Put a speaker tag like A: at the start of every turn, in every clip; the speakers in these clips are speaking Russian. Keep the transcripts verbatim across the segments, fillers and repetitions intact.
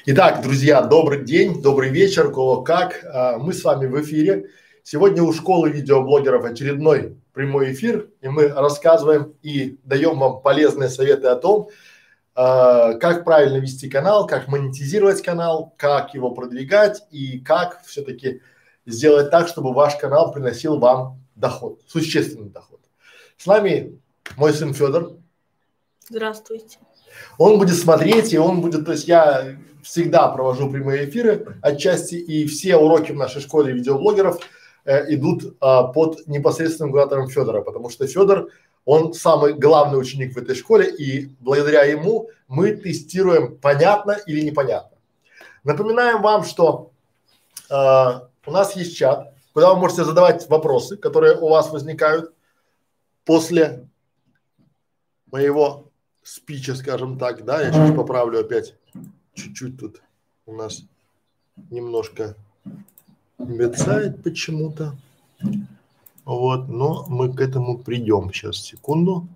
A: Итак, друзья, добрый день, добрый вечер, кого как. А, Мы с вами в эфире. Сегодня у школы видеоблогеров очередной прямой эфир, и мы рассказываем и даем вам полезные советы о том, а, как правильно вести канал, как монетизировать канал, как его продвигать и как все-таки сделать так, чтобы ваш канал приносил вам доход, существенный доход. С нами мой сын Федор.
B: Здравствуйте.
A: Он будет смотреть, и он будет, то есть я всегда провожу прямые эфиры отчасти, и все уроки в нашей школе видеоблогеров э, идут а, под непосредственным куратором Федора, потому что Федор, он самый главный ученик в этой школе, и благодаря ему мы тестируем, понятно или непонятно. Напоминаем вам, что а, у нас есть чат, куда вы можете задавать вопросы, которые у вас возникают после моего спича, скажем так, да, я сейчас поправлю опять, чуть-чуть тут у нас немножко мерцает почему-то, вот, но мы к этому придем, сейчас, секунду,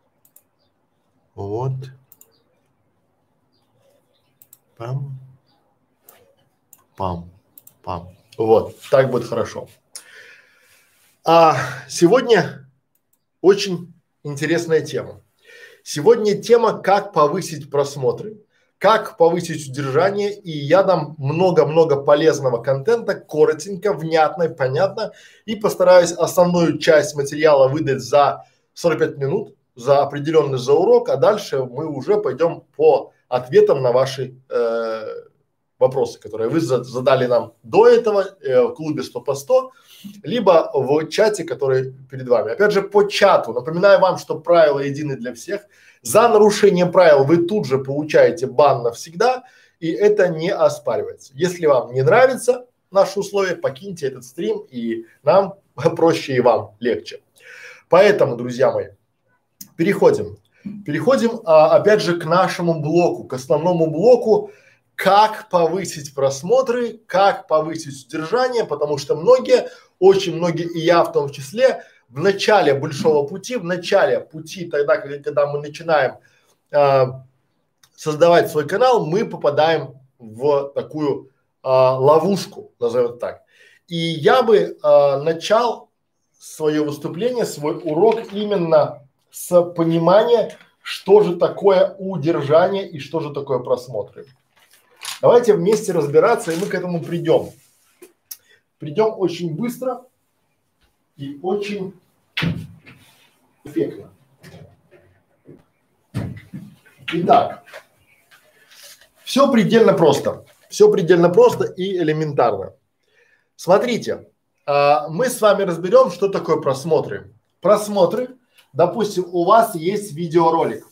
A: вот, пам, пам, пам, вот, так будет хорошо. А сегодня очень интересная тема. Сегодня тема, как повысить просмотры, как повысить удержание, и я дам много-много полезного контента, коротенько, внятно, понятно, и постараюсь основную часть материала выдать за сорок пять минут, за определенный за урок, а дальше мы уже пойдем по ответам на ваши э, вопросы, которые вы задали нам до этого э, в клубе сто по сто, либо в чате, который перед вами. Опять же, по чату. Напоминаю вам, что правила едины для всех. За нарушение правил вы тут же получаете бан навсегда, и это не оспаривается. Если вам не нравится наши условия, покиньте этот стрим, и нам проще, и вам легче. Поэтому, друзья мои, переходим. Переходим, а, опять же, к нашему блоку, к основному блоку, как повысить просмотры, как повысить удержание, потому что многие, очень многие, и я в том числе, в начале большого пути, в начале пути, тогда, когда мы начинаем э, создавать свой канал, мы попадаем в такую э, ловушку, назовем так. И я бы э, начал свое выступление, свой урок именно с понимания, что же такое удержание и что же такое просмотры. Давайте вместе разбираться, и мы к этому придем. Придем очень быстро и очень эффектно. Итак, все предельно просто. Все предельно просто и элементарно. Смотрите, а, мы с вами разберем, что такое просмотры. Просмотры, допустим, у вас есть видеоролик.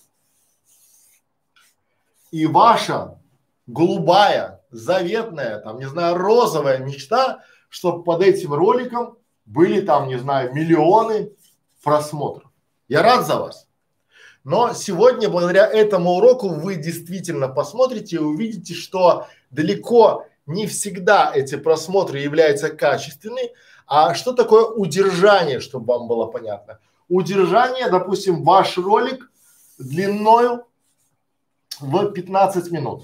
A: И ваша голубая, заветная, там, не знаю, розовая мечта, чтобы под этим роликом были там, не знаю, миллионы просмотров. Я рад за вас. Но сегодня, благодаря этому уроку, вы действительно посмотрите и увидите, что далеко не всегда эти просмотры являются качественными. А что такое удержание, чтобы вам было понятно? Удержание, допустим, ваш ролик длиною в пятнадцать минут.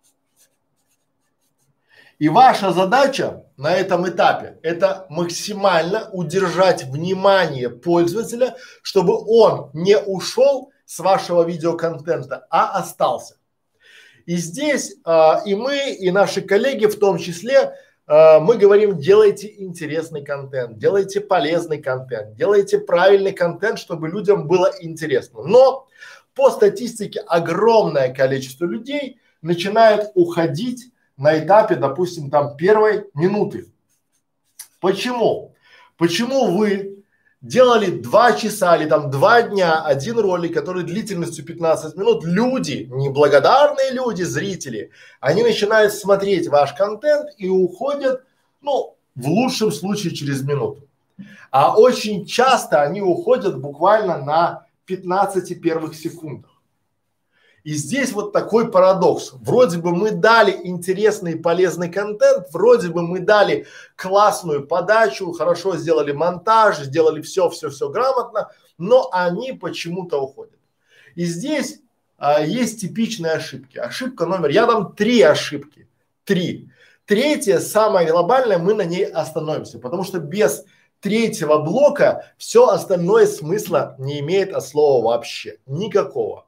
A: И ваша задача на этом этапе – это максимально удержать внимание пользователя, чтобы он не ушел с вашего видеоконтента, а остался. И здесь а, и мы, и наши коллеги в том числе, а, мы говорим, делайте интересный контент, делайте полезный контент, делайте правильный контент, чтобы людям было интересно. Но по статистике огромное количество людей начинает уходить на этапе, допустим, там первой минуты. Почему? Почему вы делали два часа или там два дня один ролик, который длительностью пятнадцать минут, люди, неблагодарные люди, зрители, они начинают смотреть ваш контент и уходят, ну, в лучшем случае через минуту. А очень часто они уходят буквально на пятнадцати первых секундах. И здесь вот такой парадокс. Вроде бы мы дали интересный и полезный контент, вроде бы мы дали классную подачу, хорошо сделали монтаж, сделали все, все, все грамотно, но они почему-то уходят. И здесь а, есть типичные ошибки. Ошибка номер, я дам три ошибки, три. Третья, самая глобальная, мы на ней остановимся, потому что без третьего блока все остальное смысла не имеет от слова вообще, никакого.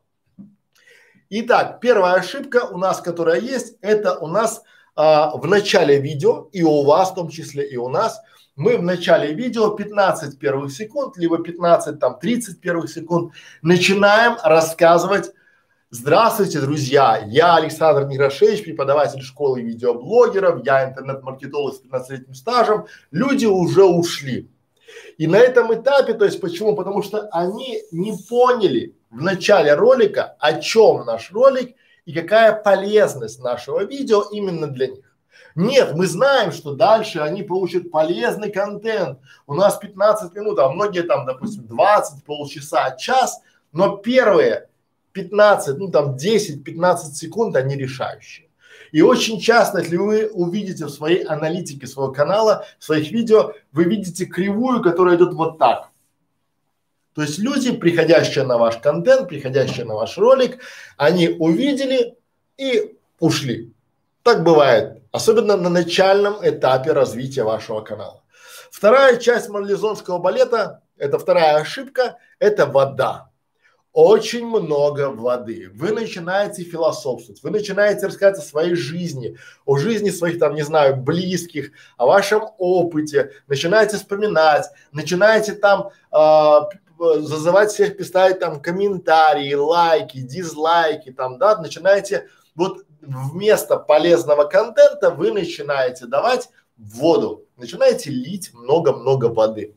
A: Итак, первая ошибка у нас, которая есть, это у нас а, в начале видео, и у вас в том числе, и у нас, мы в начале видео пятнадцать первых секунд, либо пятнадцать, там, тридцать первых секунд начинаем рассказывать: здравствуйте, друзья, я Александр Некрашевич, преподаватель школы видеоблогеров, я интернет-маркетолог с пятнадцатилетним стажем, люди уже ушли. И на этом этапе, то есть почему? Потому что они не поняли в начале ролика, о чем наш ролик и какая полезность нашего видео именно для них. Нет, мы знаем, что дальше они получат полезный контент. У нас пятнадцать минут, а многие там, допустим, двадцать, полчаса, час, но первые пятнадцать, ну там десять-пятнадцать секунд, они решающие. И очень часто, если вы увидите в своей аналитике своего канала, в своих видео, вы видите кривую, которая идет вот так. То есть люди, приходящие на ваш контент, приходящие на ваш ролик, они увидели и ушли. Так бывает, особенно на начальном этапе развития вашего канала. Вторая часть марлезонского балета, это вторая ошибка, это вода. Очень много воды. Вы начинаете философствовать, вы начинаете рассказывать о своей жизни, о жизни своих там, не знаю, близких, о вашем опыте, начинаете вспоминать, начинаете там а, зазывать всех писать там комментарии, лайки, дизлайки там, да, начинаете вот вместо полезного контента вы начинаете давать воду, начинаете лить много-много воды.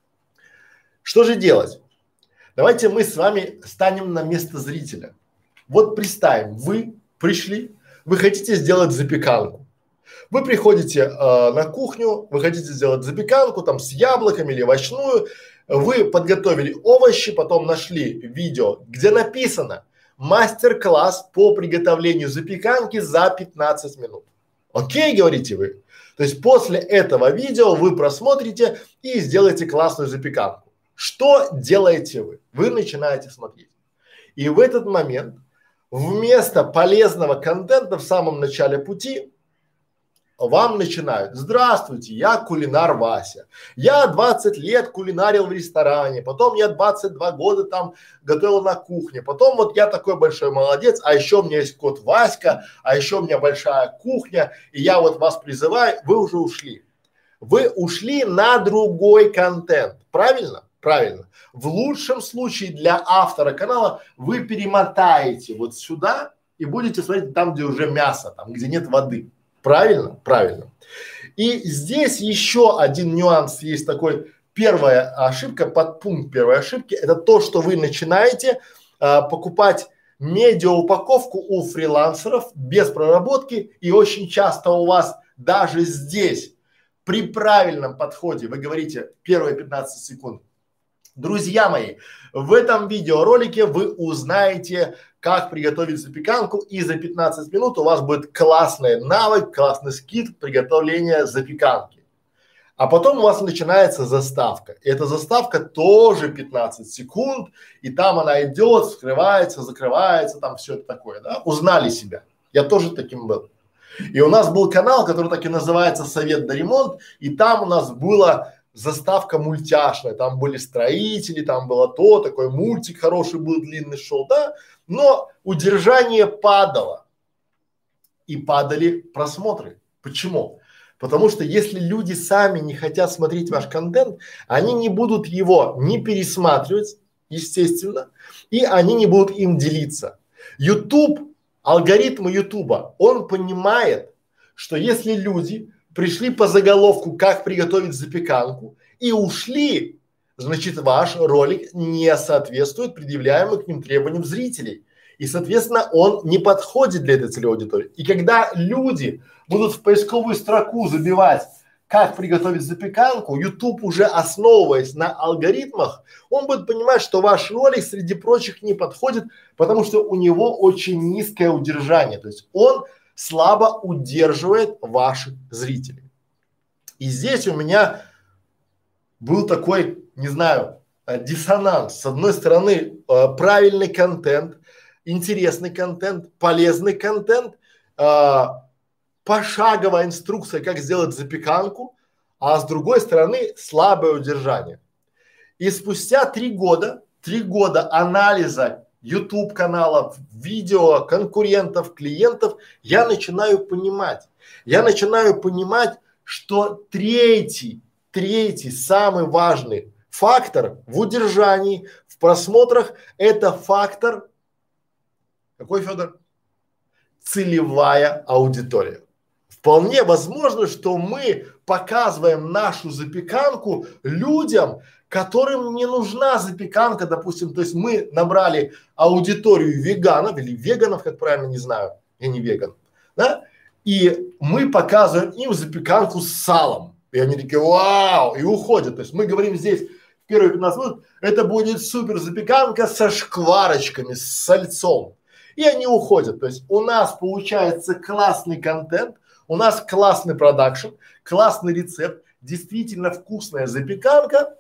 A: Что же делать? Давайте мы с вами станем на место зрителя. Вот представим, вы пришли, вы хотите сделать запеканку. Вы приходите э, на кухню, вы хотите сделать запеканку там с яблоками или овощную, вы подготовили овощи, потом нашли видео, где написано мастер-класс по приготовлению запеканки за пятнадцать минут. Окей, говорите вы. То есть после этого видео вы просмотрите и сделаете классную запеканку. Что делаете вы? Вы начинаете смотреть. И в этот момент вместо полезного контента в самом начале пути вам начинают: здравствуйте, я кулинар Вася. Я двадцать лет кулинарил в ресторане, потом я двадцать два года там готовил на кухне, потом вот я такой большой молодец, а еще у меня есть кот Васька, а еще у меня большая кухня, и я вот вас призываю, вы уже ушли. Вы ушли на другой контент, правильно? Правильно. В лучшем случае для автора канала вы перемотаете вот сюда и будете смотреть там, где уже мясо, там, где нет воды. Правильно? Правильно. И здесь еще один нюанс есть такой. Первая ошибка, подпункт первой ошибки, это то, что вы начинаете а, покупать медиаупаковку у фрилансеров без проработки, и очень часто у вас даже здесь при правильном подходе вы говорите первые пятнадцать секунд: друзья мои, в этом видеоролике вы узнаете, как приготовить запеканку, и за пятнадцать минут у вас будет классный навык, классный скилл приготовления запеканки. А потом у вас начинается заставка. И эта заставка тоже пятнадцать секунд, и там она идет, вскрывается, закрывается, там все это такое, да. Узнали себя. Я тоже таким был. И у нас был канал, который так и называется «Совет да ремонт», и там у нас было заставка мультяшная, там были строители, там было то, такой мультик хороший был, длинный шел, да, но удержание падало и падали просмотры. Почему? Потому что если люди сами не хотят смотреть ваш контент, они не будут его не пересматривать, естественно, и они не будут им делиться. YouTube, алгоритмы Ютуба, он понимает, что если люди пришли по заголовку «Как приготовить запеканку» и ушли, значит ваш ролик не соответствует предъявляемым к ним требованиям зрителей. И, соответственно, он не подходит для этой целевой аудитории. И когда люди будут в поисковую строку забивать «Как приготовить запеканку», YouTube, уже основываясь на алгоритмах, он будет понимать, что ваш ролик среди прочих не подходит, потому что у него очень низкое удержание. То есть он слабо удерживает ваших зрителей. И здесь у меня был такой, не знаю, диссонанс. С одной стороны, э, правильный контент, интересный контент, полезный контент, э, пошаговая инструкция, как сделать запеканку, а с другой стороны слабое удержание. И спустя три года, три года анализа YouTube каналов, видео, конкурентов, клиентов, я начинаю понимать, я начинаю понимать, что третий, третий самый важный фактор в удержании, в просмотрах – это фактор, какой, Федор? Целевая аудитория. Вполне возможно, что мы показываем нашу запеканку людям, которым не нужна запеканка, допустим, то есть мы набрали аудиторию веганов или веганов, как правильно, не знаю, я не веган, да, и мы показываем им запеканку с салом, и они такие вау, и уходят. То есть мы говорим здесь в первые пятнадцать минут, это будет супер запеканка со шкварочками, с сальцом, и они уходят. То есть у нас получается классный контент, у нас классный продакшн, классный рецепт, действительно вкусная запеканка,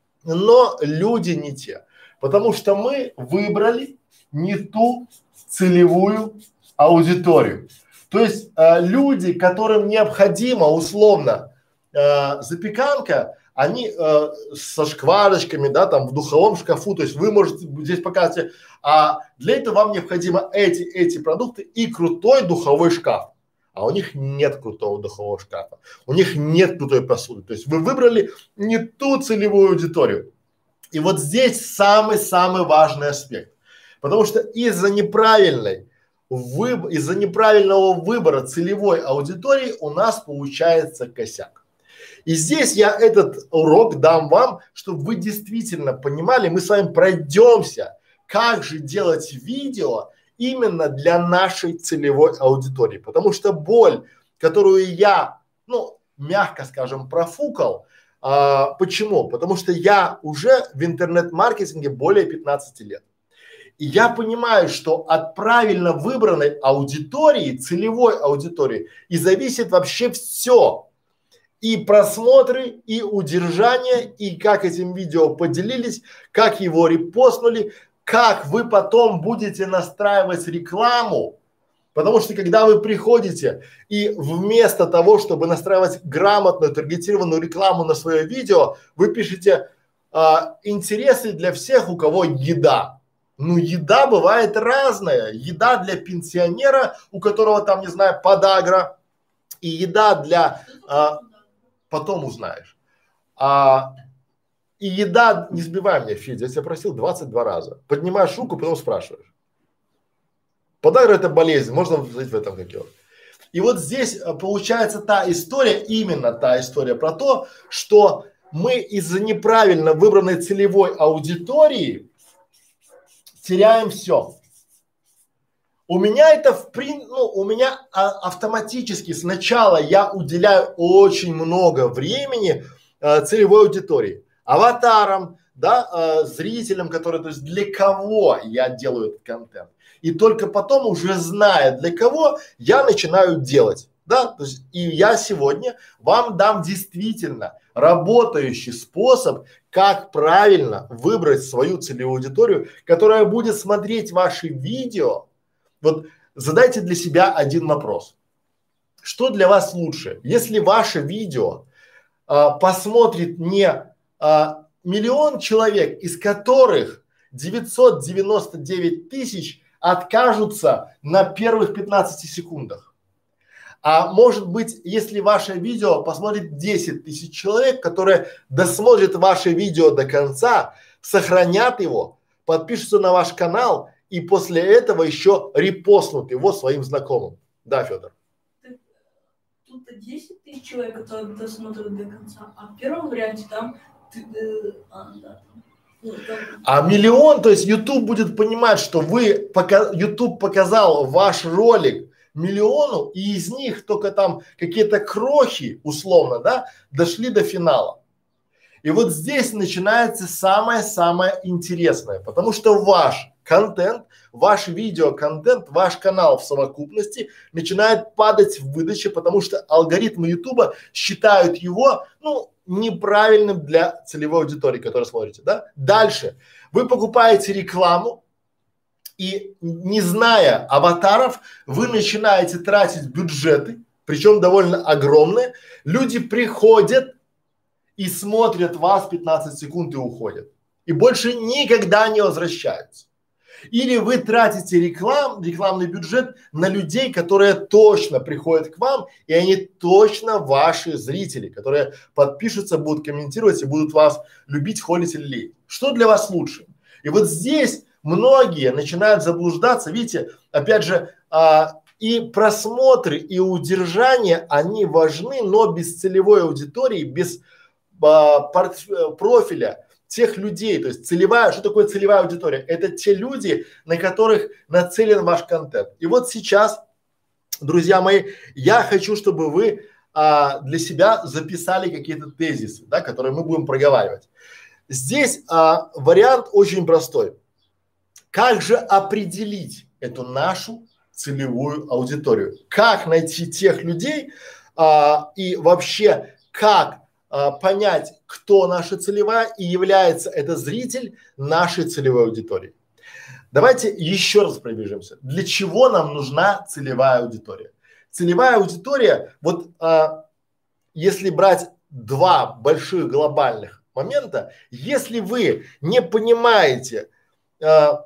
A: но люди не те, потому что мы выбрали не ту целевую аудиторию. То есть э, люди, которым необходима условно э, запеканка, они э, со шкварочками, да, там в духовом шкафу, то есть вы можете здесь показать, а для этого вам необходимо эти, эти продукты и крутой духовой шкаф. А у них нет крутого духового шкафа, у них нет крутой посуды. То есть вы выбрали не ту целевую аудиторию. И вот здесь самый-самый важный аспект. Потому что из-за неправильной выб... из-за неправильного выбора целевой аудитории у нас получается косяк. И здесь я этот урок дам вам, чтобы вы действительно понимали, мы с вами пройдемся, как же делать видео именно для нашей целевой аудитории. Потому что боль, которую я, ну, мягко скажем, профукал, а, почему? Потому что я уже в интернет-маркетинге более пятнадцати лет. И я понимаю, что от правильно выбранной аудитории, целевой аудитории, и зависит вообще все. И просмотры, и удержание, и как этим видео поделились, как его репостнули, как вы потом будете настраивать рекламу, потому что когда вы приходите и вместо того, чтобы настраивать грамотную таргетированную рекламу на свое видео, вы пишете а, интересы для всех, у кого еда. Ну, еда бывает разная. Еда для пенсионера, у которого там, не знаю, подагра, и еда для, а, потом узнаешь. А, И еда, не сбивай меня, Федя, я тебя просил двадцать два раза. Поднимаешь руку, потом спрашиваешь. Подагра – это болезнь, можно сказать в этом как его. И вот здесь получается та история, именно та история про то, что мы из-за неправильно выбранной целевой аудитории теряем все. У меня это в прин, ну, у меня а, автоматически сначала я уделяю очень много времени а, целевой аудитории. Аватарам, да, э, зрителям, которые, то есть для кого я делаю этот контент. И только потом, уже зная для кого, я начинаю делать, да, то есть и я сегодня вам дам действительно работающий способ, как правильно выбрать свою целевую аудиторию, которая будет смотреть ваши видео. Вот задайте для себя один вопрос. Что для вас лучше, если ваше видео э, посмотрит не А, миллион человек, из которых девятьсот девяносто девять тысяч откажутся на первых пятнадцати секундах. А может быть, если ваше видео посмотрит десять тысяч человек, которые досмотрят ваше видео до конца, сохранят его, подпишутся на ваш канал и после этого еще репостнут его своим знакомым. Да, Федор?
B: Тут десять тысяч человек, которые досмотрят до конца, а в первом варианте там А, да.
A: А миллион, то есть YouTube будет понимать, что вы, пока, YouTube показал ваш ролик миллиону, и из них только там какие-то крохи, условно, да, дошли до финала. И вот здесь начинается самое-самое интересное, потому что ваш контент, ваш видеоконтент, ваш канал в совокупности начинает падать в выдаче, потому что алгоритмы YouTube считают его, ну, неправильным для целевой аудитории, которую смотрите, да? Дальше. Вы покупаете рекламу, И не зная аватаров, вы начинаете тратить бюджеты, причем довольно огромные. Люди приходят и смотрят вас пятнадцать секунд и уходят. И больше никогда не возвращаются. Или вы тратите реклам, рекламный бюджет на людей, которые точно приходят к вам, и они точно ваши зрители, которые подпишутся, будут комментировать и будут вас любить, холить или леять. Что для вас лучше? И вот здесь многие начинают заблуждаться. Видите, опять же, а, и просмотры, и удержание, они важны, но без целевой аудитории, без а, порт, профиля тех людей, то есть целевая, что такое целевая аудитория? Это те люди, на которых нацелен ваш контент. И вот сейчас, друзья мои, я хочу, чтобы вы а, для себя записали какие-то тезисы, да, которые мы будем проговаривать. Здесь а, вариант очень простой. Как же определить эту нашу целевую аудиторию? Как найти тех людей а, и вообще как а, понять, кто наша целевая и является это зритель нашей целевой аудитории? Давайте еще раз пробежимся. Для чего нам нужна целевая аудитория? Целевая аудитория, вот а, если брать два больших глобальных момента, если вы не понимаете а,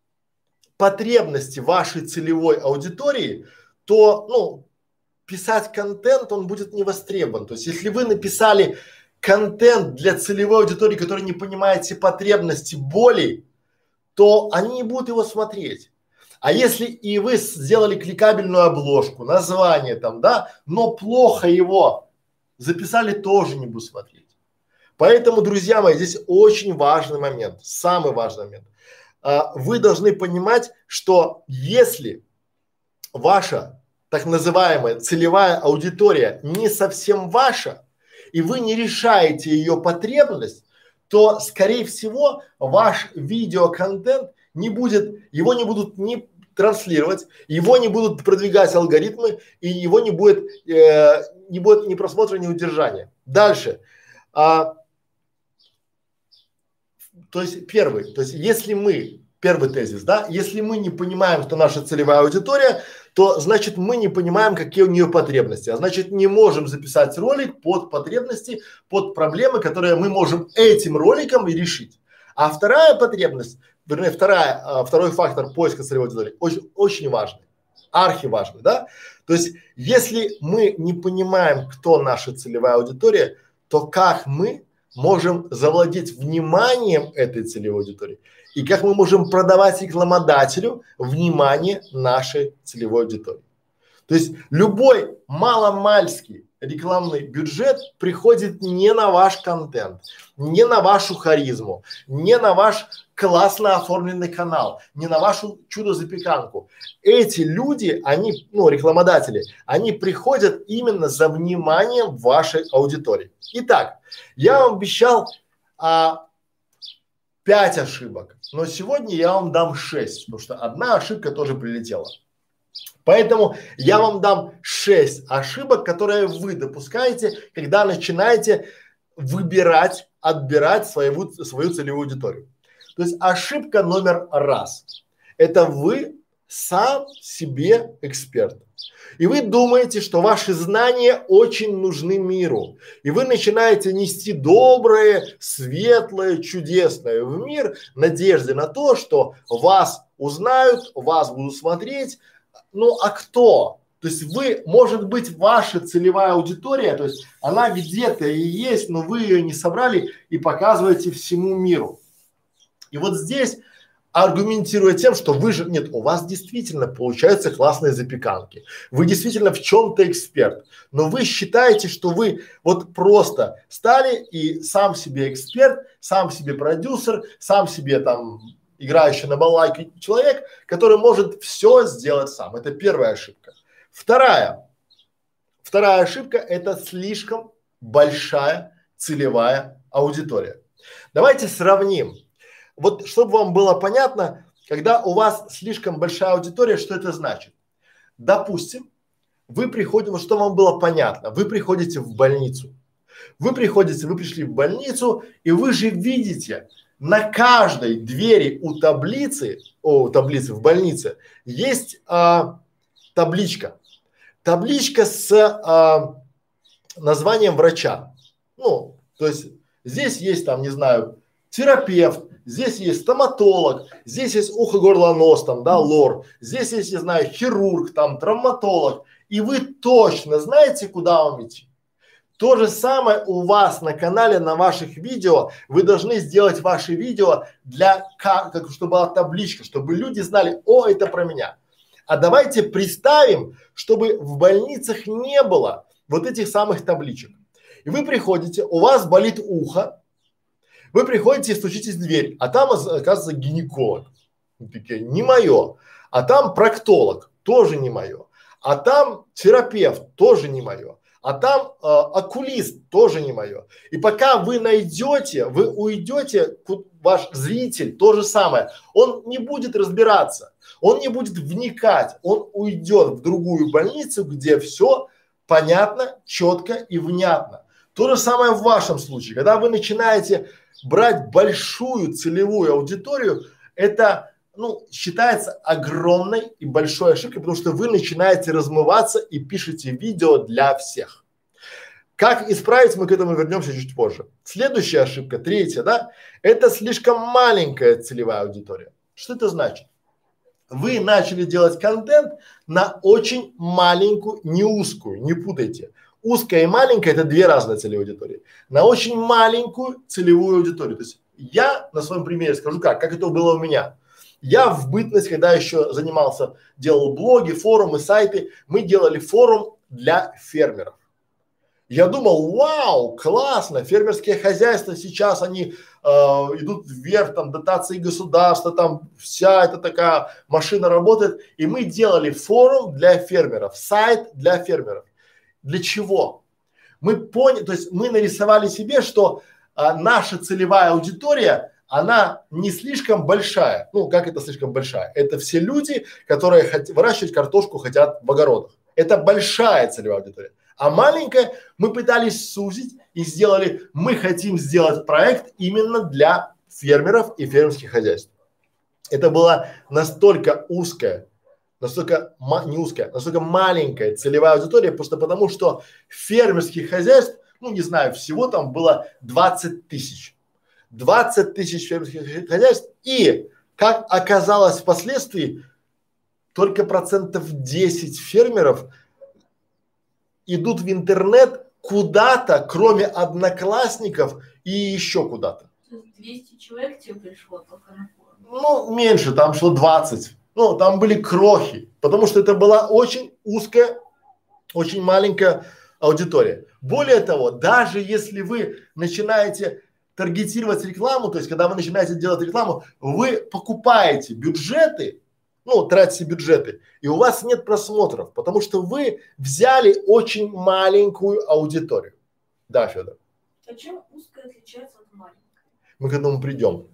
A: потребности вашей целевой аудитории, то, ну, писать контент, он будет не востребован. То есть, если вы написали контент для целевой аудитории, которая не понимаете потребности, боли, то они не будут его смотреть. А если и вы сделали кликабельную обложку, название там, да, но плохо его записали, тоже не будут смотреть. Поэтому, друзья мои, здесь очень важный момент, самый важный момент. А, вы должны понимать, что если ваша так называемая целевая аудитория не совсем ваша, и вы не решаете ее потребность, то, скорее всего, ваш видеоконтент не будет, его не будут ни транслировать, его не будут продвигать алгоритмы, и его не будет, э, не будет ни просмотра, ни удержания. Дальше. А, то есть первый, то есть если мы, первый тезис, да, если мы не понимаем, кто наша целевая аудитория, то значит мы не понимаем, какие у нее потребности, а значит не можем записать ролик под потребности, под проблемы, которые мы можем этим роликом и решить. А вторая потребность, вернее вторая, а, второй фактор поиска целевой аудитории очень, очень важный, архиважный, да. То есть если мы не понимаем, кто наша целевая аудитория, то как мы можем завладеть вниманием этой целевой аудитории и как мы можем продавать рекламодателю внимание нашей целевой аудитории. То есть любой маломальский рекламный бюджет приходит не на ваш контент, не на вашу харизму, не на ваш классно оформленный канал, не на вашу чудо-запеканку. Эти люди, они, ну, рекламодатели, они приходят именно за вниманием вашей аудитории. Итак, я вам обещал а, пять ошибок, но сегодня я вам дам шесть, потому что одна ошибка тоже прилетела. Поэтому я вам дам шесть ошибок, которые вы допускаете, когда начинаете выбирать, отбирать свою, свою целевую аудиторию. То есть ошибка номер раз – это вы сам себе эксперт. И вы думаете, что ваши знания очень нужны миру. И вы начинаете нести доброе, светлое, чудесное в мир в надежде на то, что вас узнают, вас будут смотреть. Ну а кто? То есть вы, может быть, ваша целевая аудитория, то есть она где-то и есть, но вы ее не собрали и показываете всему миру. И вот здесь, аргументируя тем, что вы же, нет, у вас действительно получаются классные запеканки, вы действительно в чем-то эксперт, но вы считаете, что вы вот просто стали и сам себе эксперт, сам себе продюсер, сам себе там играющий на балалайке человек, который может все сделать сам. Это первая ошибка. Вторая, вторая ошибка – это слишком большая целевая аудитория. Давайте сравним. Вот, чтобы вам было понятно, когда у вас слишком большая аудитория, что это значит? Допустим, вы приходите, вот что вам было понятно, вы приходите в больницу. Вы приходите, вы пришли в больницу, и вы же видите, на каждой двери у таблицы, о, у таблицы в больнице есть а, табличка. Табличка с а, названием врача. Ну, то есть здесь есть там, не знаю, терапевт, здесь есть стоматолог, здесь есть ухо, горло, нос, там, да, лор, здесь есть, не знаю, хирург, там, травматолог, и вы точно знаете, куда вам идти. То же самое у вас на канале, на ваших видео, вы должны сделать ваши видео для, как, как чтобы была табличка, чтобы люди знали, о, это про меня. А давайте представим, чтобы в больницах не было вот этих самых табличек. И вы приходите, у вас болит ухо, вы приходите и стучитесь в дверь, а там оказывается гинеколог. Вы такие, не мое. А там проктолог, тоже не мое. А там терапевт, тоже не мое. А там э, окулист, тоже не мое. И пока вы найдете, вы уйдете, ваш зритель, то же самое, он не будет разбираться, он не будет вникать, он уйдет в другую больницу, где все понятно, четко и внятно. То же самое в вашем случае, когда вы начинаете брать большую целевую аудиторию, это, ну, считается огромной и большой ошибкой, потому что вы начинаете размываться и пишете видео для всех. Как исправить, мы к этому вернемся чуть позже. Следующая ошибка, третья, да, это слишком маленькая целевая аудитория. Что это значит? Вы начали делать контент на очень маленькую, не узкую, не путайте. Узкая и маленькая – это две разные целевые аудитории. На очень маленькую целевую аудиторию. То есть я на своем примере скажу как, как это было у меня. Я в бытность, когда еще занимался, делал блоги, форумы, сайты, мы делали форум для фермеров. Я думал, вау, классно, фермерские хозяйства сейчас они э, идут вверх, там дотации государства, там вся эта такая машина работает. И мы делали форум для фермеров, сайт для фермеров. Для чего? Мы поняли, то есть мы нарисовали себе, что а, наша целевая аудитория, она не слишком большая. Ну, как это слишком большая? Это все люди, которые хот- выращивать картошку хотят в огородах. Это большая целевая аудитория. А маленькая мы пытались сузить и сделали, мы хотим сделать проект именно для фермеров и фермерских хозяйств. Это была настолько узкая, настолько ма- не узкая, настолько маленькая целевая аудитория, просто потому что фермерских хозяйств, ну не знаю, всего там было двадцать тысяч. двадцать тысяч фермерских хозяйств, и как оказалось впоследствии, только процентов десять фермеров идут в интернет куда-то, кроме одноклассников и еще куда-то.
B: двести человек тебе пришло только на форум?
A: Ну, меньше, там шло двадцать. Ну, там были крохи, потому что это была очень узкая, очень маленькая аудитория. Более того, даже если вы начинаете таргетировать рекламу, то есть когда вы начинаете делать рекламу, вы покупаете бюджеты, ну, тратите бюджеты, и у вас нет просмотров, потому что вы взяли очень маленькую аудиторию. Да, Федор?
B: А чем узкая отличается от маленькой?
A: Мы к этому придем.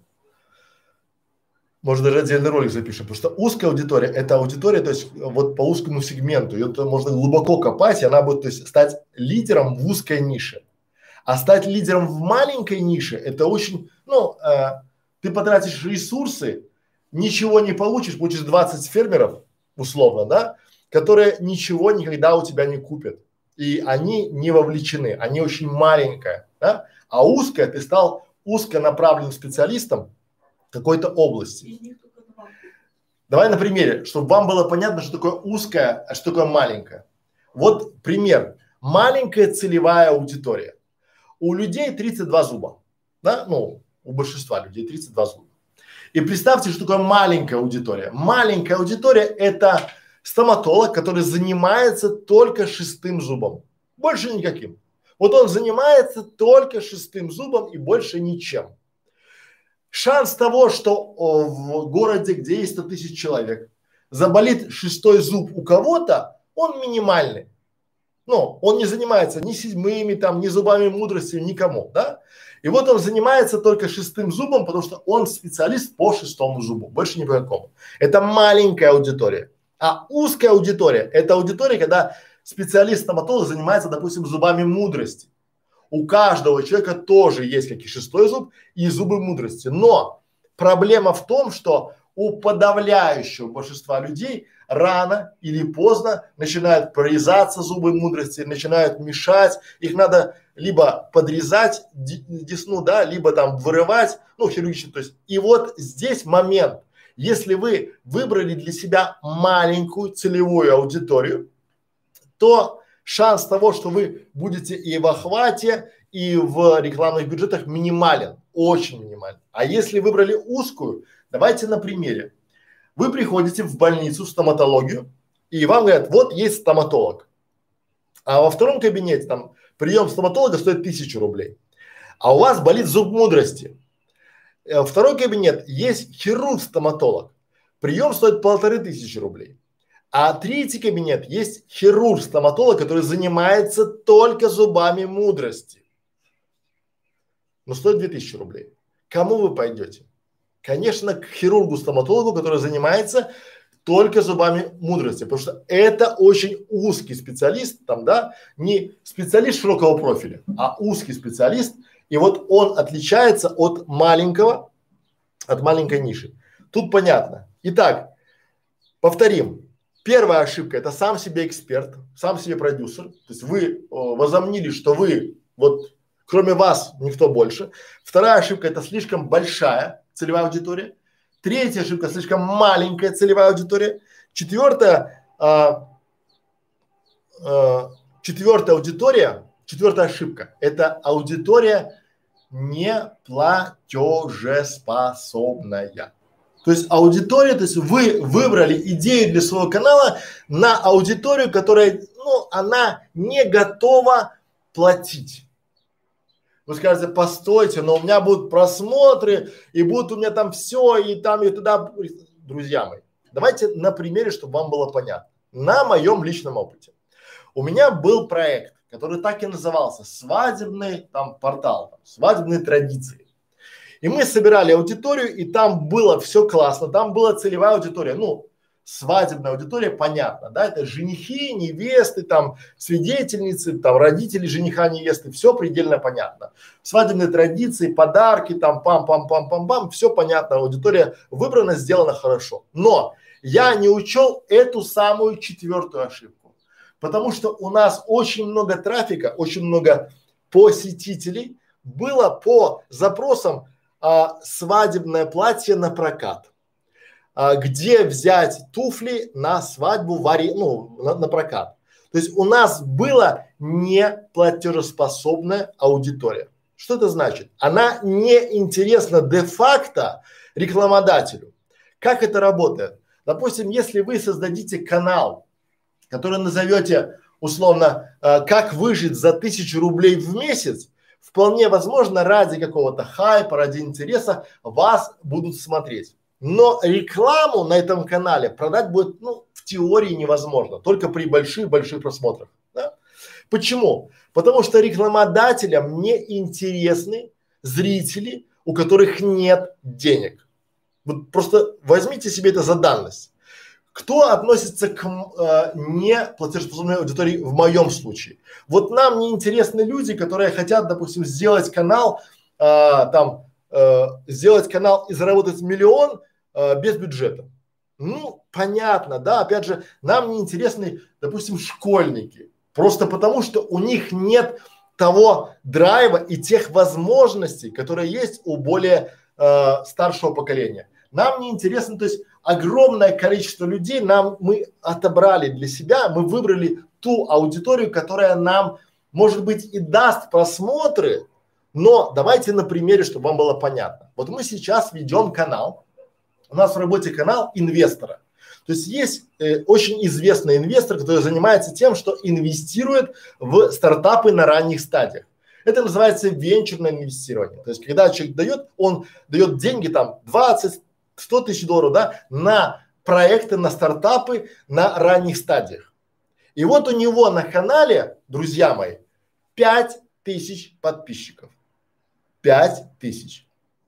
A: Может, даже отдельный ролик запишем, потому что узкая аудитория – это аудитория, то есть вот по узкому сегменту, ее можно глубоко копать, и она будет, то есть, стать лидером в узкой нише. А стать лидером в маленькой нише – это очень, ну, э, ты потратишь ресурсы, ничего не получишь, получишь двадцать фермеров, условно, да, которые ничего никогда у тебя не купят. И они не вовлечены, они очень маленькая, да, а узкая, ты стал узконаправленным специалистом какой-то области.
B: Из них только два.
A: Давай на примере, чтобы вам было понятно, что такое узкая, а что такое маленькая. Вот пример. Маленькая целевая аудитория. У людей тридцать два зуба, да, ну, у большинства людей тридцать два зуба. И представьте, что такое маленькая аудитория. Маленькая аудитория – это стоматолог, который занимается только шестым зубом, больше никаким. Вот он занимается только шестым зубом и больше ничем. Шанс того, что о, в городе, где есть сто тысяч человек, заболит шестой зуб у кого-то, он минимальный. Ну, он не занимается ни седьмыми, там, ни зубами мудрости, никому, да? И вот он занимается только шестым зубом, потому что он специалист по шестому зубу, больше ни по какому. Это маленькая аудитория. А узкая аудитория – это аудитория, когда специалист-стоматолог занимается, допустим, зубами мудрости. у каждого человека тоже есть как и шестой зуб, и зубы мудрости. Но проблема в том, что у подавляющего большинства людей рано или поздно начинают прорезаться зубы мудрости, начинают мешать, их надо либо подрезать десну, да, либо там вырывать, ну, хирургически, то есть. И вот здесь момент, если вы выбрали для себя маленькую целевую аудиторию, то шанс того, что вы будете и в охвате, и в рекламных бюджетах минимален, очень минимален. А если выбрали узкую, давайте на примере. Вы приходите в больницу, в стоматологию, и вам говорят, вот есть стоматолог. А во втором кабинете там прием стоматолога стоит тысячу рублей. А у вас болит зуб мудрости. Э, Второй кабинет есть хирург-стоматолог. Прием стоит полторы тысячи рублей. А третий кабинет есть хирург-стоматолог, который занимается только зубами мудрости. Но стоит две тысячи рублей. Кому вы пойдете? Конечно, к хирургу-стоматологу, который занимается только зубами мудрости, потому что это очень узкий специалист, там, да, не специалист широкого профиля, а узкий специалист, и вот он отличается от маленького, от маленькой ниши. Тут понятно. Итак, повторим. Первая ошибка – это сам себе эксперт, сам себе продюсер, то есть вы о, возомнили, что вы, вот, кроме вас никто больше. Вторая ошибка – это слишком большая целевая аудитория. Третья ошибка – слишком маленькая целевая аудитория. Четвертая, а, а, четвертая аудитория, четвертая ошибка – это аудитория не платежеспособная. То есть аудитория, то есть вы выбрали идею для своего канала на аудиторию, которая, ну, она не готова платить. Вы скажете, постойте, но у меня будут просмотры, и будут у меня там все, и там, и туда. Друзья мои, давайте на примере, чтобы вам было понятно. На моем личном опыте. У меня был проект, который так и назывался «Свадебный там портал», там, «Свадебные традиции». И мы собирали аудиторию, и там было все классно, там была целевая аудитория, ну, свадебная аудитория, понятно, да, это женихи, невесты, там, свидетельницы, там, родители жениха, невесты, все предельно понятно. Свадебные традиции, подарки, там, пам-пам-пам-пам-пам, все понятно, аудитория выбрана, сделана хорошо. Но я не учел эту самую четвертую ошибку, потому что у нас очень много трафика, очень много посетителей было по запросам а, свадебное платье на прокат. А, где взять туфли на свадьбу в аре, ну, на, на прокат. То есть у нас была не платежеспособная аудитория. Что это значит? Она не интересна де-факто рекламодателю. Как это работает? Допустим, если вы создадите канал, который назовете условно э, «Как выжить за тысячу рублей в месяц», вполне возможно ради какого-то хайпа, ради интереса вас будут смотреть. Но рекламу на этом канале продать будет, ну, в теории невозможно, только при больших-больших просмотрах. Да? Почему? Потому что рекламодателям не интересны зрители, у которых нет денег. Вот просто возьмите себе это за данность. Кто относится к э, неплатежеспособной аудитории в моем случае? Вот нам не интересны люди, которые хотят, допустим, сделать канал, э, там, э, сделать канал и заработать миллион э, без бюджета. Ну, понятно, да, опять же, нам не интересны, допустим, школьники, просто потому что у них нет того драйва и тех возможностей, которые есть у более э, старшего поколения. Нам не интересно, то есть огромное количество людей нам мы отобрали для себя, мы выбрали ту аудиторию, которая нам, может быть, и даст просмотры, но давайте на примере, чтобы вам было понятно. Вот мы сейчас ведем канал, у нас в работе канал инвестора. То есть есть э, очень известный инвестор, который занимается тем, что инвестирует в стартапы на ранних стадиях. Это называется венчурное инвестирование. То есть когда человек дает, он дает деньги там двадцать сто тысяч долларов, да, на проекты, на стартапы на ранних стадиях. И вот у него на канале, друзья мои, пять тысяч подписчиков. пять тысяч.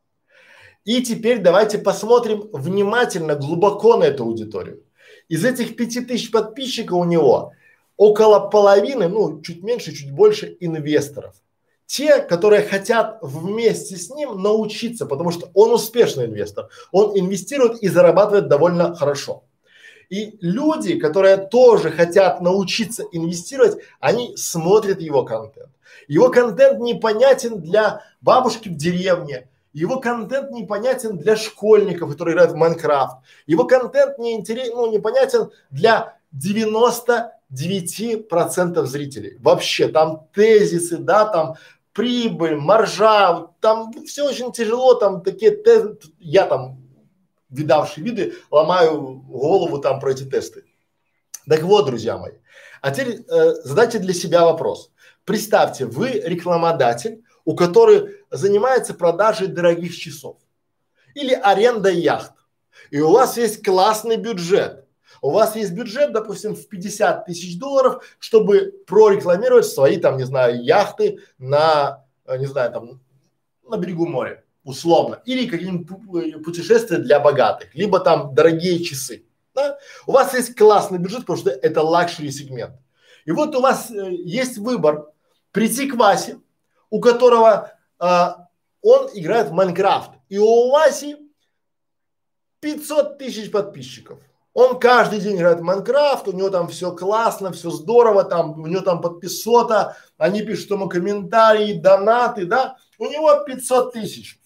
A: И теперь давайте посмотрим внимательно, глубоко на эту аудиторию. Из этих пяти тысяч подписчиков у него около половины, ну, чуть меньше, чуть больше инвесторов. те, которые хотят вместе с ним научиться, потому что он успешный инвестор, он инвестирует и зарабатывает довольно хорошо. И люди, которые тоже хотят научиться инвестировать, они смотрят его контент. Его контент непонятен для бабушки в деревне, его контент непонятен для школьников, которые играют в Майнкрафт, его контент не интерес, ну, непонятен для девяноста девяти процентов зрителей. Вообще, там тезисы, да, там прибыль, маржа, там все очень тяжело, там такие тезы, я там, видавший виды, ломаю голову там про эти тесты. Так вот, друзья мои, а теперь э, задайте для себя вопрос. Представьте, вы рекламодатель, у которого занимается продажей дорогих часов или арендой яхт, и у вас есть классный бюджет. У вас есть бюджет, допустим, в пятьдесят тысяч долларов, чтобы прорекламировать свои, там, не знаю, яхты на, не знаю, там, на берегу моря, условно, или какие-нибудь путешествия для богатых, либо там дорогие часы. Да? У вас есть классный бюджет, потому что это лакшери сегмент. И вот у вас э, есть выбор прийти к Васе, у которого э, он играет в Майнкрафт, и у Васи пятьсот тысяч подписчиков. Он каждый день играет в Майнкрафт, у него там все классно, все здорово, там у него там подписота, они пишут ему комментарии, донаты, да, у него пятьсот тысяч.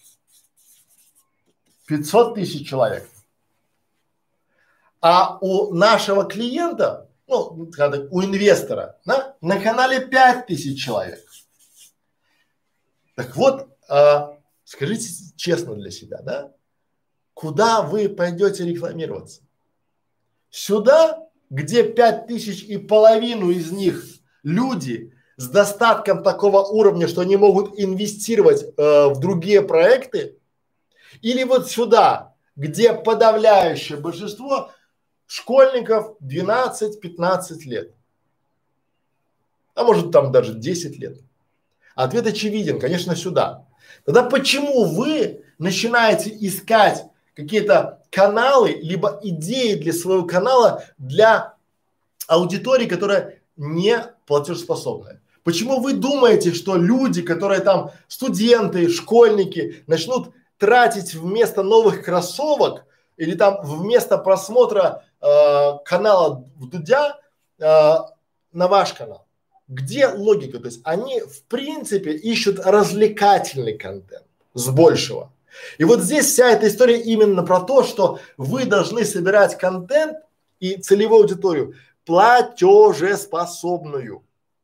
A: пятьсот тысяч человек. А у нашего клиента, ну, у инвестора, да, на канале пять тысяч человек. Так вот, а, скажите честно для себя, да, куда вы пойдете рекламироваться? Сюда, где пять тысяч и половину из них люди с достатком такого уровня, что они могут инвестировать э, в другие проекты, или вот сюда, где подавляющее большинство школьников двенадцать-пятнадцать лет, а может там даже десять лет. Ответ очевиден, конечно, сюда. Тогда почему вы начинаете искать какие-то каналы, либо идеи для своего канала для аудитории, которая не платежеспособная? Почему вы думаете, что люди, которые там студенты, школьники, начнут тратить вместо новых кроссовок или там вместо просмотра э, канала в Дудя э, на ваш канал? Где логика? То есть они в принципе ищут развлекательный контент с большего. И вот здесь вся эта история именно про то, что вы должны собирать контент и целевую аудиторию платежеспособную.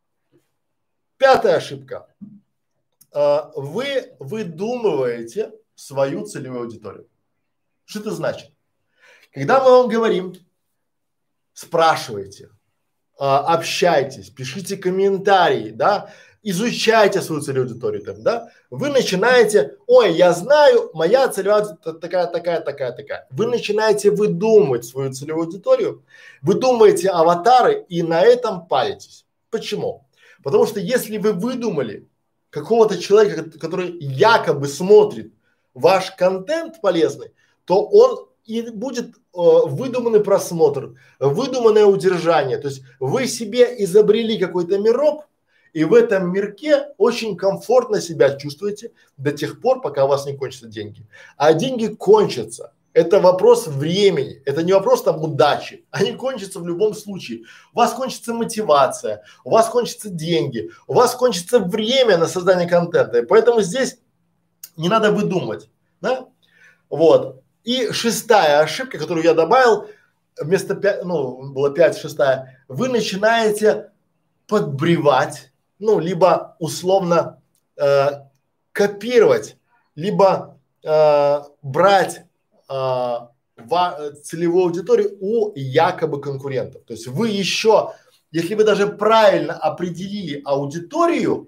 A: Пятая ошибка. А, вы выдумываете свою целевую аудиторию. Что это значит? Когда мы вам говорим, спрашивайте, а, общайтесь, пишите комментарии, да, изучайте свою целевую аудиторию, там, да, вы начинаете, ой, я знаю, моя целевая аудитория такая, такая, такая, такая. Вы начинаете выдумывать свою целевую аудиторию, вы думаете аватары и на этом палитесь. Почему? Потому что если вы выдумали какого-то человека, который якобы смотрит ваш контент полезный, то он и будет э, выдуманный просмотр, выдуманное удержание. То есть вы себе изобрели какой-то мирок, и в этом мирке очень комфортно себя чувствуете до тех пор, пока у вас не кончатся деньги. А деньги кончатся. Это вопрос времени, это не вопрос там удачи. Они кончатся в любом случае. У вас кончится мотивация, у вас кончатся деньги, у вас кончится время на создание контента. И поэтому здесь не надо выдумывать, да? Вот. И шестая ошибка, которую я добавил, вместо пять, ну, было пять, шестая, вы начинаете подбревать, ну, либо условно э, копировать, либо э, брать э, ва- целевую аудиторию у якобы конкурентов. То есть вы еще, если вы даже правильно определили аудиторию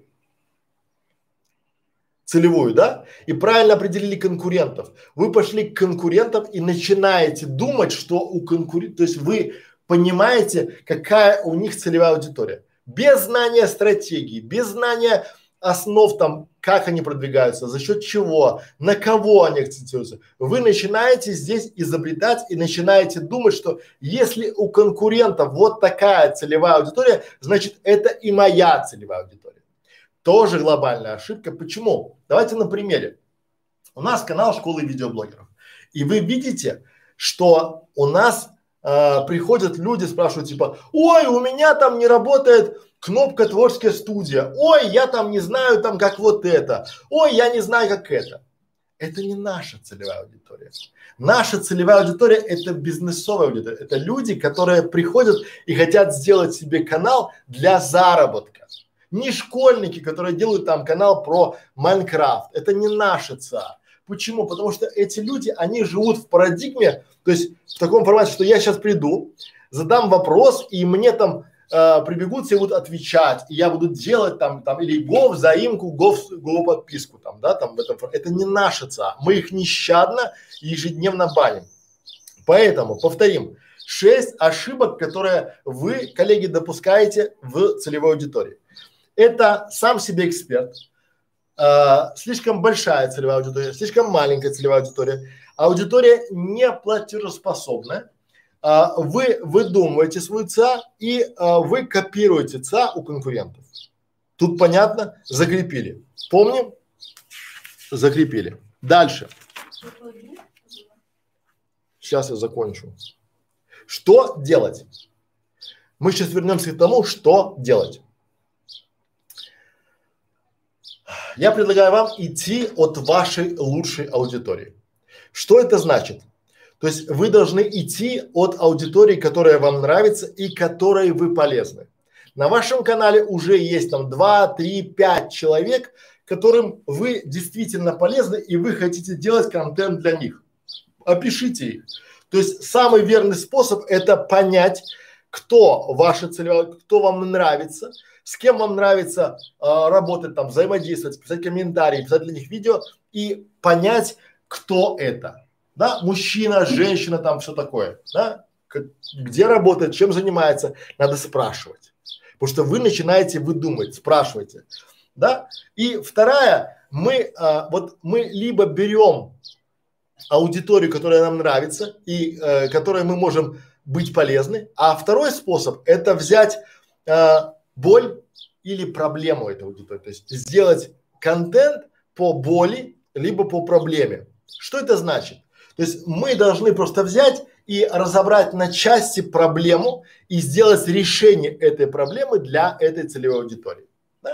A: целевую, да, и правильно определили конкурентов, вы пошли к конкурентам и начинаете думать, что у конкурентов, то есть вы понимаете, какая у них целевая аудитория. Без знания стратегии, без знания основ там, как они продвигаются, за счет чего, на кого они акцентируются, вы начинаете здесь изобретать и начинаете думать, что если у конкурентов вот такая целевая аудитория, значит это и моя целевая аудитория. Тоже глобальная ошибка. Почему? Давайте на примере. У нас канал школы видеоблогеров. И вы видите, что у нас э, приходят люди, спрашивают типа, ой, у меня там не работает кнопка творческая студия, ой, я там не знаю там как вот это, ой, я не знаю как это. Это не наша целевая аудитория. Наша целевая аудитория – это бизнесовая аудитория. Это люди, которые приходят и хотят сделать себе канал для заработка. Не школьники, которые делают там канал про Майнкрафт. Это не наша ЦА. Почему? Потому что эти люди, они живут в парадигме, то есть в таком формате, что я сейчас приду, задам вопрос, и мне там э, прибегут, все будут отвечать, и я буду делать там, там или го взаимку, го, го подписку там, да, там в этом. Это не наша ЦА. Мы их нещадно ежедневно баним. Поэтому, повторим, шесть ошибок, которые вы, коллеги, допускаете в целевой аудитории. Это сам себе эксперт, э, слишком большая целевая аудитория, слишком маленькая целевая аудитория, аудитория не платежеспособная, э, вы выдумываете свою ЦА и э, вы копируете ЦА у конкурентов. Тут понятно? Закрепили. Помним? Закрепили. Дальше. Сейчас я закончу. Что делать? Мы сейчас вернемся к тому, что делать. Я предлагаю вам идти от вашей лучшей аудитории. Что это значит? То есть вы должны идти от аудитории, которая вам нравится и которой вы полезны. На вашем канале уже есть там два, три, пять человек, которым вы действительно полезны и вы хотите делать контент для них. Опишите их. То есть самый верный способ – это понять, кто ваша целевая, кто вам нравится, с кем вам нравится э, работать, там, взаимодействовать, писать комментарии, писать для них видео и понять, кто это. Да, мужчина, женщина, там все такое, да, К- где работает, чем занимается, надо спрашивать. Потому что вы начинаете выдумывать, спрашивайте, да. И вторая, мы, а, вот мы либо берем аудиторию, которая нам нравится и э, которой мы можем быть полезны, а второй способ – это взять э, боль или проблему этой аудитории, то есть сделать контент по боли либо по проблеме. Что это значит? То есть мы должны просто взять и разобрать на части проблему и сделать решение этой проблемы для этой целевой аудитории. Да?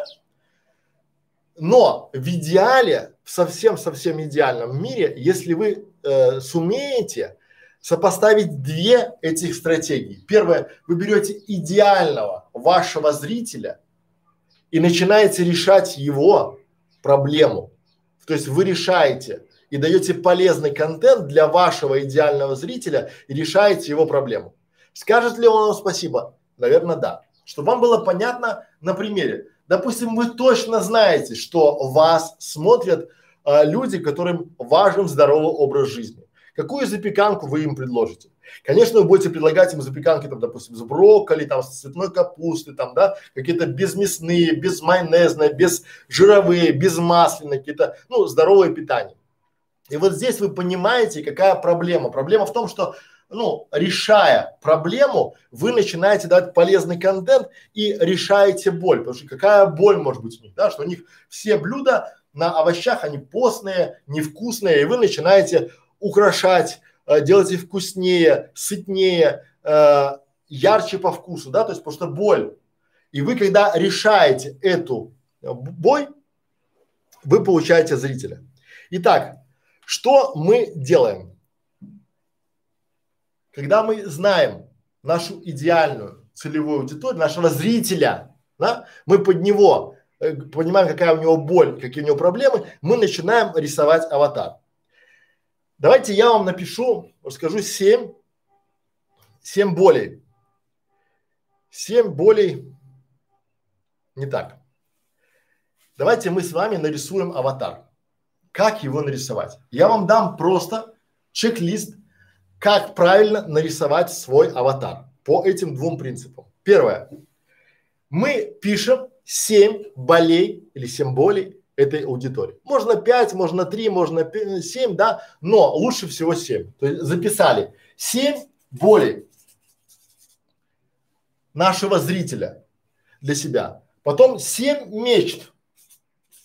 A: Но в идеале, в совсем-совсем идеальном мире, если вы э, сумеете сопоставить две этих стратегии. Первое, вы берете идеального вашего зрителя и начинаете решать его проблему. То есть вы решаете и даете полезный контент для вашего идеального зрителя и решаете его проблему. Скажет ли он вам спасибо? Наверное, да. Чтобы вам было понятно на примере. Допустим, вы точно знаете, что вас смотрят э, люди, которым важен здоровый образ жизни. Какую запеканку вы им предложите? Конечно, вы будете предлагать им запеканки, там, допустим, с брокколи, там, с цветной капусты, там, да, какие-то безмясные, безмайонезные, безжировые, безмасляные, какие-то, ну, здоровое питание. И вот здесь вы понимаете, какая проблема. Проблема в том, что, ну, решая проблему, вы начинаете давать полезный контент и решаете боль. Потому что какая боль может быть у них, да, что у них все блюда на овощах, они постные, невкусные, и вы начинаете украшать, э, делать их вкуснее, сытнее, э, ярче по вкусу, да, то есть потому что боль. И вы, когда решаете эту э, боль, вы получаете зрителя. Итак, что мы делаем? Когда мы знаем нашу идеальную целевую аудиторию, нашего зрителя, да, мы под него э, понимаем, какая у него боль, какие у него проблемы, мы начинаем рисовать аватар. Давайте я вам напишу, расскажу семь, семь болей. Семь болей, не так. Давайте мы с вами нарисуем аватар. Как его нарисовать? Я вам дам просто чек-лист, как правильно нарисовать свой аватар по этим двум принципам. Первое. Мы пишем семь болей или семь болей этой аудитории. Можно пять, можно три, можно семь, да, но лучше всего семь. То есть записали семь болей нашего зрителя для себя. Потом семь мечт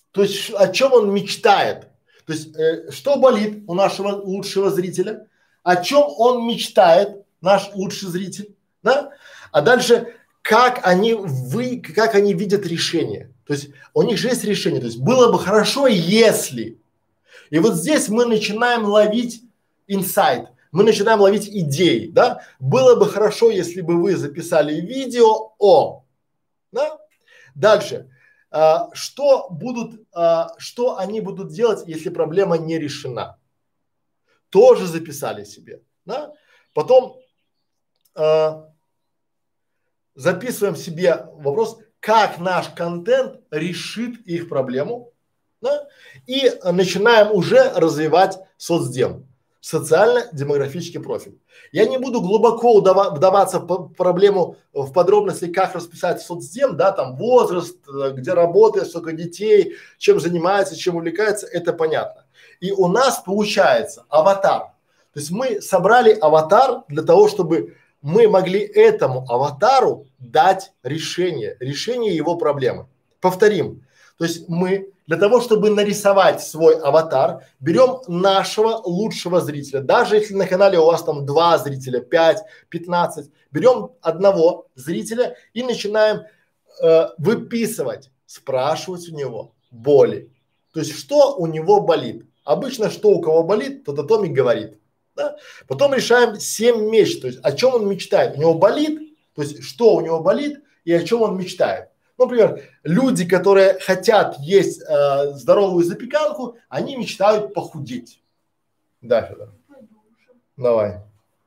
A: То есть ш- о чем он мечтает? То есть э, что болит у нашего лучшего зрителя? О чем он мечтает, наш лучший зритель, да? А дальше как они вы, как они видят решение. То есть у них же есть решение. То есть было бы хорошо, если. И вот здесь мы начинаем ловить инсайт, мы начинаем ловить идеи, да? Было бы хорошо, если бы вы записали видео о, да? Дальше. А, что будут, а, что они будут делать, если проблема не решена? Тоже записали себе, да? Потом а, записываем себе вопрос, как наш контент решит их проблему, да? И а, начинаем уже развивать соцдем, социально-демографический профиль. Я не буду глубоко вдава- вдаваться в по- проблему, в подробности, как расписать соцдем, да, там возраст, э, где работает, сколько детей, чем занимается, чем увлекается, это понятно. И у нас получается аватар. То есть мы собрали аватар для того, чтобы мы могли этому аватару дать решение, решение его проблемы. Повторим. То есть мы для того, чтобы нарисовать свой аватар, берем нашего лучшего зрителя. Даже если на канале у вас там два зрителя, пять, пятнадцать, берем одного зрителя и начинаем э, выписывать, спрашивать у него боли. То есть что у него болит. Обычно что у кого болит, тот о том и говорит. Да? Потом решаем семь мечт, то есть о чем он мечтает. У него болит, то есть что у него болит и о чем он мечтает. Например, люди, которые хотят есть э, здоровую запеканку, они мечтают похудеть. Да, Федор. Давай.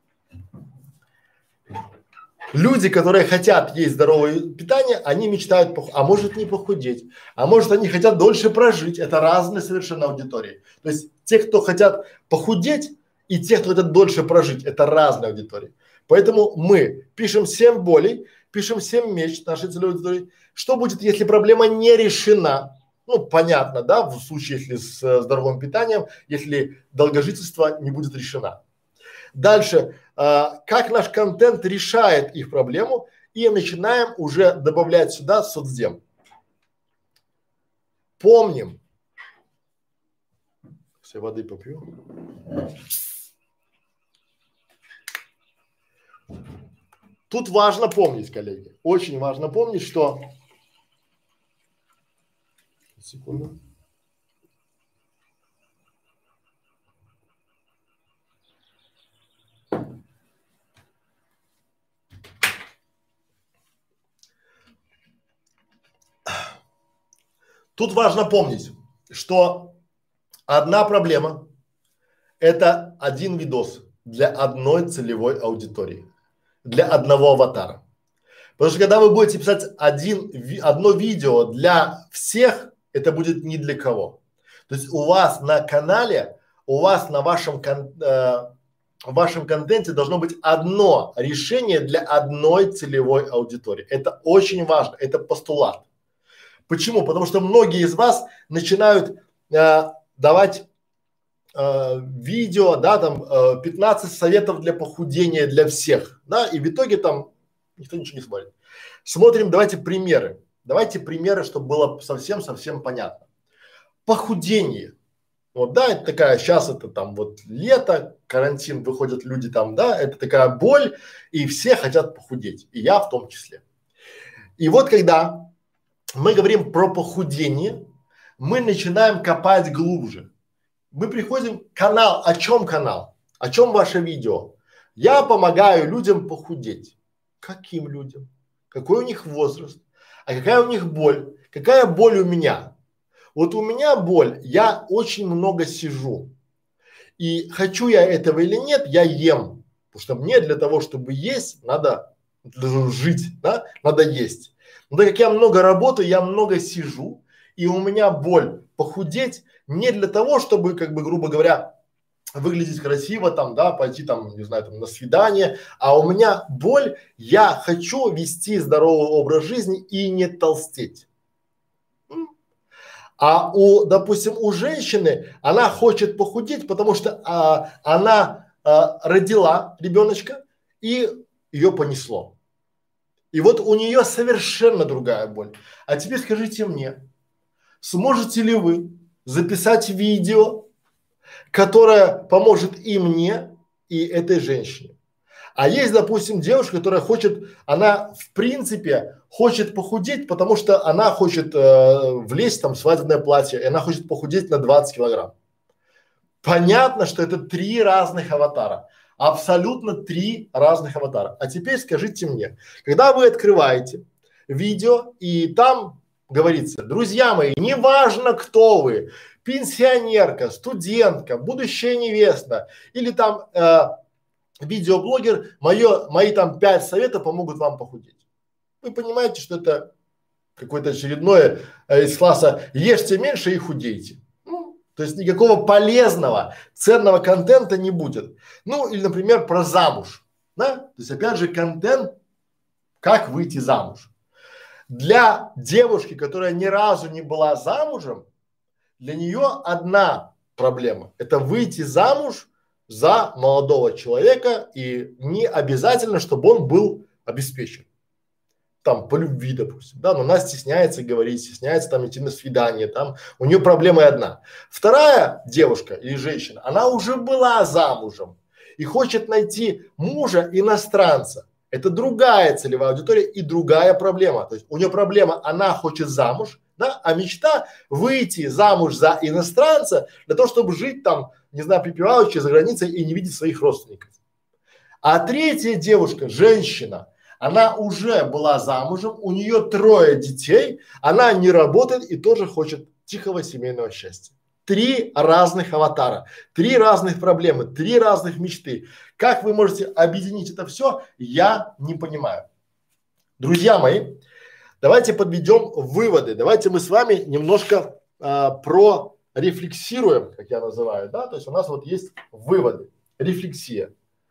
A: Люди, которые хотят есть здоровое питание, они мечтают похудеть, а может не похудеть, а может они хотят дольше прожить. Это разные совершенно аудитории. То есть те, кто хотят похудеть, и те, кто хотят дольше прожить, это разные аудитории. Поэтому мы пишем семь болей, пишем семь мечт нашей целевой аудитории. Что будет, если проблема не решена? Ну, понятно, да, в случае, если с э, здоровым питанием, если долгожительство не будет решена. Дальше, а, как наш контент решает их проблему, и начинаем уже добавлять сюда соцдем. Помним. Все, воды попью. Тут важно помнить, коллеги, очень важно помнить, что… Секунду. Тут важно помнить, что одна проблема – это один видос для одной целевой аудитории, для одного аватара. Потому что когда вы будете писать один, ви, одно видео для всех, это будет ни для кого. То есть у вас на канале, у вас на вашем, кон, э, в вашем контенте должно быть одно решение для одной целевой аудитории. Это очень важно, это постулат. Почему? Потому что многие из вас начинают э, давать э, видео, да, там э, пятнадцать советов для похудения для всех, да, и в итоге там никто ничего не смотрит. Смотрим, давайте примеры. Давайте примеры, чтобы было совсем-совсем понятно. Похудение. Вот, да, это такая, сейчас это там вот лето, карантин, выходят люди там, да, это такая боль, и все хотят похудеть, и я в том числе. И вот когда мы говорим про похудение, мы начинаем копать глубже. Мы приходим, канал, о чем канал? О чем ваше видео? Я помогаю людям похудеть. Каким людям? Какой у них возраст? А какая у них боль? Какая боль у меня? Вот у меня боль, я очень много сижу. И хочу я этого или нет, я ем. Потому что мне для того, чтобы есть, надо жить, да, надо есть. Но так как я много работаю, я много сижу, и у меня боль похудеть не для того, чтобы, как бы, грубо говоря, выглядеть красиво там, да, пойти там, не знаю, там на свидание, а у меня боль, я хочу вести здоровый образ жизни и не толстеть. А у, допустим, у женщины, она хочет похудеть, потому что а, она а, родила ребеночка и ее понесло. И вот у нее совершенно другая боль. А теперь скажите мне, сможете ли вы записать видео, которое поможет и мне, и этой женщине. А есть, допустим, девушка, которая хочет, она в принципе хочет похудеть, потому что она хочет э, влезть там в свадебное платье, и она хочет похудеть на двадцать килограмм. Понятно, что это три разных аватара. Абсолютно три разных аватара. А теперь скажите мне, когда вы открываете видео и там говорится, друзья мои, неважно кто вы, пенсионерка, студентка, будущая невеста или там э, видеоблогер, мое, мои там пять советов помогут вам похудеть. Вы понимаете, что это какое-то очередное э, из класса ешьте меньше и худейте. Ну, то есть никакого полезного, ценного контента не будет. Ну или, например, про замуж. Да? То есть опять же контент, как выйти замуж. Для девушки, которая ни разу не была замужем, для нее одна проблема – это выйти замуж за молодого человека, и не обязательно, чтобы он был обеспечен. Там по любви, допустим, да, но она стесняется говорить, стесняется там идти на свидание, там у нее проблема одна. Вторая девушка или женщина, она уже была замужем и хочет найти мужа иностранца. Это другая целевая аудитория и другая проблема. То есть у нее проблема, она хочет замуж, да, а мечта выйти замуж за иностранца для того, чтобы жить там, не знаю, припеваючи за границей и не видеть своих родственников. А третья девушка, женщина, она уже была замужем, у нее трое детей, она не работает и тоже хочет тихого семейного счастья. Три разных аватара, три разных проблемы, три разных мечты. Как вы можете объединить это все, я не понимаю. Друзья мои, давайте подведем выводы. Давайте мы с вами немножко а, прорефлексируем, как я называю, да, то есть у нас вот есть выводы, рефлексия.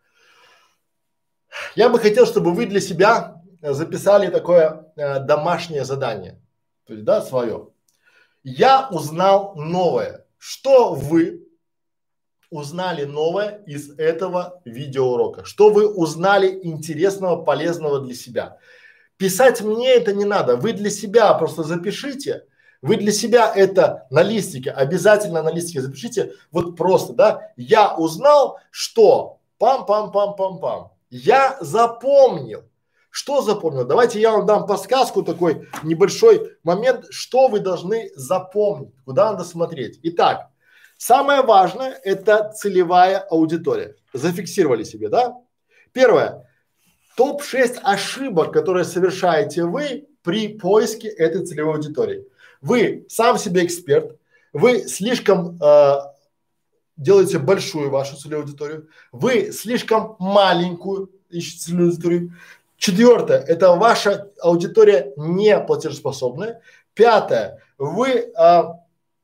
A: Я бы хотел, чтобы вы для себя записали такое э, домашнее задание, то есть, да, свое. Я узнал новое. Что вы узнали новое из этого видеоурока? Что вы узнали интересного, полезного для себя? Писать мне это не надо. Вы для себя просто запишите. Вы для себя это на листике, обязательно на листике запишите. Вот просто, да, я узнал, что пам-пам-пам-пам-пам. Я запомнил. Что запомнил? Давайте я вам дам подсказку, такой небольшой момент, что вы должны запомнить, куда надо смотреть. Итак, самое важное – это целевая аудитория. Зафиксировали себе, да? Первое. топ шесть ошибок, которые совершаете вы при поиске этой целевой аудитории. Вы сам себе эксперт, вы слишком э, делаете большую вашу целевую аудиторию, вы слишком маленькую ищете целевую аудиторию. Четвертое, это ваша аудитория не платежеспособная. Пятое, вы а,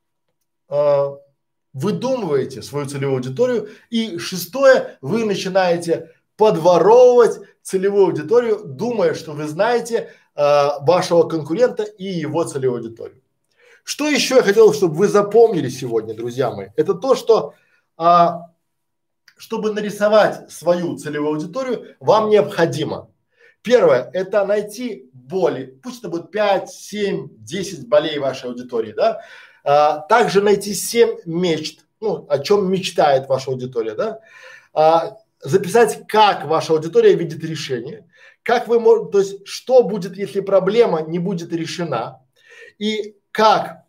A: а, выдумываете свою целевую аудиторию. И шестое, вы начинаете подворовывать целевую аудиторию, думая, что вы знаете а, вашего конкурента и его целевую аудиторию. Что еще я хотел, чтобы вы запомнили сегодня, друзья мои, это то, что а, чтобы нарисовать свою целевую аудиторию, вам необходимо. Первое – это найти боли, пусть это будет пять, семь, десять болей вашей аудитории, да. А, также найти семь мечт, ну, о чем мечтает ваша аудитория, да. А, записать, как ваша аудитория видит решение, как вы можете, то есть, что будет, если проблема не будет решена, и как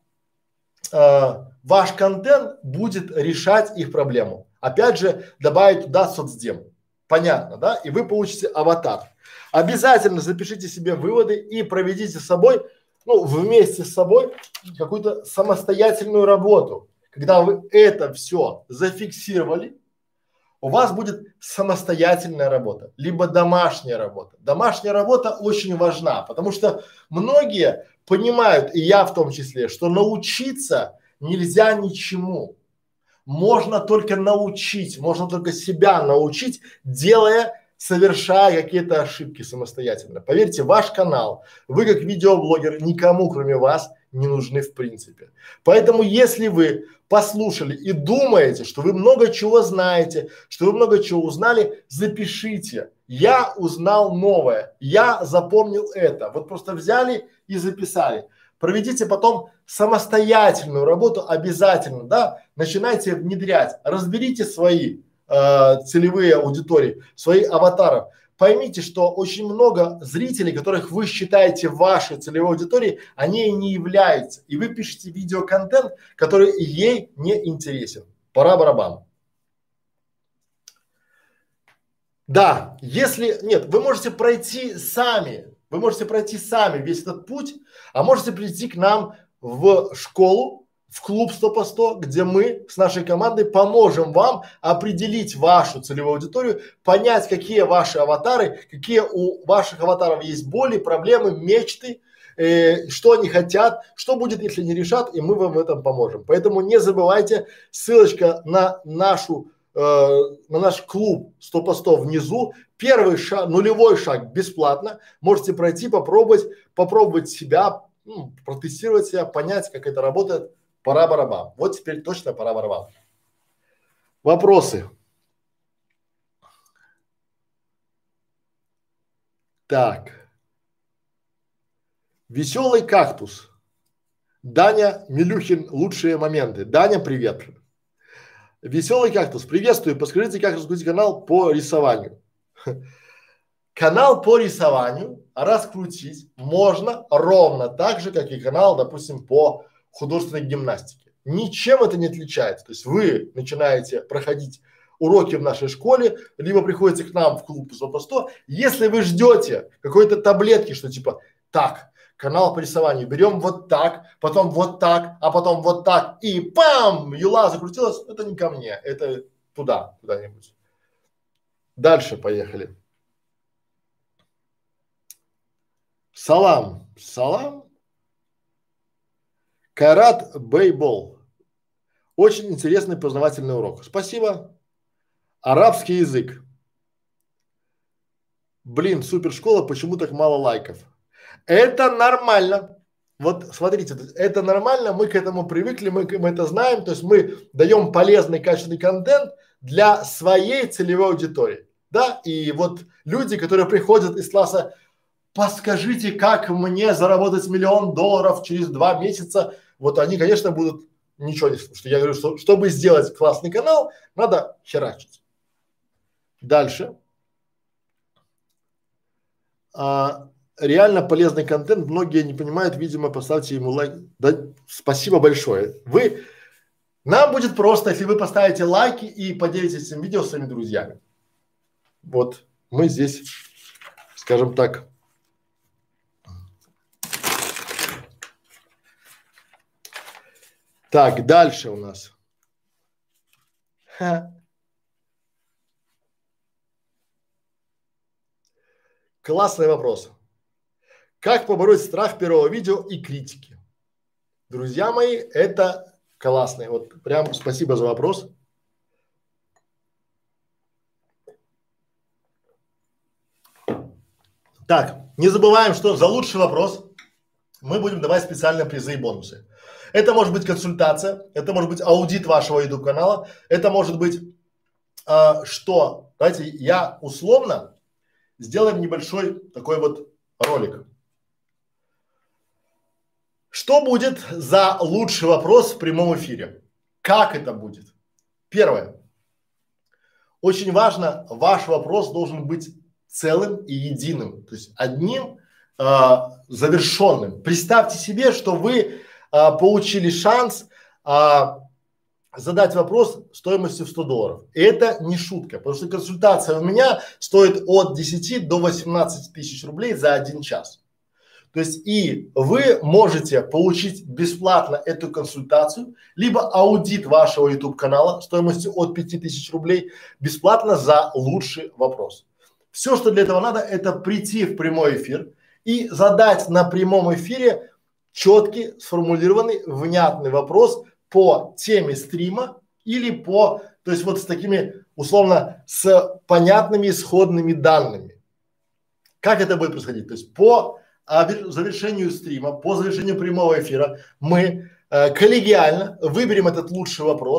A: а, ваш контент будет решать их проблему. Опять же, добавить туда соцдем. Понятно, да? И вы получите аватар. Обязательно запишите себе выводы и проведите с собой, ну, вместе с собой какую-то самостоятельную работу. Когда вы это все зафиксировали, у вас будет самостоятельная работа, либо домашняя работа. Домашняя работа очень важна, потому что многие понимают, и я в том числе, что научиться нельзя ничему. Можно только научить, можно только себя научить, делая, совершая какие-то ошибки самостоятельно. Поверьте, ваш канал, вы как видеоблогер никому кроме вас не нужны в принципе. Поэтому если вы послушали и думаете, что вы много чего знаете, что вы много чего узнали, запишите. Я узнал новое, я запомнил это. Вот просто взяли и записали. проведите потом самостоятельную работу обязательно, да, начинайте внедрять, разберите свои э, целевые аудитории, свои аватары. Поймите, что очень много зрителей, которых вы считаете вашей целевой аудиторией, они и не являются. И вы пишете видеоконтент, который ей не интересен. Пора барабан. Да, если, нет, вы можете пройти сами, вы можете пройти сами весь этот путь, а можете прийти к нам в школу, в клуб сто по сто, где мы с нашей командой поможем вам определить вашу целевую аудиторию, понять, какие ваши аватары, какие у ваших аватаров есть боли, проблемы, мечты, э, что они хотят, что будет, если не решат, и мы вам в этом поможем. Поэтому не забывайте, ссылочка на нашу э, на наш клуб сто по сто внизу. Первый шаг, нулевой шаг бесплатно. Можете пройти, попробовать, попробовать себя, ну, протестировать себя, понять, как это работает. Пора барабан. Вот теперь точно пора барабан. Вопросы? Так. Веселый кактус. Даня Милюхин, лучшие моменты. Даня, привет. Веселый кактус, приветствую. Подскажите, как раскрутить канал по рисованию. Канал по рисованию раскрутить можно ровно так же, как и канал, допустим, по художественной гимнастике. Ничем это не отличается. То есть вы начинаете проходить уроки в нашей школе, либо приходите к нам в клуб сто по сто. Если вы ждете какой-то таблетки, что типа так, канал по рисованию берем вот так, потом вот так, а потом вот так и пам, юла закрутилась, это не ко мне, это туда, куда-нибудь. Дальше поехали. Салам, салам. Кайрат Бейбол. Очень интересный познавательный урок. Спасибо. Арабский язык. Блин, супершкола, почему так мало лайков? Это нормально. Вот смотрите, это нормально, мы к этому привыкли, мы, мы это знаем, то есть мы даем полезный, качественный контент для своей целевой аудитории, да, и вот люди, которые приходят из класса, подскажите, как мне заработать миллион долларов через два месяца, вот они, конечно, будут ничего не слушать. Я говорю, что чтобы сделать классный канал, надо херачить. Дальше. А, реально полезный контент, многие не понимают, видимо, поставьте ему лайк. Да, спасибо большое. Вы, нам будет просто, если вы поставите лайки и поделитесь этим видео с своими друзьями. Вот мы здесь, скажем так, так, дальше у нас. Ха. Классный вопрос. Как побороть страх первого видео и критики? Друзья мои, это классно. Вот прям спасибо за вопрос. Так, не забываем, что за лучший вопрос мы будем давать специальные призы и бонусы. Это может быть консультация, это может быть аудит вашего YouTube канала, это может быть а, что? Давайте я условно сделаем небольшой такой вот ролик. Что будет за лучший вопрос в прямом эфире? Как это будет? Первое. Очень важно, ваш вопрос должен быть целым и единым, то есть одним а, завершенным. Представьте себе, что вы а, получили шанс а, задать вопрос стоимостью в сто долларов. И это не шутка, потому что консультация у меня стоит от десяти до восемнадцати тысяч рублей за один час. То есть и вы можете получить бесплатно эту консультацию, либо аудит вашего YouTube канала стоимостью от пяти тысяч рублей бесплатно за лучший вопрос. Все, что для этого надо, это прийти в прямой эфир и задать на прямом эфире четкий, сформулированный, внятный вопрос по теме стрима или по, то есть вот с такими условно с понятными исходными данными. Как это будет происходить? То есть по а, завершению стрима, по завершению прямого эфира мы э, коллегиально выберем этот лучший вопрос,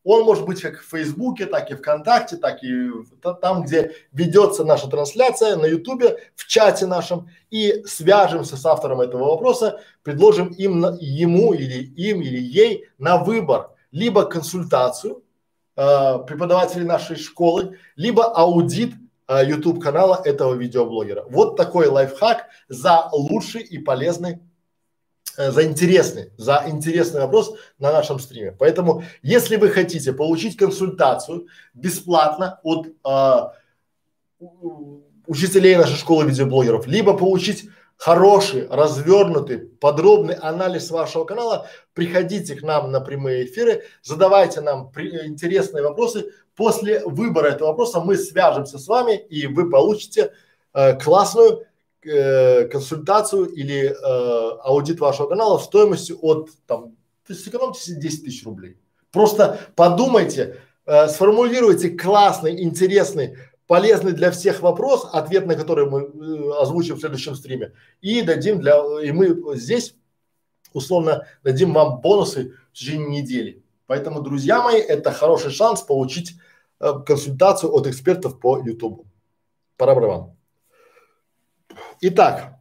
A: Он может быть как в Фейсбуке, так и ВКонтакте, так и там, где ведется наша трансляция, на Ютубе, в чате нашем, и свяжемся с автором этого вопроса, предложим им, на, ему или им или ей на выбор либо консультацию э, преподавателей нашей школы, либо аудит э, YouTube канала этого видеоблогера. Вот такой лайфхак за лучший и полезный за интересный, за интересный вопрос на нашем стриме. Поэтому, если вы хотите получить консультацию бесплатно от э, учителей нашей школы видеоблогеров, либо получить хороший, развернутый, подробный анализ вашего канала, приходите к нам на прямые эфиры, задавайте нам при, интересные вопросы. После выбора этого вопроса мы свяжемся с вами, и вы получите э, классную Э, консультацию или э, аудит вашего канала стоимостью от там, то есть сэкономьте десять тысяч рублей. Просто подумайте, э, сформулируйте классный, интересный, полезный для всех вопрос, ответ на который мы э, озвучим в следующем стриме, и дадим для, и мы здесь условно дадим вам бонусы в течение недели. Поэтому, друзья мои, это хороший шанс получить э, консультацию от экспертов по YouTube. Пора вам. Итак,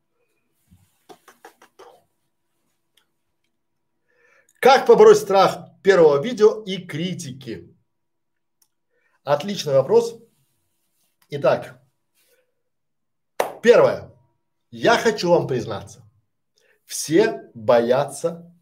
A: как побороть страх первого видео и критики? Отличный вопрос. Итак, первое. Я хочу вам признаться. Все боятся,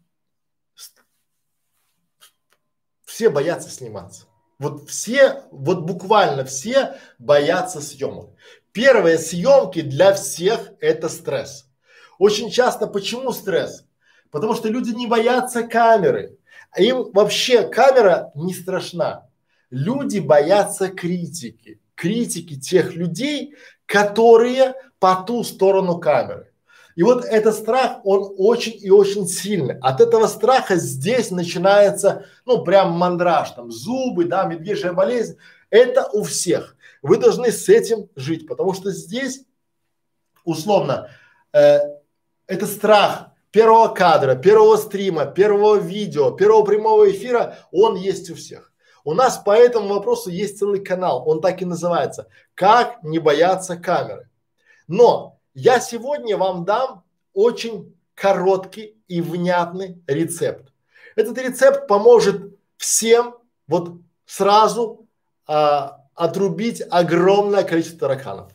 A: все боятся сниматься. Вот все, вот буквально все боятся съемок. Первые съемки для всех это стресс. Очень часто почему стресс? Потому что люди не боятся камеры. А им вообще камера не страшна. Люди боятся критики. Критики тех людей, которые по ту сторону камеры. И вот этот страх, он очень и очень сильный. От этого страха здесь начинается, ну, прям мандраж, там, зубы, да, медвежья болезнь. Это у всех. Вы должны с этим жить, потому что здесь, условно, э, это страх первого кадра, первого стрима, первого видео, первого прямого эфира, он есть у всех. У нас по этому вопросу есть целый канал, он так и называется «Как не бояться камеры». Но я сегодня вам дам очень короткий и внятный рецепт. Этот рецепт поможет всем вот сразу а, отрубить огромное количество тараканов.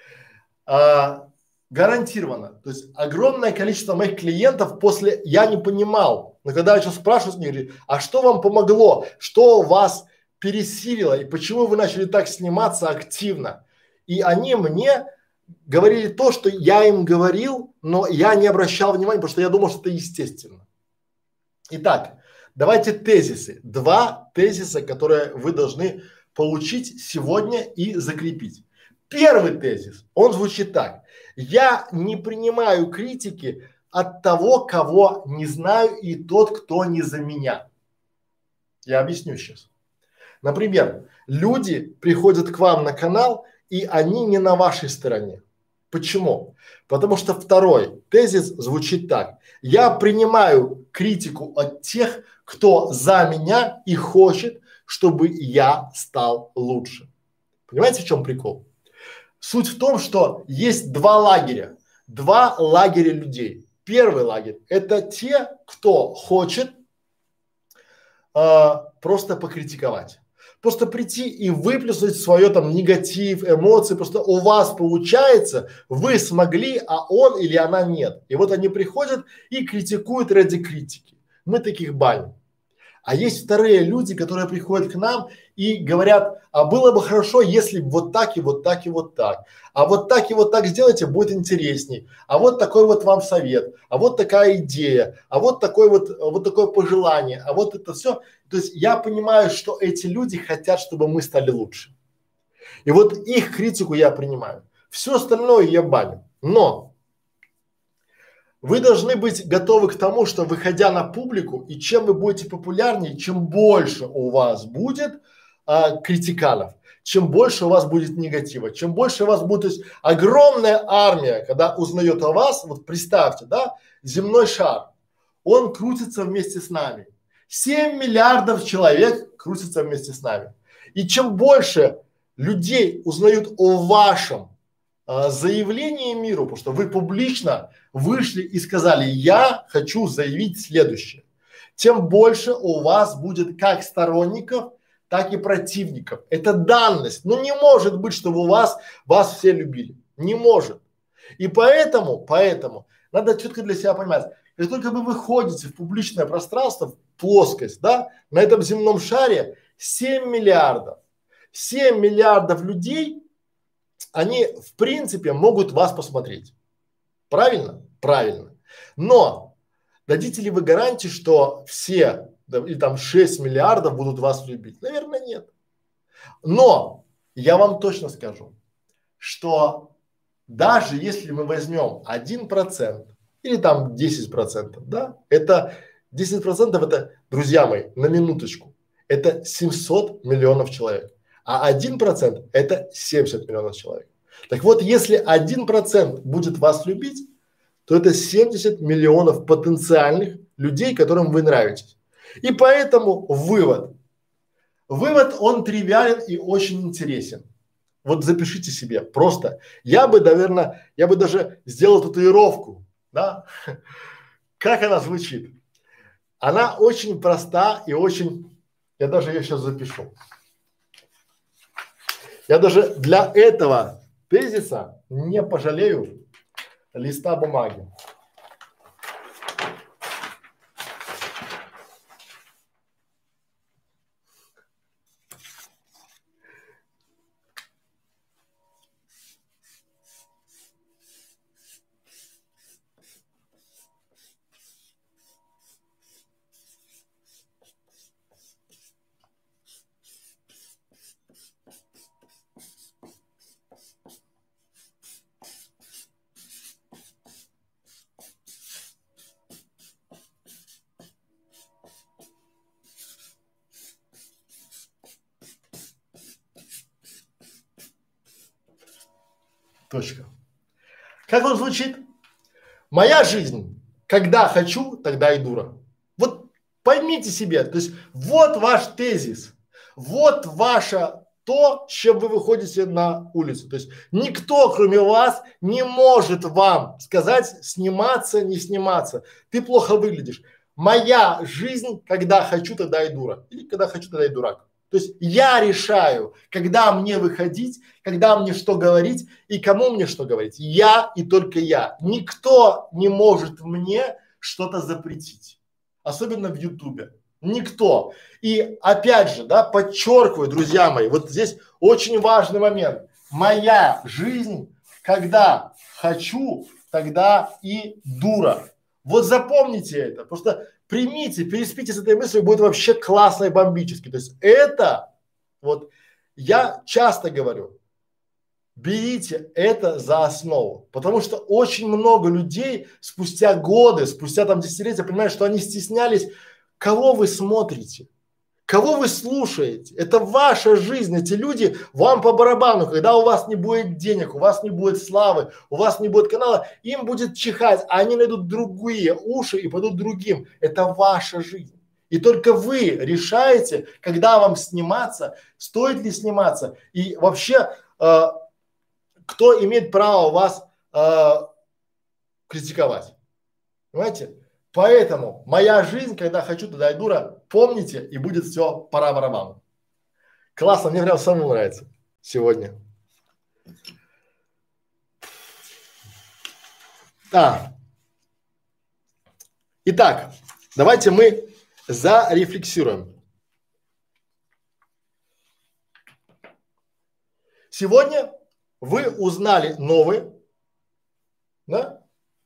A: А, гарантированно. То есть огромное количество моих клиентов после, я не понимал, но когда я сейчас спрашиваю с них, а что вам помогло, что вас пересилило и почему вы начали так сниматься активно? И они мне говорили то, что я им говорил, но я не обращал внимания, потому что я думал, что это естественно. Итак, давайте тезисы. Два тезиса, которые вы должны получить сегодня и закрепить. Первый тезис, он звучит так. Я не принимаю критики от того, кого не знаю, и тот, кто не за меня. Я объясню сейчас. Например, люди приходят к вам на канал, и они не на вашей стороне. Почему? Потому что второй тезис звучит так. Я принимаю критику от тех, кто за меня и хочет, чтобы я стал лучше. Понимаете, в чем прикол? Суть в том, что есть два лагеря, два лагеря людей. Первый лагерь – это те, кто хочет э, просто покритиковать. Просто прийти и выплеснуть свое там негатив, эмоции, просто у вас получается, вы смогли, а он или она нет. И вот они приходят и критикуют ради критики. Мы таких баним. А есть вторые люди, которые приходят к нам и говорят, а было бы хорошо, если вот так и вот так и вот так. А вот так и вот так сделайте, будет интересней. А вот такой вот вам совет, а вот такая идея, а вот такой вот, вот такое пожелание, а вот это все. То есть я понимаю, что эти люди хотят, чтобы мы стали лучше. И вот их критику я принимаю. Все остальное я баню. Но вы должны быть готовы к тому, что выходя на публику, и чем вы будете популярнее, чем больше у вас будет а, критиканов, чем больше у вас будет негатива, чем больше у вас будет, то есть огромная армия, когда узнает о вас, вот представьте, да, земной шар, он крутится вместе с нами. семь миллиардов человек крутятся вместе с нами. И чем больше людей узнают о вашем а, заявлении миру, потому что вы публично вышли и сказали: я хочу заявить следующее, тем больше у вас будет как сторонников, так и противников. Это данность. Ну не может быть, чтобы у вас, вас все любили. Не может. И поэтому, поэтому надо четко для себя понимать, как только вы выходите в публичное пространство, в плоскость, да, на этом земном шаре семь миллиардов. семь миллиардов людей, они в принципе могут вас посмотреть. Правильно? Правильно. Но дадите ли вы гарантии, что все, да, или там шесть миллиардов будут вас любить? Наверное, нет. Но я вам точно скажу, что даже если мы возьмем один процент или там десять процентов, да, это десять процентов это, друзья мои, на минуточку, это семьсот миллионов человек. А один процент это семьдесят миллионов человек. Так вот, если один процент будет вас любить, то это семьдесят миллионов потенциальных людей, которым вы нравитесь. И поэтому вывод. Вывод, он тривиален и очень интересен. Вот запишите себе. Просто я бы, наверное, я бы даже сделал татуировку, да? Как она звучит? Она очень проста и очень… Я даже ее сейчас запишу. Я даже для этого тезиса не пожалею листа бумаги. Точка. Как он звучит? Моя жизнь, когда хочу, тогда и дура. Вот поймите себе, то есть вот ваш тезис, вот ваше то, с чем вы выходите на улицу. То есть никто, кроме вас, не может вам сказать сниматься, не сниматься. Ты плохо выглядишь. Моя жизнь, когда хочу, тогда и дура. Или когда хочу, тогда и дурак. То есть я решаю, когда мне выходить, когда мне что говорить и кому мне что говорить. Я и только я. Никто не может мне что-то запретить. Особенно в Ютубе. Никто. И опять же, да, подчеркиваю, друзья мои, вот здесь очень важный момент. Моя жизнь, когда хочу, тогда и дура. Вот запомните это. Просто примите, переспите с этой мыслью, будет вообще классно и бомбически. То есть это, вот я часто говорю, берите это за основу, потому что очень много людей спустя годы, спустя там десятилетия понимают, что они стеснялись, кого вы смотрите, кого вы слушаете. Это ваша жизнь, эти люди вам по барабану, когда у вас не будет денег, у вас не будет славы, у вас не будет канала, им будет чихать, а они найдут другие уши и пойдут другим. Это ваша жизнь. И только вы решаете, когда вам сниматься, стоит ли сниматься и вообще э, кто имеет право вас э, критиковать. Понимаете? Поэтому моя жизнь, когда хочу, тогда и дура, помните, и будет все пора барабану. Классно, мне прям самому нравится сегодня. А. Итак, давайте мы зарефлексируем. Сегодня вы узнали новые, да?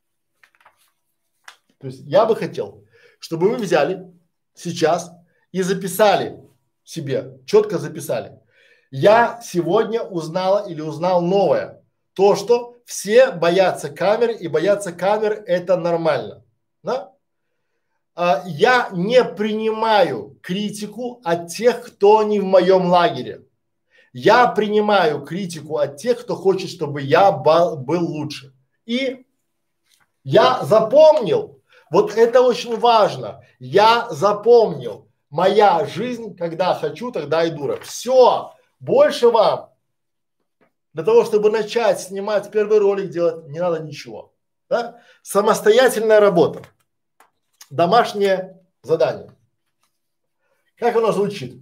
A: То есть я бы хотел, чтобы вы взяли сейчас и записали себе, четко записали. Я сегодня узнала или узнал новое. То, что все боятся камер, и боятся камер это нормально. Да? А, я не принимаю критику от тех, кто не в моем лагере. Я принимаю критику от тех, кто хочет, чтобы я был лучше. И я запомнил, Вот это очень важно. Я запомнил. Моя жизнь, когда хочу, тогда и дура. Все. Больше вам для того, чтобы начать снимать первый ролик, делать не надо ничего. Да? Самостоятельная работа. Домашнее задание. Как оно звучит?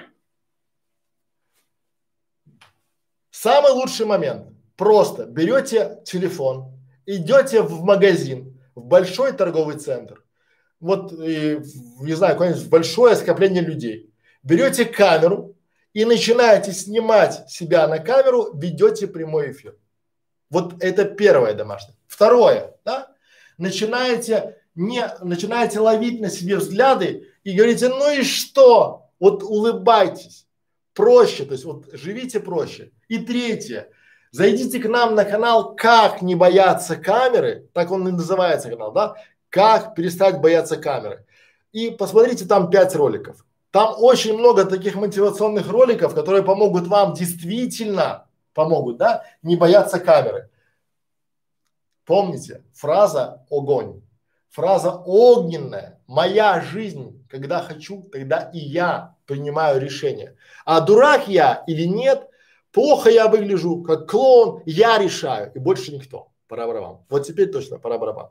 A: Самый лучший момент. Просто берете телефон, идете в магазин, в большой торговый центр, вот, и, не знаю, какое-нибудь большое скопление людей. Берете камеру и начинаете снимать себя на камеру, ведете прямой эфир. Вот это первое домашнее. Второе, да, начинаете, не, начинаете ловить на себе взгляды и говорите, ну и что? Вот улыбайтесь. Проще, то есть вот живите проще. И третье, зайдите к нам на канал «Как не бояться камеры», так он и называется канал, да? «Как перестать бояться камеры». И посмотрите там пять роликов. Там очень много таких мотивационных роликов, которые помогут вам действительно, помогут, да, не бояться камеры. Помните, фраза «огонь», фраза огненная, моя жизнь, когда хочу, тогда и я принимаю решение. А дурак я или нет, плохо я выгляжу, как клоун, я решаю, и больше никто. Пора барабан. Вот теперь точно пора барабан.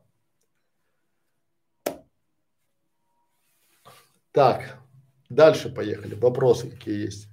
A: Так, дальше поехали. Вопросы какие есть?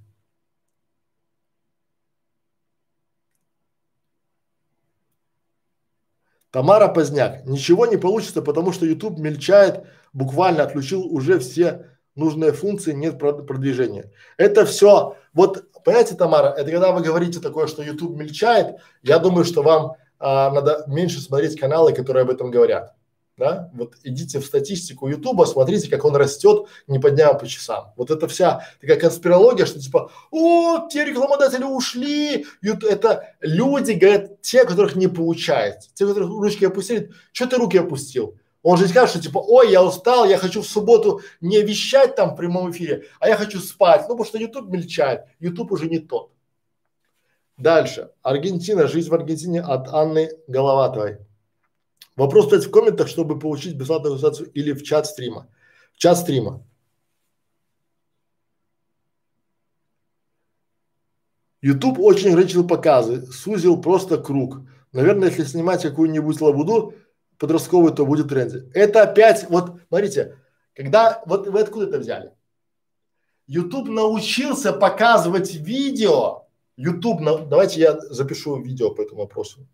A: Тамара Поздняк. Ничего не получится, потому что YouTube мельчает, буквально отключил уже все нужные функции, нет продвижения. Это все, вот понимаете, Тамара, это когда вы говорите такое, что YouTube мельчает, я думаю, что вам а, надо меньше смотреть каналы, которые об этом говорят. Да? Вот идите в статистику Ютуба, смотрите, как он растет не по дням, а по часам. Вот это вся такая конспирология, что типа, о, те рекламодатели ушли. Ют, это люди говорят, те, которых не получается. Те, которых ручки опустили, что ты руки опустил? Он же скажет, что типа, ой, я устал, я хочу в субботу не вещать там в прямом эфире, а я хочу спать. Ну, потому что YouTube мельчает, YouTube уже не тот. Дальше. Аргентина, жизнь в Аргентине от Анны Головатовой. Вопрос пять в комментах, чтобы получить бесплатную консультацию или в чат стрима. В чат стрима. YouTube очень ограничил показы, сузил просто круг. Наверное, если снимать какую-нибудь лабуду подростковую, то будет в тренде. Это опять, вот смотрите, когда, вот вы откуда это взяли? YouTube научился показывать видео. YouTube, на, давайте я запишу видео по этому вопросу.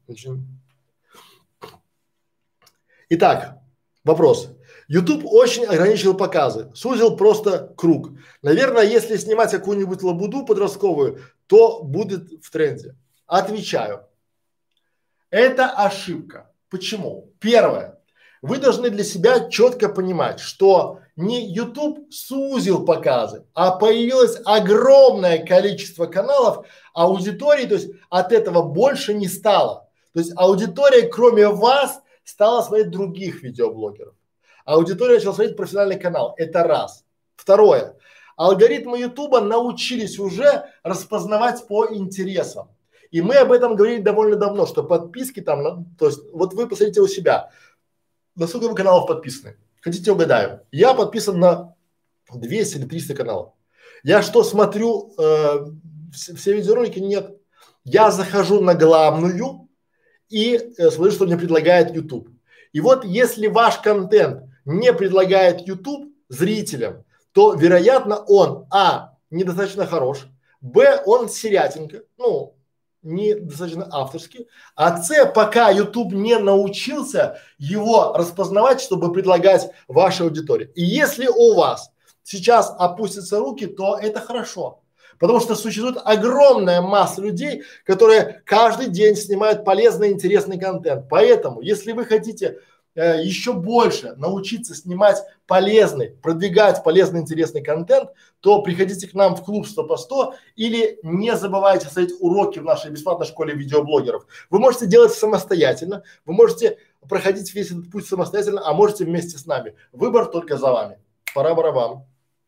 A: Итак, вопрос. YouTube очень ограничил показы, сузил просто круг. Наверное, если снимать какую-нибудь лабуду подростковую, то будет в тренде. Отвечаю. Это ошибка. Почему? Первое. Вы должны для себя четко понимать, что не YouTube сузил показы, а появилось огромное количество каналов, аудитории, то есть от этого больше не стало. То есть аудитория, кроме вас, стала смотреть других видеоблогеров. Аудитория начала смотреть профессиональный канал. Это раз. Второе. Алгоритмы Ютуба научились уже распознавать по интересам. И мы об этом говорили довольно давно, что подписки там, то есть вот вы посмотрите у себя, на сколько вы каналов подписаны. Хотите, угадаю. Я подписан на двести или триста каналов. Я что смотрю, э, все, все видеоролики? Нет. Я захожу на главную и э, смотрю, что мне предлагает YouTube. И вот если ваш контент не предлагает YouTube зрителям, то вероятно он а. недостаточно хорош, б. он серятенько, ну недостаточно авторский, а с. пока YouTube не научился его распознавать, чтобы предлагать вашей аудитории. И если у вас сейчас опустятся руки, то это хорошо. Потому что существует огромная масса людей, которые каждый день снимают полезный, интересный контент. Поэтому, если вы хотите э, еще больше научиться снимать полезный, продвигать полезный, интересный контент, то приходите к нам в клуб сто по сто или не забывайте смотреть уроки в нашей бесплатной школе видеоблогеров. Вы можете делать самостоятельно, вы можете проходить весь этот путь самостоятельно, а можете вместе с нами. Выбор только за вами. Пора барабан.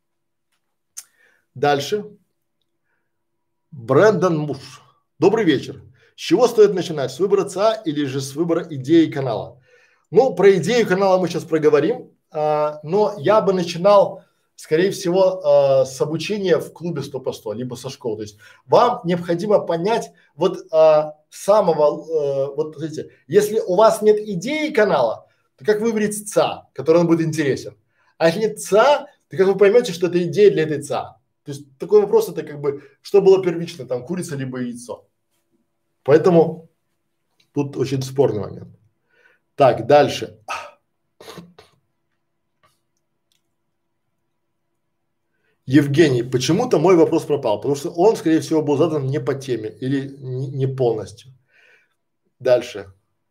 A: Дальше. Брэндон Муш. Добрый вечер. С чего стоит начинать? С выбора ЦА или же с выбора идеи канала? Ну, про идею канала мы сейчас проговорим, а, но я бы начинал, скорее всего, а, с обучения в клубе сто по сто, либо со школы. То есть вам необходимо понять вот а, самого, а, вот смотрите, если у вас нет идеи канала, то как выбрать ЦА, который он будет интересен. А если нет ЦА, то как вы поймете, что это идея для этой ЦА. То есть такой вопрос, это как бы, что было первично, там курица либо яйцо. Поэтому тут очень спорный момент. Так, дальше. Евгений, почему-то мой вопрос пропал, потому что он, скорее всего, был задан не по теме или не, не полностью. Дальше.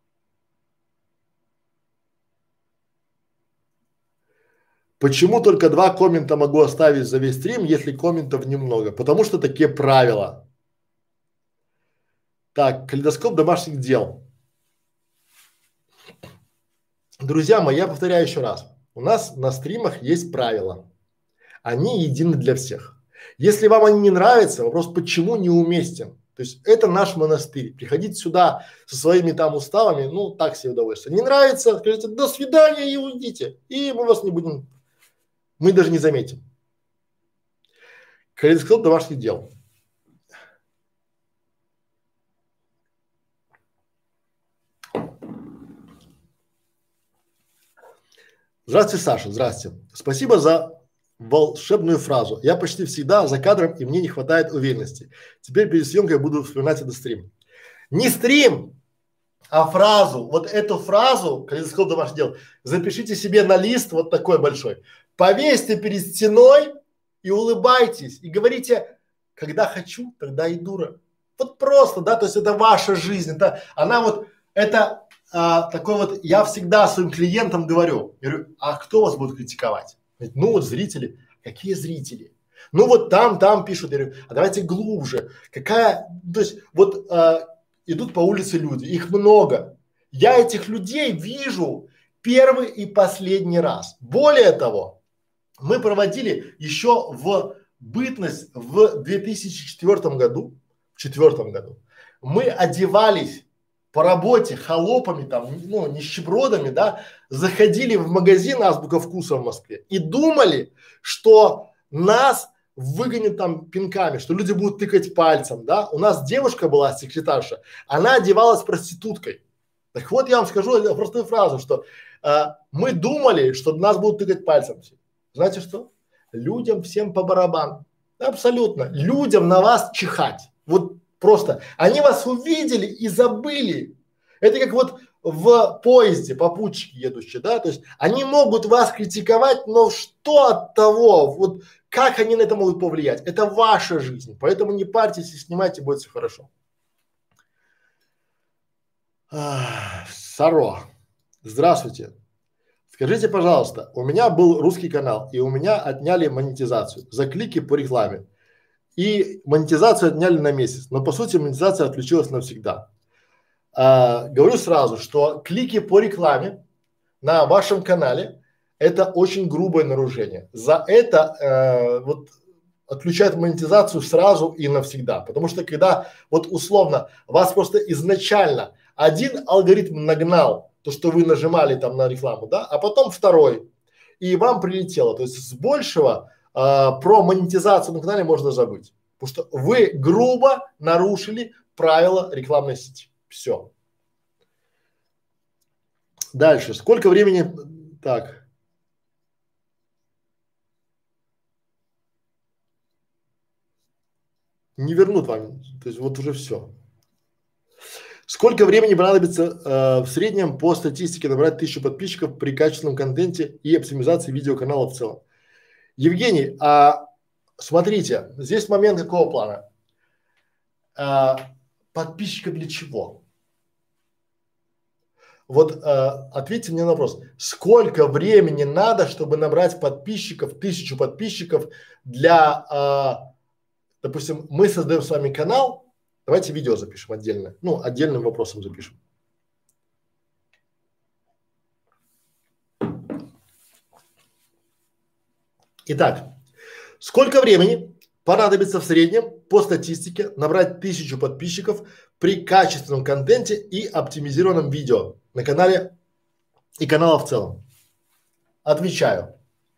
A: Почему только два коммента могу оставить за весь стрим, если комментов немного? Потому что такие правила. Так, калейдоскоп домашних дел. Друзья мои, я повторяю еще раз. У нас на стримах есть правила. Они едины для всех. Если вам они не нравятся, вопрос, почему неуместен. То есть это наш монастырь. Приходить сюда со своими там уставами, ну так себе удовольствие. Не нравится, скажите до свидания и уйдите. И мы вас не будем, мы даже не заметим. Калейдоскоп домашних дел. Здравствуйте, Саша, здравствуйте. Спасибо за волшебную фразу. Я почти всегда за кадром, и мне не хватает уверенности. Теперь перед съемкой буду вспоминать этот стрим. Не стрим, а фразу. Вот эту фразу, калейдоскоп домашних дел, запишите себе на лист вот такой большой. Повесьте перед стеной и улыбайтесь. И говорите, когда хочу, тогда и дура. Вот просто, да, то есть это ваша жизнь. Это, она вот, это а, такой вот, я всегда своим клиентам говорю, я говорю, а кто вас будет критиковать? Говорит, ну вот зрители. Какие зрители? Ну вот там, там пишут, я говорю, а давайте глубже. Какая, то есть вот а, идут по улице люди, их много. Я этих людей вижу первый и последний раз. Более того, мы проводили еще в бытность в две тысячи четвёртом году, в четвертом году, мы одевались по работе холопами там, ну, нищебродами, да, заходили в магазин «Азбука вкуса» в Москве и думали, что нас выгонят там пинками, что люди будут тыкать пальцем, да. У нас девушка была, секретарша, она одевалась проституткой. Так вот я вам скажу простую фразу, что э, мы думали, что нас будут тыкать пальцем. Знаете что? Людям всем по барабану. Абсолютно. Людям на вас чихать. Вот просто. Они вас увидели и забыли. Это как вот в поезде попутчики едущие, да, то есть они могут вас критиковать, но что от того, вот как они на это могут повлиять? Это ваша жизнь, поэтому не парьтесь и снимайте, будет все хорошо. Ах, Саро, здравствуйте. Скажите, пожалуйста, у меня был русский канал, и у меня отняли монетизацию за клики по рекламе. И монетизацию отняли на месяц, но по сути монетизация отключилась навсегда. А, говорю сразу, что клики по рекламе на вашем канале – это очень грубое нарушение. За это э, вот отключают монетизацию сразу и навсегда, потому что когда вот условно вас просто изначально один алгоритм нагнал то, что вы нажимали там на рекламу, да, а потом второй, и вам прилетело, то есть с большего а, про монетизацию на канале можно забыть, потому что вы грубо нарушили правила рекламной сети. Все. Дальше. Сколько времени? Так. Не вернут вам. То есть вот уже все. Сколько времени понадобится э, в среднем по статистике набрать тысячу подписчиков при качественном контенте и оптимизации видеоканала в целом? Евгений, а смотрите, здесь момент какого плана? А, подписчика для чего? Вот э, ответьте мне на вопрос, сколько времени надо, чтобы набрать подписчиков, тысячу подписчиков для, э, допустим, мы создаем с вами канал, давайте видео запишем отдельно, ну, отдельным вопросом запишем. Итак, сколько времени понадобится в среднем по статистике набрать тысячу подписчиков при качественном контенте и оптимизированном видео на канале и канала в целом? Отвечаю.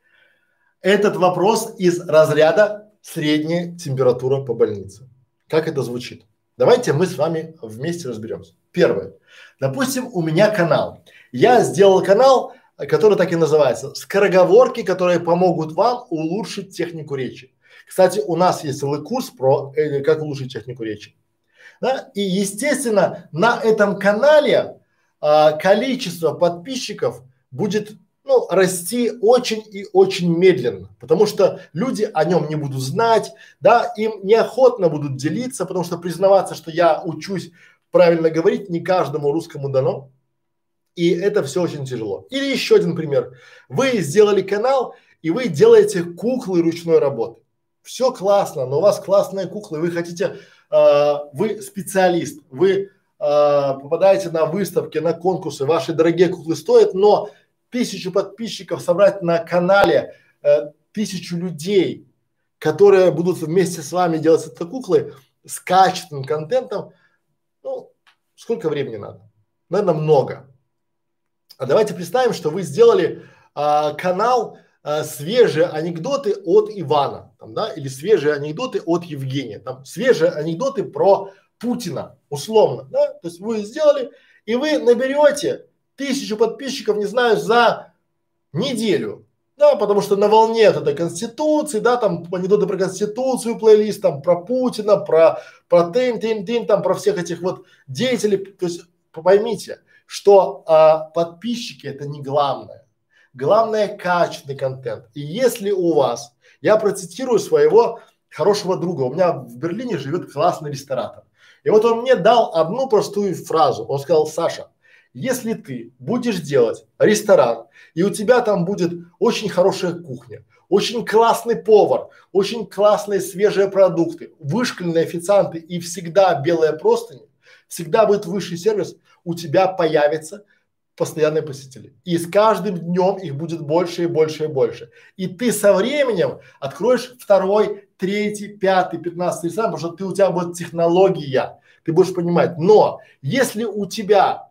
A: Этот вопрос из разряда средняя температура по больнице. Как это звучит? Давайте мы с вами вместе разберемся. Первое. Допустим, у меня канал. Я сделал канал, который так и называется. Скороговорки, которые помогут вам улучшить технику речи. Кстати, у нас есть целый курс про э, как улучшить технику речи. Да? И естественно, на этом канале а, количество подписчиков будет ну, расти очень и очень медленно, потому что люди о нем не будут знать, да, им неохотно будут делиться, потому что признаваться, что я учусь правильно говорить, не каждому русскому дано, и это все очень тяжело. Или еще один пример. Вы сделали канал, и вы делаете куклы ручной работы. Все классно, но у вас классные куклы, вы хотите, э, вы специалист, вы э, попадаете на выставки, на конкурсы, ваши дорогие куклы стоят, но тысячу подписчиков собрать на канале, э, тысячу людей, которые будут вместе с вами делать это куклы с качественным контентом, ну, сколько времени надо? Наверное, много. А давайте представим, что вы сделали а, канал а, свежие анекдоты от Ивана, там, да, или свежие анекдоты от Евгения, там, свежие анекдоты про Путина, условно, да, то есть вы сделали, и вы наберете тысячу подписчиков, не знаю, за неделю, да, потому что на волне от этой Конституции, да, там анекдоты про Конституцию, плейлист, там про Путина, про, про тын, тын, тын, там про всех этих вот деятелей, то есть поймите, что а, подписчики это не главное, главное качественный контент. И если у вас, я процитирую своего хорошего друга, у меня в Берлине живет классный ресторатор, и вот он мне дал одну простую фразу, он сказал: Саша, если ты будешь делать ресторан, и у тебя там будет очень хорошая кухня, очень классный повар, очень классные свежие продукты, вышкаленные официанты и всегда белые простыни, всегда будет высший сервис, у тебя появятся постоянные посетители. И с каждым днем их будет больше и больше и больше. И ты со временем откроешь второй, третий, пятый, пятнадцатый ресторан, потому что ты, у тебя будет технология, ты будешь понимать. Но если у тебя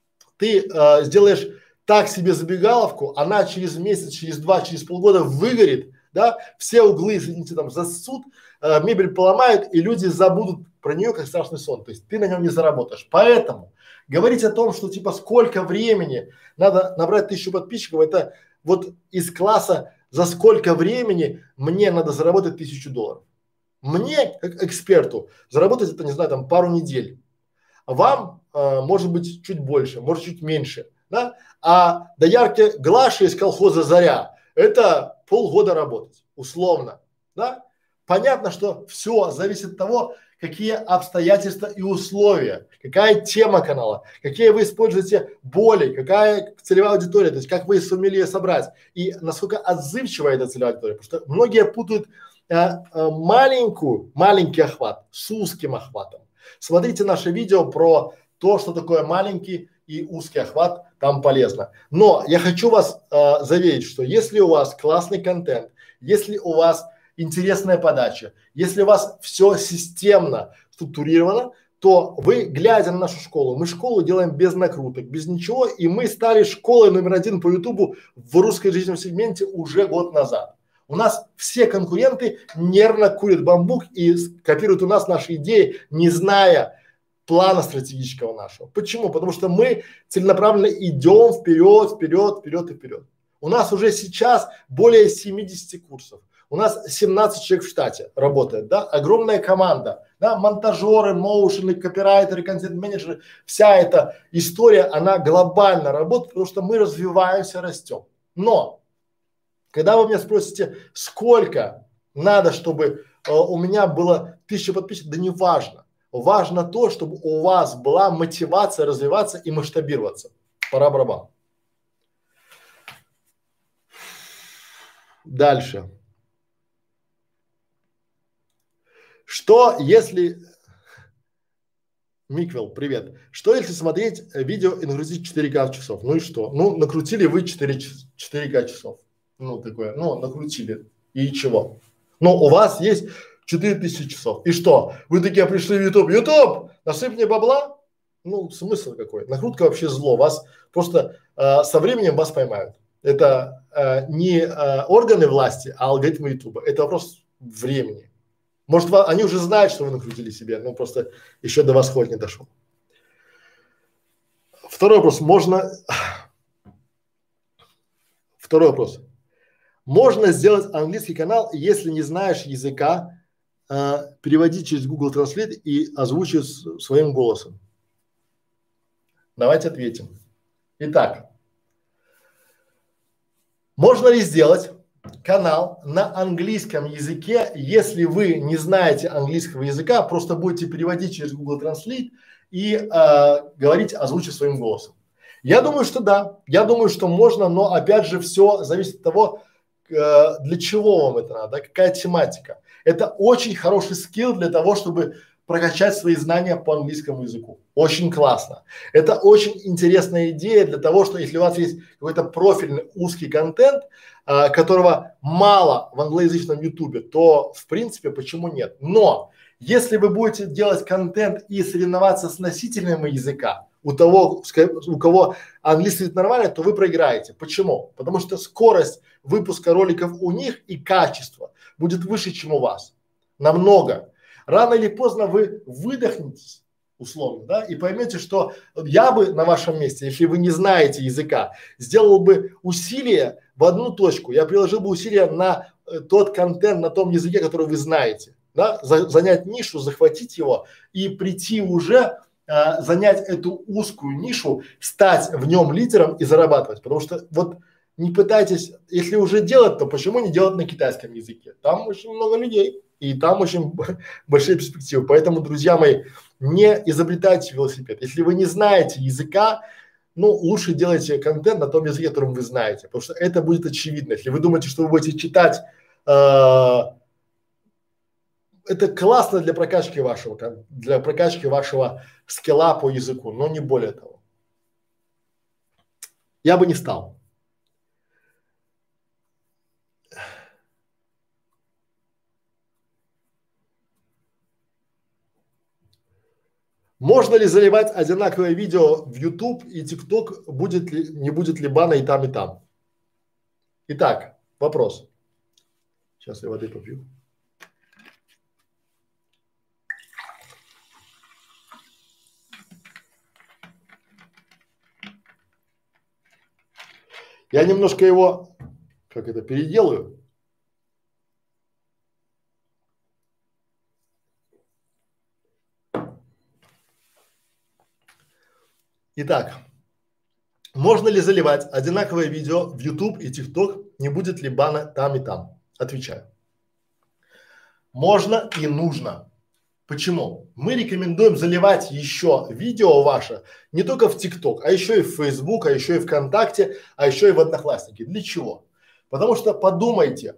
A: ты э, сделаешь так себе забегаловку, она через месяц, через два, через полгода выгорит, да, все углы, извините, там засут, э, мебель поломают, и люди забудут про нее как страшный сон. То есть ты на нем не заработаешь. Поэтому говорить о том, что типа сколько времени надо набрать тысячу подписчиков, это вот из класса за сколько времени мне надо заработать тысячу долларов. Мне, как эксперту, заработать это, не знаю, там пару недель. Вам э, может быть чуть больше, может чуть меньше, да? А доярке Глаши из колхоза Заря это полгода работать, условно, да? Понятно, что все зависит от того, какие обстоятельства и условия, какая тема канала, какие вы используете боли, какая целевая аудитория, то есть как вы сумели ее собрать и насколько отзывчивая эта целевая аудитория, потому что многие путают э, э, маленькую, маленький охват с узким охватом. Смотрите наше видео про то, что такое маленький и узкий охват, там полезно. Но я хочу вас э, заверить, что если у вас классный контент, если у вас интересная подача, если у вас все системно структурировано, то вы, глядя на нашу школу, мы школу делаем без накруток, без ничего, и мы стали школой номер один по Ютубу в русскоязычном сегменте уже год назад. У нас все конкуренты нервно курят бамбук и копируют у нас наши идеи, не зная плана стратегического нашего. Почему? Потому что мы целенаправленно идем вперед, вперед, вперед и вперед. У нас уже сейчас более семидесяти курсов. У нас семнадцать человек в штате работает, да, огромная команда, да, монтажеры, моушены, копирайтеры, контент-менеджеры, вся эта история, она глобально работает, потому что мы развиваемся, растем. Но когда вы меня спросите, сколько надо, чтобы э, у меня было тысяча подписчиков, да не важно. Важно то, чтобы у вас была мотивация развиваться и масштабироваться. Пора-барабан. Дальше. Что если… Миквел, привет. Что если смотреть видео и нагрузить четыре ка часов? Ну и что? Ну, накрутили вы четыре ка часов. Ну, такое, ну, накрутили. И чего? Ну, у вас есть четыре тысячи часов. И что? Вы такие пришли в YouTube. YouTube, насыпь мне бабла. Ну, смысл какой? Накрутка вообще зло. Вас просто э, со временем вас поймают. Это э, не э, органы власти, а алгоритмы Ютуба. Это вопрос времени. Может, ва- они уже знают, что вы накрутили себе, но просто еще до восхода не дошел. Второй вопрос. Можно… Второй вопрос. Можно сделать английский канал, если не знаешь языка, э, переводить через Google Translate и озвучивать с- своим голосом? Давайте ответим. Итак, можно ли сделать канал на английском языке, если вы не знаете английского языка, просто будете переводить через Google Translate и э, говорить, озвучив своим голосом? Я думаю, что да. Я думаю, что можно, но опять же все зависит от того, э, для чего вам это надо, какая тематика. Это очень хороший скилл для того, чтобы прокачать свои знания по английскому языку. Очень классно. Это очень интересная идея для того, что если у вас есть какой-то профильный узкий контент, а, которого мало в англоязычном ютубе, то в принципе почему нет? Но если вы будете делать контент и соревноваться с носителями языка, у того, у кого английский язык нормально, то вы проиграете. Почему? Потому что скорость выпуска роликов у них и качество будет выше, чем у вас. Намного. Рано или поздно вы выдохнетесь, условно, да, и поймете, что я бы на вашем месте, если вы не знаете языка, сделал бы усилие в одну точку, я приложил бы усилия на э, тот контент на том языке, который вы знаете, да, за, занять нишу, захватить его и прийти уже э, занять эту узкую нишу, стать в нем лидером и зарабатывать, потому что вот не пытайтесь, если уже делать, то почему не делать на китайском языке? Там очень много людей. И там очень большие перспективы. Поэтому, друзья мои, не изобретайте велосипед. Если вы не знаете языка, ну, лучше делайте контент на том языке, которым вы знаете, потому что это будет очевидно. Если вы думаете, что вы будете читать, э, это классно для прокачки вашего, для прокачки вашего скилла по языку, но не более того. Я бы не стал. Можно ли заливать одинаковое видео в YouTube и TikTok, будет ли, не будет ли бана и там, и там? Итак, вопрос. Сейчас я воды попью. Я немножко его, как это, переделаю. Итак, можно ли заливать одинаковое видео в YouTube и TikTok, не будет ли бана там и там? Отвечаю. Можно и нужно. Почему? Мы рекомендуем заливать еще видео ваше не только в TikTok, а еще и в Facebook, а еще и ВКонтакте, а еще и в Одноклассники. Для чего? Потому что подумайте,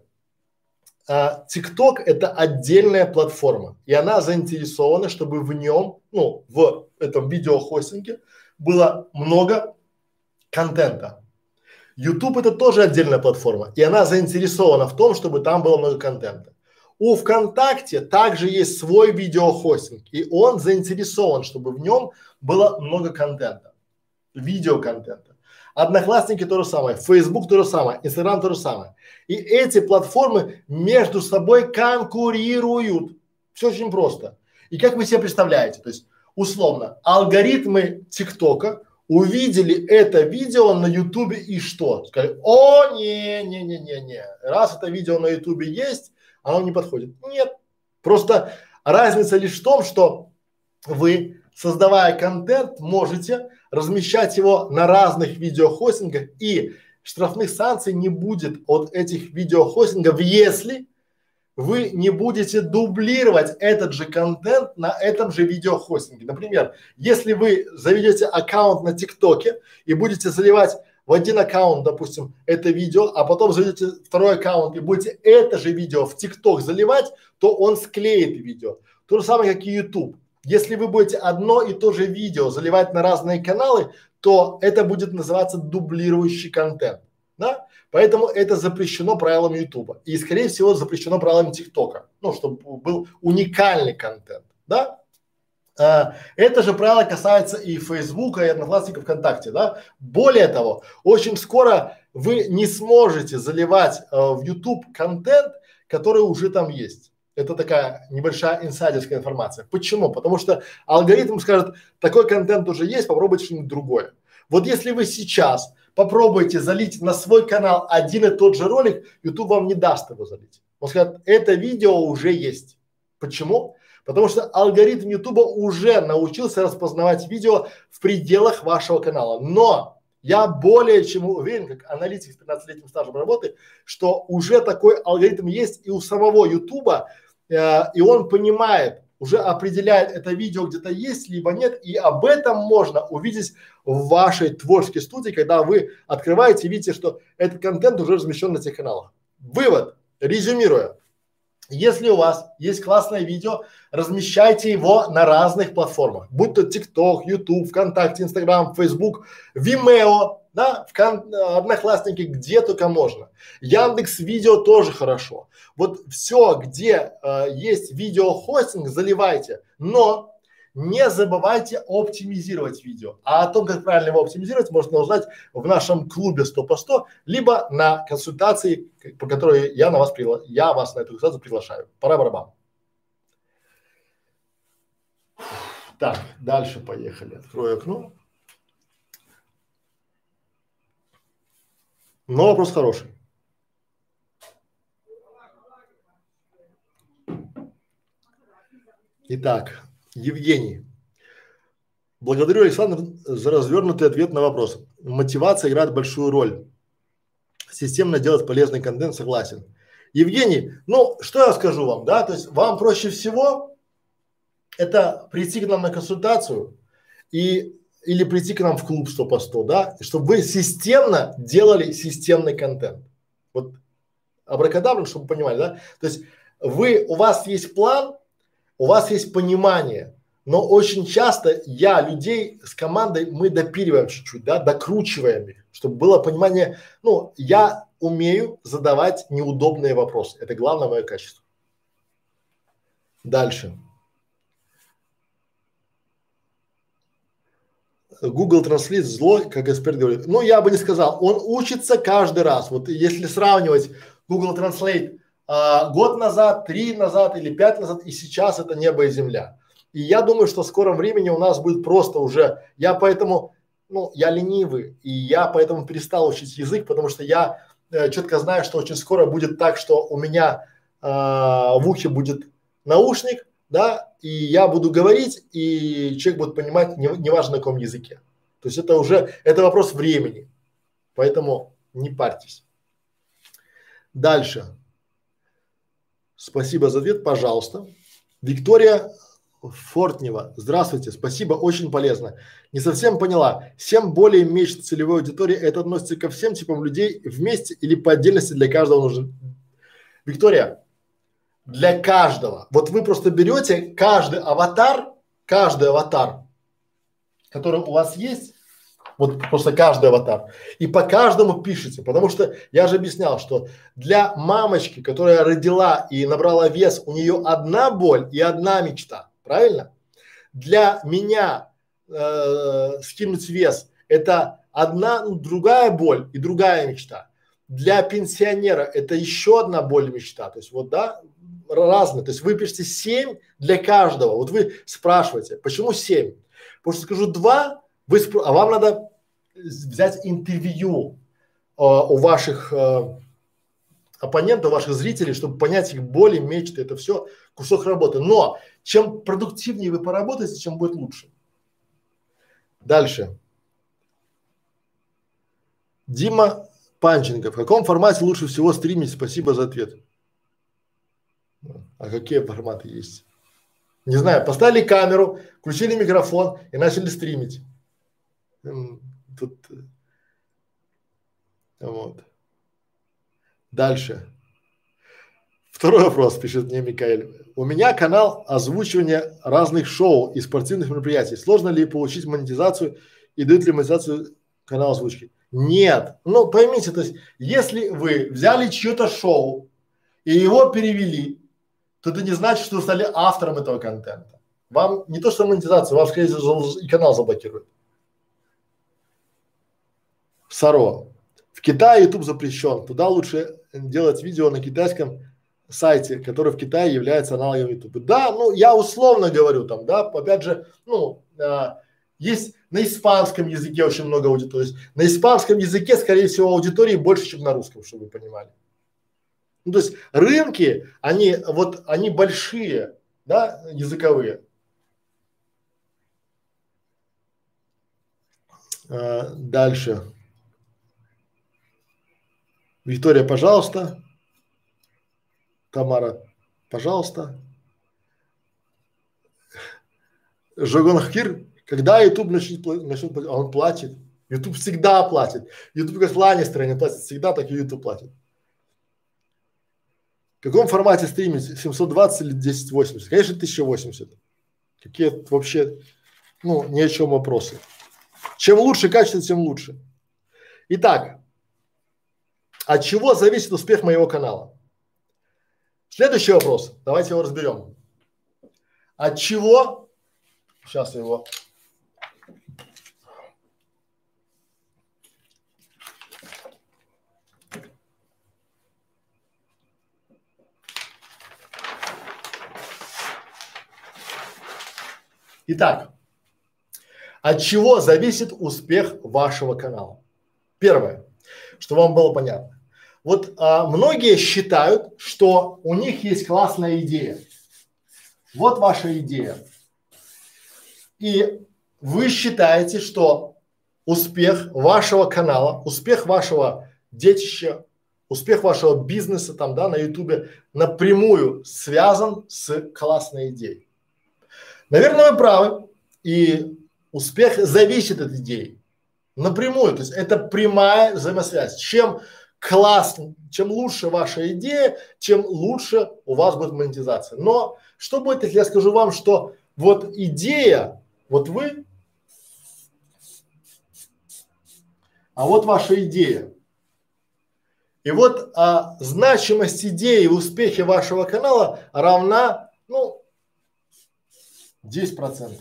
A: а, TikTok это отдельная платформа, и она заинтересована, чтобы в нем, ну, в этом видеохостинге было много контента. YouTube это тоже отдельная платформа, и она заинтересована в том, чтобы там было много контента. У ВКонтакте также есть свой видеохостинг, и он заинтересован, чтобы в нем было много контента, видеоконтента. Одноклассники то же самое, Facebook то же самое, Instagram то же самое. И эти платформы между собой конкурируют. Все очень просто. И как вы себе представляете, то есть условно алгоритмы ТикТока увидели это видео на Ютубе и что? Сказали, о, не, не, не, не, не, раз это видео на Ютубе есть, оно не подходит. Нет. Просто разница лишь в том, что вы, создавая контент, можете размещать его на разных видеохостингах, и штрафных санкций не будет от этих видеохостингов, если вы не будете дублировать этот же контент на этом же видеохостинге. Например, если вы заведете аккаунт на ТикТоке и будете заливать в один аккаунт, допустим, это видео, а потом заведете второй аккаунт и будете это же видео в ТикТок заливать, то он склеит видео. То же самое, как и YouTube. Если вы будете одно и то же видео заливать на разные каналы, то это будет называться дублирующий контент, да? Поэтому это запрещено правилами Ютуба и, скорее всего, запрещено правилами ТикТока, ну, чтобы был уникальный контент, да? А, это же правило касается и Фейсбука, и Одноклассников, ВКонтакте, да. Более того, очень скоро вы не сможете заливать а, в YouTube контент, который уже там есть. Это такая небольшая инсайдерская информация. Почему? Потому что алгоритм скажет, такой контент уже есть, попробуйте что-нибудь другое. Вот если вы сейчас попробуете залить на свой канал один и тот же ролик, YouTube вам не даст его залить. Он скажет, это видео уже есть. Почему? Потому что алгоритм YouTube уже научился распознавать видео в пределах вашего канала. Но я более чем уверен, как аналитик с пятнадцатилетним стажем работы, что уже такой алгоритм есть и у самого YouTube, э, и он понимает, уже определяет, это видео где-то есть, либо нет, и об этом можно увидеть в вашей творческой студии, когда вы открываете и видите, что этот контент уже размещен на тех каналах. Вывод, резюмируя. Если у вас есть классное видео, размещайте его на разных платформах, будь то TikTok, YouTube, ВКонтакте, Instagram, Facebook, Vimeo, да, в Одноклассники, где только можно. Яндекс Видео тоже хорошо. Вот все, где э, есть видеохостинг, заливайте, но не забывайте оптимизировать видео. А о том, как правильно его оптимизировать, можно узнать в нашем клубе сто по сто, либо на консультации, по которой я на вас пригла... я вас на эту консультацию приглашаю. Пора барабан. Так, дальше поехали. Открою окно. Но вопрос хороший. Итак, Евгений. Благодарю, Александр, за развернутый ответ на вопрос. Мотивация играет большую роль. Системно делать полезный контент, согласен. Евгений, ну, что я скажу вам, да, то есть вам проще всего это прийти к нам на консультацию и или прийти к нам в клуб сто по сто, да, чтобы вы системно делали системный контент. Вот абракадабра, чтобы вы понимали, да, то есть вы, у вас есть план, у вас есть понимание, но очень часто я людей с командой мы допиливаем чуть-чуть, да, докручиваем их, чтобы было понимание, ну, я умею задавать неудобные вопросы, это главное мое качество. Дальше. Google Translate зло, как эксперт говорит. Ну, я бы не сказал, он учится каждый раз. Вот если сравнивать Google Translate а, год назад, три назад или пять назад, и сейчас это небо и земля. И я думаю, что в скором времени у нас будет просто уже, я поэтому, ну, я ленивый, и я поэтому перестал учить язык, потому что я э, четко знаю, что очень скоро будет так, что у меня э, в ухе будет наушник, да, и я буду говорить, и человек будет понимать, не, неважно на каком языке. То есть это уже, это вопрос времени, поэтому не парьтесь. Дальше. Спасибо за ответ, пожалуйста. Виктория Фортнева. Здравствуйте, спасибо, очень полезно. Не совсем поняла, семь более меньшей целевой аудитории, это относится ко всем типам людей вместе или по отдельности для каждого нужен? Виктория, для каждого. Вот вы просто берете каждый аватар, каждый аватар, который у вас есть, вот просто каждый аватар, и по каждому пишете, потому что я же объяснял, что для мамочки, которая родила и набрала вес, у нее одна боль и одна мечта, правильно? Для меня э, скинуть вес это одна, ну, другая боль и другая мечта. Для пенсионера это еще одна боль и мечта, то есть вот, да, разные, то есть вы пишете семь для каждого, вот вы спрашиваете, почему семь? Потому что скажу два, вы спро... а вам надо взять интервью э, у ваших э, оппонентов, у ваших зрителей, чтобы понять их боли, мечты, это все кусок работы. Но чем продуктивнее вы поработаете, чем будет лучше. Дальше. Дима Панченко. В каком формате лучше всего стримить? Спасибо за ответ. А какие форматы есть? Не знаю, поставили камеру, включили микрофон и начали стримить. Тут вот. Дальше. Второй вопрос, пишет мне Микаэль. У меня канал озвучивания разных шоу и спортивных мероприятий. Сложно ли получить монетизацию и дают ли монетизацию канал озвучки? Нет. Ну, поймите, то есть, если вы взяли чье-то шоу и его перевели, то это не значит, что вы стали автором этого контента. Вам не то что монетизацию, вам, скорее всего, и канал заблокируют. Саро. В Китае YouTube запрещен. Туда лучше делать видео на китайском сайте, который в Китае является аналогом YouTube. Да, ну я условно говорю там, да, опять же, ну, а, есть на испанском языке очень много аудитории. То есть на испанском языке, скорее всего, аудитории больше, чем на русском, чтобы вы понимали. Ну, то есть рынки, они вот, они большие, да, языковые. А, дальше. Виктория, пожалуйста. Тамара, пожалуйста. Жогон Хкир, когда YouTube начнет, начнет платить, он платит. YouTube всегда платит. YouTube как Ланнистеры не платит всегда, так и YouTube платит. В каком формате стримить? семьсот двадцать или тысяча восемьдесят? Конечно, тысяча восемьдесят. Какие вообще, ну, ни о чем вопросы. Чем лучше качество, тем лучше. Итак, от чего зависит успех моего канала? Следующий вопрос. Давайте его разберем. От чего? Сейчас его. Итак, от чего зависит успех вашего канала? Первое, чтобы вам было понятно. Вот а, многие считают, что у них есть классная идея. Вот ваша идея. И вы считаете, что успех вашего канала, успех вашего детища, успех вашего бизнеса там, да, на ютубе напрямую связан с классной идеей. Наверное, вы правы. И успех зависит от идеи. Напрямую. То есть это прямая взаимосвязь. Чем классно, чем лучше ваша идея, тем лучше у вас будет монетизация. Но что будет, если я скажу вам, что вот идея, вот вы, а вот ваша идея. И вот а, значимость идеи в успехе вашего канала равна, ну, десять процентов.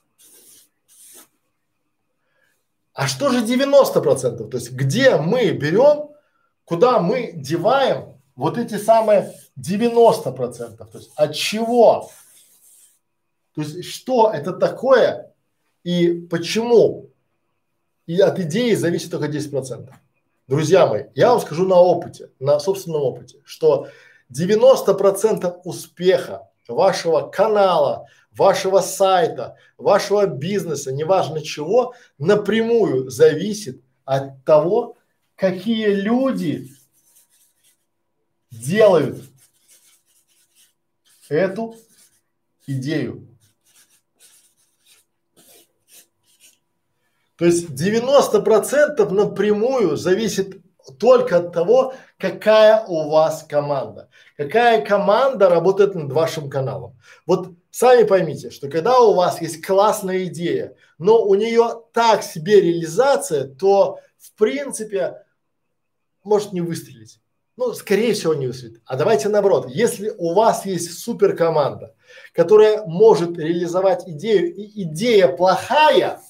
A: А что же девяносто процентов? То есть где мы берем, куда мы деваем вот эти самые девяносто процентов? То есть от чего? То есть что это такое и почему? И от идеи зависит только десять процентов. Друзья мои, я вам скажу на опыте, на собственном опыте, что девяносто процентов успеха вашего канала, вашего сайта, вашего бизнеса, неважно чего, напрямую зависит от того, какие люди делают эту идею. То есть девяносто процентов напрямую зависит только от того, какая у вас команда. Какая команда работает над вашим каналом. Вот сами поймите, что когда у вас есть классная идея, но у нее так себе реализация, то в принципе может не выстрелить. Ну, скорее всего, не выстрелит. А давайте наоборот. Если у вас есть супер команда, которая может реализовать идею, и идея плохая,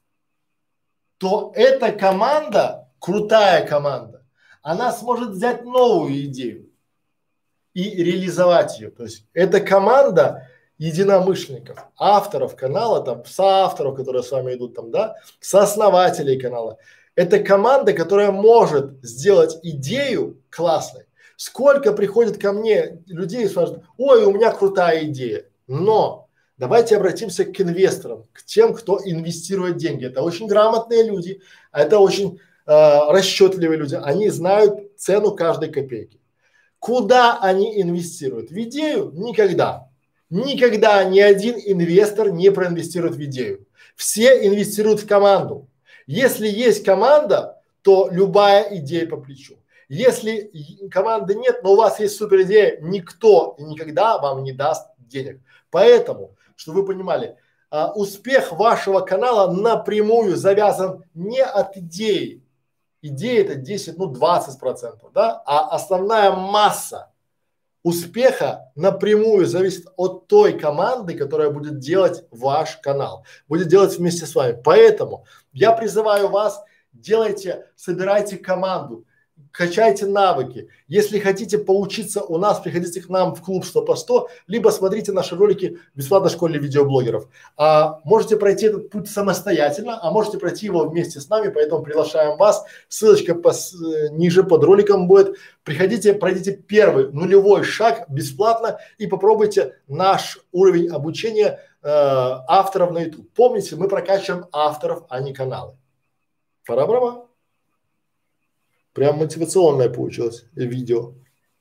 A: то эта команда, крутая команда, она сможет взять новую идею и реализовать ее. То есть эта команда единомышленников, авторов канала, там, соавторов, которые с вами идут там, да, сооснователей канала. Это команда, которая может сделать идею классной. Сколько приходит ко мне людей и спрашивают: ой, у меня крутая идея, но давайте обратимся к инвесторам, к тем, кто инвестирует деньги. Это очень грамотные люди, это очень э, расчетливые люди. Они знают цену каждой копейки. Куда они инвестируют? В идею? Никогда. Никогда ни один инвестор не проинвестирует в идею. Все инвестируют в команду. Если есть команда, то любая идея по плечу. Если команды нет, но у вас есть супер идея, никто и никогда вам не даст денег. Поэтому, чтобы вы понимали, а, успех вашего канала напрямую завязан не от идеи. Идея это десять, ну двадцать процентов, да, а основная масса успеха напрямую зависит от той команды, которая будет делать ваш канал, будет делать вместе с вами. Поэтому я призываю вас, делайте, собирайте команду, качайте навыки. Если хотите поучиться у нас, приходите к нам в клуб сто по сто, либо смотрите наши ролики в бесплатной школе видеоблогеров. А можете пройти этот путь самостоятельно, а можете пройти его вместе с нами, поэтому приглашаем вас. Ссылочка по, ниже под роликом будет. Приходите, пройдите первый нулевой шаг бесплатно и попробуйте наш уровень обучения э, авторов на YouTube. Помните, мы прокачиваем авторов, а не каналы. Пора-пора. Прям мотивационное получилось видео.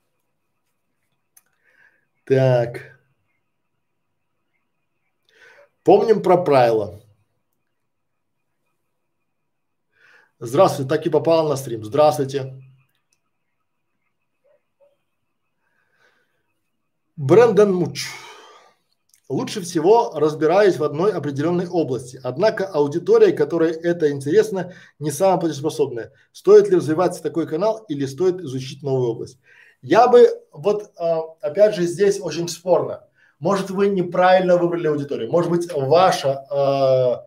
A: Так. Помним про правила. Здравствуйте, так и попал на стрим. Здравствуйте. Брэндон Муч. Лучше всего разбираюсь в одной определенной области. Однако аудитория, которой это интересно, не самая платежеспособная. Стоит ли развивать такой канал или стоит изучить новую область? Я бы, вот а, опять же здесь очень спорно. Может вы неправильно выбрали аудиторию, может быть ваша, а,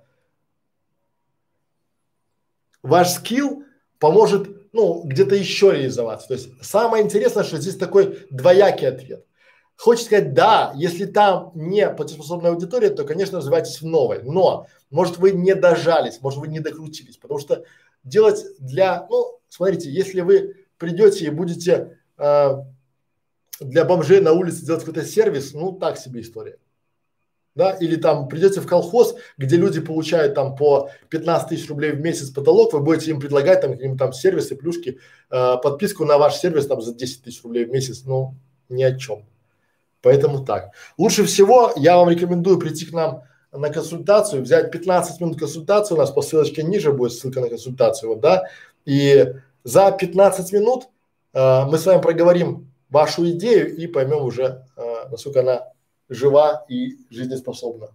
A: ваш скилл поможет, ну, где-то еще реализоваться. То есть самое интересное, что здесь такой двоякий ответ. Хочется сказать, да, если там не платежеспособная аудитория, то, конечно, развивайтесь в новой. Но, может, вы не дожались, может, вы не докрутились, потому что делать для, ну, смотрите, если вы придете и будете э, для бомжей на улице делать какой-то сервис, ну, так себе история. Да, или там придете в колхоз, где люди получают там по пятнадцать тысяч рублей в месяц потолок, вы будете им предлагать там какие-нибудь там сервисы, плюшки, э, подписку на ваш сервис там за десять тысяч рублей в месяц, ну, ни о чем. Поэтому так. Лучше всего я вам рекомендую прийти к нам на консультацию, взять пятнадцать минут консультации, у нас по ссылочке ниже будет ссылка на консультацию, вот, да, и за пятнадцать минут э, мы с вами проговорим вашу идею и поймем уже, э, насколько она жива и жизнеспособна.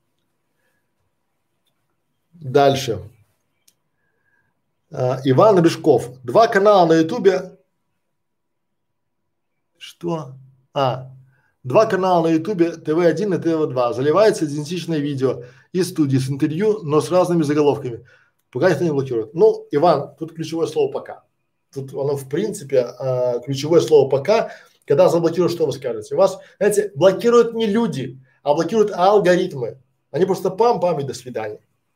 A: Дальше. Э, Иван Рыжков. Два канала на ютубе. Что? А. Два канала на ютубе, тэ вэ один и тэ вэ два. Заливаются идентичные видео из студии с интервью, но с разными заголовками. Пока никто не блокирует. Ну, Иван, тут ключевое слово «пока». Тут оно в принципе а, ключевое слово «пока». Когда заблокируют, что вы скажете? Вас, знаете, блокируют не люди, а блокируют алгоритмы. Они просто пам-пам и до свидания.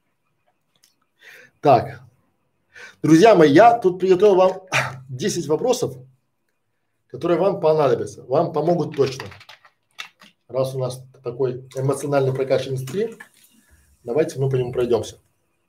A: Так, друзья мои, я тут приготовил вам десять вопросов, которые вам понадобятся, вам помогут точно. Раз у нас такой эмоционально прокачанный стрим, давайте мы по нему пройдемся.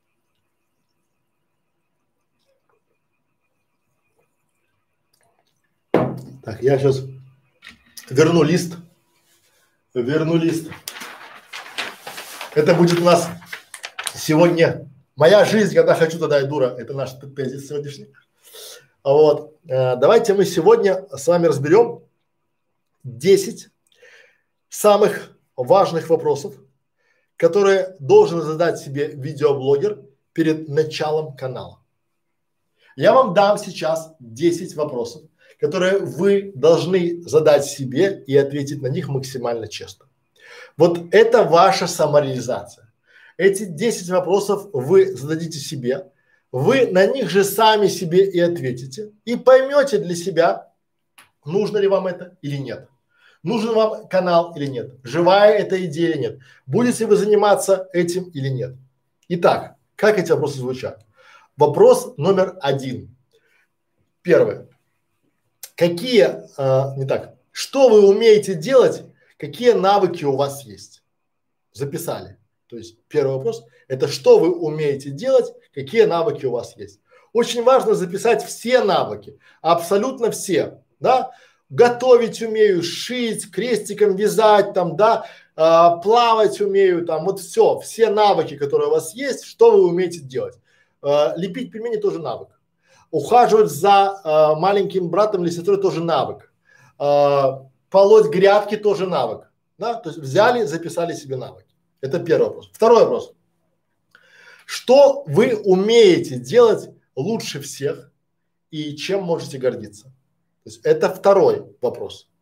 A: Так, я сейчас верну лист, верну лист. Это будет у нас сегодня моя жизнь, когда хочу, тогда и дура. Это наш тезис сегодняшний. Вот, э, давайте мы сегодня с вами разберем десять самых важных вопросов, которые должен задать себе видеоблогер перед началом канала. Я вам дам сейчас десять вопросов, которые вы должны задать себе и ответить на них максимально честно. Вот это ваша самореализация. Эти десять вопросов вы зададите себе, вы на них же сами себе и ответите, и поймете для себя, нужно ли вам это или нет. Нужен вам канал или нет, живая эта идея или нет, будете вы заниматься этим или нет. Итак, как эти вопросы звучат? Вопрос номер один. Первое. Какие, а, не так, что вы умеете делать, какие навыки у вас есть? Записали. То есть первый вопрос – это что вы умеете делать, какие навыки у вас есть. Очень важно записать все навыки, абсолютно все, да. Готовить умею, шить, крестиком вязать там, да, а, плавать умею там, вот все, все навыки, которые у вас есть, что вы умеете делать. А, лепить пельмени тоже навык. Ухаживать за а, маленьким братом или сестрой тоже навык. А, полоть грядки тоже навык, да, то есть взяли, записали себе навыки. Это первый вопрос. Второй вопрос. Что вы умеете делать лучше всех и чем можете гордиться? То есть это второй вопрос.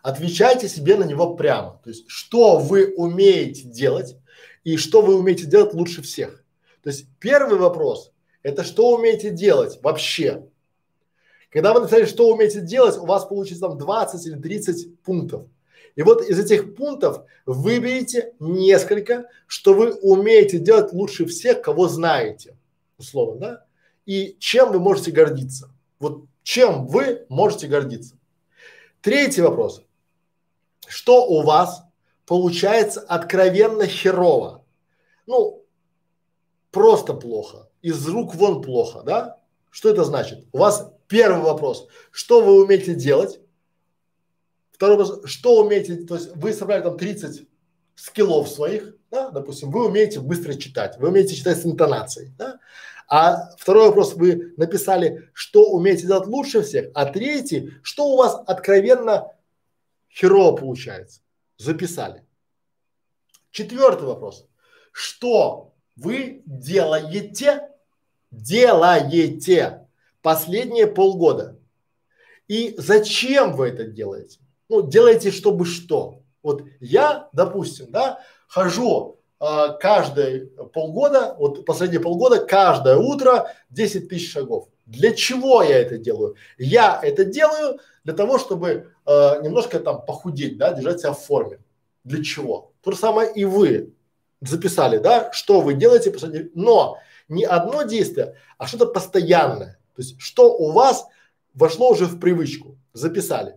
A: отвечайте себе на него прямо. То есть, что вы умеете делать и что вы умеете делать лучше всех. То есть, первый вопрос – это что умеете делать вообще. Когда вы написали, что умеете делать, у вас получится там двадцать или тридцать пунктов. И вот из этих пунктов выберите несколько, что вы умеете делать лучше всех, кого знаете, условно, да? И чем вы можете гордиться. Вот чем вы можете гордиться. Третий вопрос. Что у вас получается откровенно херово? Ну, просто плохо. Из рук вон плохо, да? Что это значит? У вас первый вопрос. Что вы умеете делать? Второй вопрос. Что умеете, то есть вы собрали там тридцать скиллов своих, да, допустим, вы умеете быстро читать, вы умеете читать с интонацией, да? А второй вопрос, вы написали, что умеете делать лучше всех, а третий, что у вас откровенно херово получается, записали. Четвертый вопрос, что вы делаете, делаете последние полгода и зачем вы это делаете? Ну, делаете, чтобы что? Вот я, допустим, да, хожу а, каждые полгода, вот последние полгода, каждое утро десять тысяч шагов. Для чего я это делаю? Я это делаю для того, чтобы а, немножко там похудеть, да, держать себя в форме. Для чего? То же самое и вы записали, да, что вы делаете, последние, но не одно действие, а что-то постоянное. То есть, что у вас вошло уже в привычку, записали.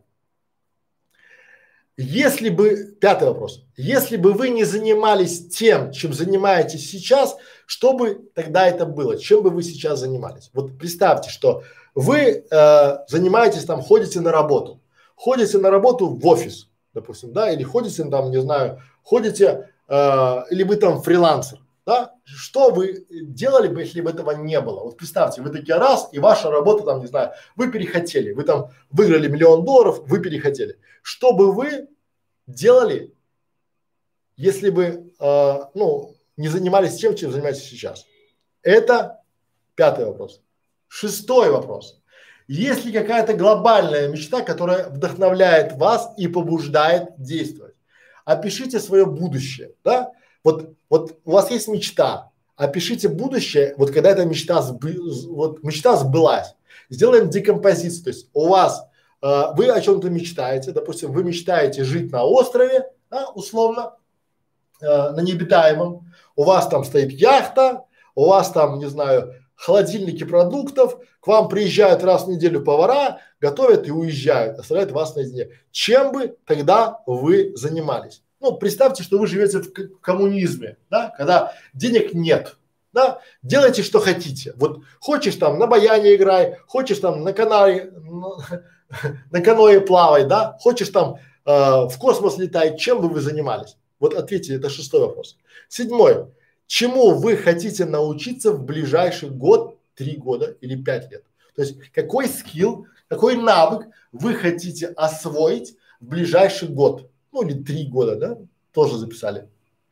A: Если бы, пятый вопрос, если бы вы не занимались тем, чем занимаетесь сейчас, что бы тогда это было, чем бы вы сейчас занимались? Вот представьте, что вы э, занимаетесь там, ходите на работу, ходите на работу в офис, допустим, да, или ходите там, не знаю, ходите, э, или вы там фрилансер, да, что вы делали бы, если бы этого не было? Вот представьте, вы такие раз, и ваша работа там, не знаю, вы перехотели, вы там выиграли миллион долларов, вы перехотели. Что бы вы делали, если бы, э, ну, не занимались тем, чем занимаетесь сейчас? Это пятый вопрос. Шестой вопрос. Есть ли какая-то глобальная мечта, которая вдохновляет вас и побуждает действовать? Опишите свое будущее, да? Вот, вот у вас есть мечта, опишите будущее, вот когда эта мечта, сбы, вот мечта сбылась. Сделаем декомпозицию, то есть у вас, э, вы о чем-то мечтаете, допустим, вы мечтаете жить на острове, да, условно, э, на необитаемом, у вас там стоит яхта, у вас там, не знаю, холодильники продуктов, к вам приезжают раз в неделю повара, готовят и уезжают, оставляют вас наедине. Чем бы тогда вы занимались? Ну, представьте, что вы живете в коммунизме, да, когда денег нет, да, делайте, что хотите. Вот хочешь там на баяне играй, хочешь там на канаре, на, на каное плавай, да, хочешь там э, в космос летай, чем бы вы занимались? Вот ответьте, это шестой вопрос. Седьмой. Чему вы хотите научиться в ближайший год, три года или пять лет? То есть какой скилл, какой навык вы хотите освоить в ближайший год? Ну или три года, да? Тоже записали.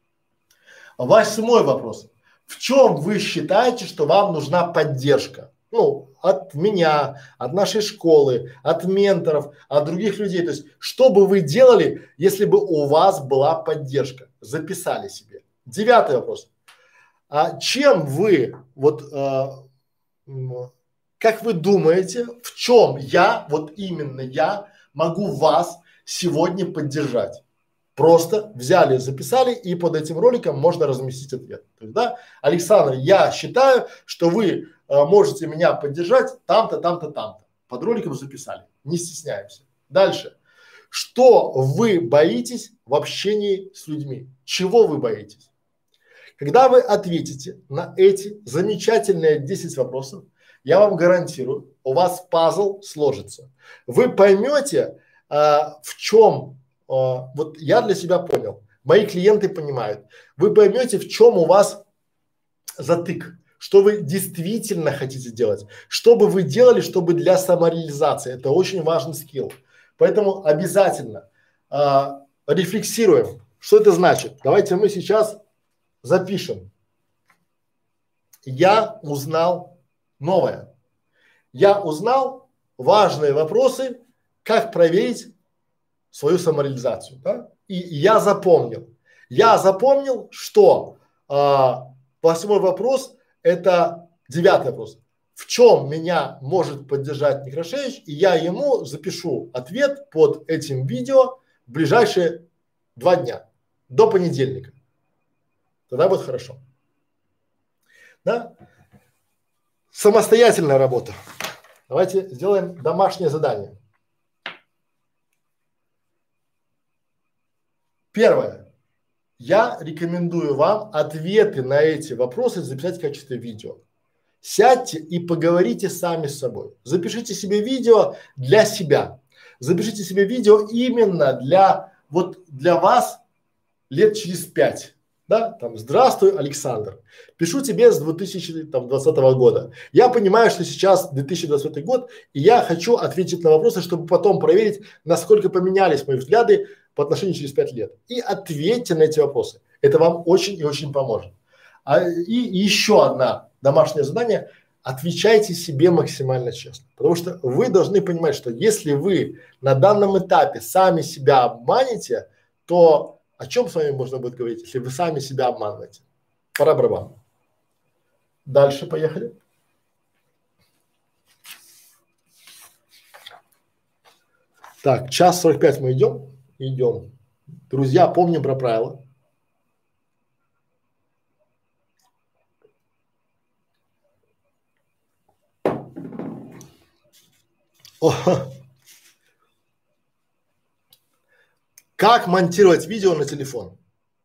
A: Восьмой вопрос. В чем вы считаете, что вам нужна поддержка? Ну, от меня, от нашей школы, от менторов, от других людей. То есть, что бы вы делали, если бы у вас была поддержка? Записали себе. Девятый вопрос. А чем вы, вот, э, как вы думаете, в чем я, вот именно я, могу вас сегодня поддержать? Просто взяли, записали, и под этим роликом можно разместить ответ. То есть, да, Александр, я считаю, что вы э, можете меня поддержать там-то, там-то, там-то. Под роликом записали. Не стесняемся. Дальше. Что вы боитесь в общении с людьми? Чего вы боитесь? Когда вы ответите на эти замечательные десять вопросов, я вам гарантирую, у вас пазл сложится. Вы поймете, а, в чем, а, вот я для себя понял, мои клиенты понимают, вы поймете, в чем у вас затык, что вы действительно хотите делать, что бы вы делали, чтобы для самореализации. Это очень важный скилл. Поэтому обязательно а, рефлексируем, что это значит. Давайте мы сейчас запишем. Я узнал новое. Я узнал важные вопросы, как проверить свою самореализацию, да? И я запомнил, я запомнил, что а, восьмой вопрос – это девятый вопрос. В чем меня может поддержать Некрашевич, и я ему запишу ответ под этим видео в ближайшие два дня, до понедельника. Тогда будет хорошо. Да? Самостоятельная работа. Давайте сделаем домашнее задание. Первое. Я рекомендую вам ответы на эти вопросы записать в качестве видео. Сядьте и поговорите сами с собой. Запишите себе видео для себя. Запишите себе видео именно для вот для вас лет через пять. Да, там, здравствуй, Александр. Пишу тебе с две тысячи двадцатого года. Я понимаю, что сейчас две тысячи двадцатый год, и я хочу ответить на вопросы, чтобы потом проверить, насколько поменялись мои взгляды по отношению через пять лет. И ответьте на эти вопросы. Это вам очень и очень поможет. А, и, и еще одна домашнее задание. Отвечайте себе максимально честно. Потому что вы должны понимать, что если вы на данном этапе сами себя обманете, то о чем с вами можно будет говорить, если вы сами себя обманываете? Пора барабан. Дальше поехали. Так, час сорок пять мы идем? Идем. Друзья, помним про правила. О, как монтировать видео на телефон?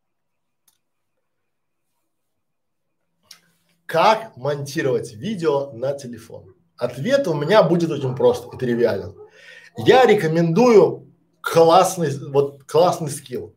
A: Как монтировать видео на телефон? Ответ у меня будет очень прост и тривиален. Я рекомендую классный, вот классный скилл.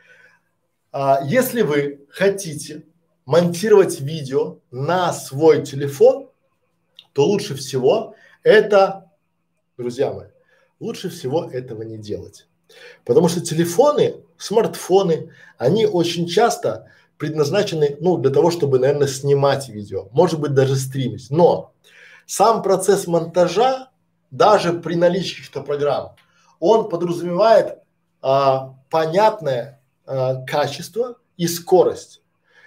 A: А, если вы хотите монтировать видео на свой телефон, то лучше всего это, друзья мои, лучше всего этого не делать. Потому что телефоны, смартфоны, они очень часто предназначены, ну, для того, чтобы, наверное, снимать видео, может быть, даже стримить. Но сам процесс монтажа, даже при наличии каких-то программ, он подразумевает а, понятное а, качество и скорость.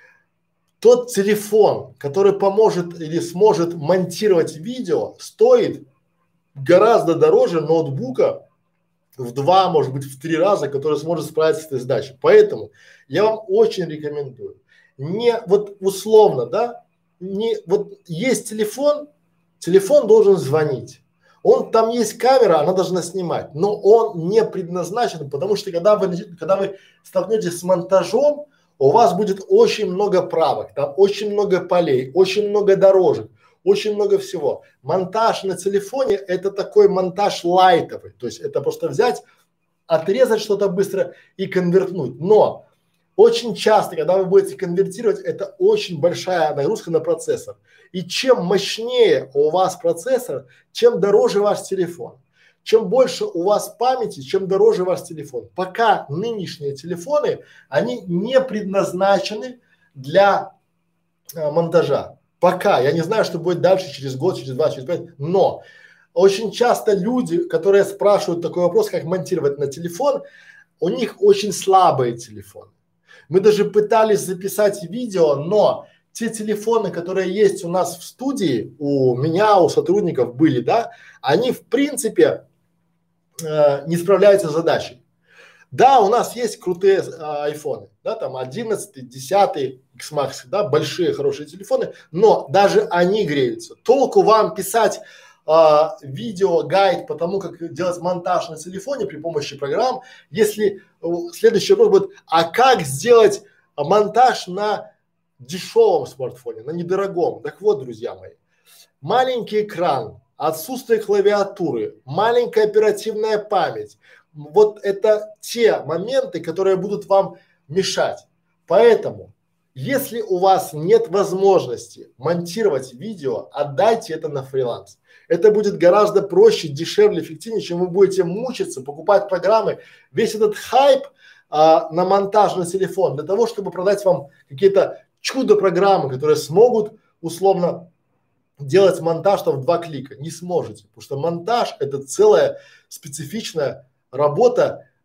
A: Тот телефон, который поможет или сможет монтировать видео, стоит гораздо дороже ноутбука, в два, может быть, в три раза, который сможет справиться с этой задачей. Поэтому я вам очень рекомендую, не вот условно, да, не вот есть телефон, телефон должен звонить, он там есть камера, она должна снимать, но он не предназначен, потому что когда вы когда вы столкнетесь с монтажом, у вас будет очень много правок, там очень много полей, очень много дорожек. Очень много всего. Монтаж на телефоне – это такой монтаж лайтовый, то есть это просто взять, отрезать что-то быстро и конвертнуть. Но очень часто, когда вы будете конвертировать, это очень большая нагрузка на процессор. И чем мощнее у вас процессор, чем дороже ваш телефон. Чем больше у вас памяти, чем дороже ваш телефон. Пока нынешние телефоны, они не предназначены для а, монтажа. Пока, я не знаю, что будет дальше, через год, через два, через пять, но очень часто люди, которые спрашивают такой вопрос, как монтировать на телефон, у них очень слабые телефоны. Мы даже пытались записать видео, но те телефоны, которые есть у нас в студии, у меня, у сотрудников были, да, они в принципе э, не справляются с задачей. Да, у нас есть крутые а, айфоны, да, там одиннадцатый, десятый, X Max, да, большие хорошие телефоны, но даже они греются. Толку вам писать а, видео, гайд по тому, как делать монтаж на телефоне при помощи программ, если uh, следующий вопрос будет, а как сделать а, монтаж на дешевом смартфоне, на недорогом? Так вот, друзья мои, маленький экран, отсутствие клавиатуры, маленькая оперативная память. Вот это те моменты, которые будут вам мешать. Поэтому, если у вас нет возможности монтировать видео, отдайте это на фриланс. Это будет гораздо проще, дешевле, эффективнее, чем вы будете мучиться, покупать программы. Весь этот хайп а, на монтаж на телефон для того, чтобы продать вам какие-то чудо-программы, которые смогут условно делать монтаж там в два клика. Не сможете, потому что монтаж – это целая специфичная работа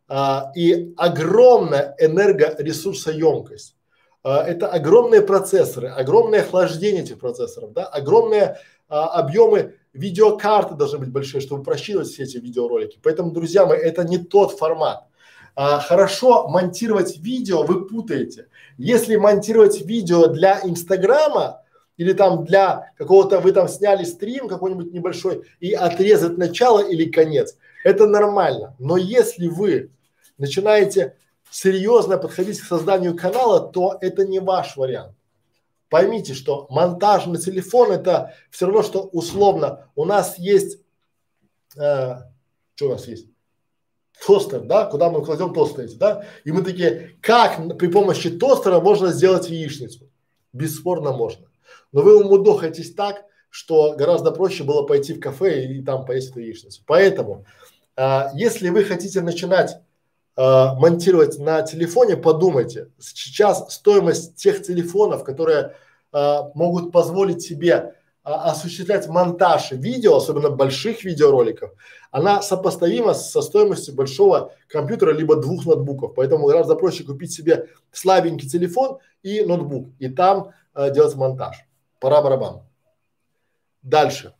A: а, и огромная энергоресурсоемкость. А, это огромные процессоры, огромное охлаждение этих процессоров, да, огромные а, объемы видеокарты должны быть большие, чтобы просчитывать все эти видеоролики. Поэтому, друзья мои, это не тот формат. А, хорошо монтировать видео вы путаете. Если монтировать видео для Инстаграма или там для какого-то, вы там сняли стрим какой-нибудь небольшой и отрезать начало или конец, это нормально. Но если вы начинаете серьезно подходить к созданию канала, то это не ваш вариант. Поймите, что монтаж на телефон это все равно, что условно у нас есть, э, что у нас есть? Тостер, да, куда мы кладем тосты эти, да, и мы такие, как при помощи тостера можно сделать яичницу? Бесспорно можно. Но вы умудохаетесь так, что гораздо проще было пойти в кафе и, и там поесть эту яичницу. Поэтому, э, если вы хотите начинать Uh, монтировать на телефоне, подумайте, сейчас стоимость тех телефонов, которые uh, могут позволить себе uh, осуществлять монтаж видео, особенно больших видеороликов, она сопоставима со стоимостью большого компьютера либо двух ноутбуков. Поэтому гораздо проще купить себе слабенький телефон и ноутбук, и там uh, делать монтаж. Пора барабан. Дальше.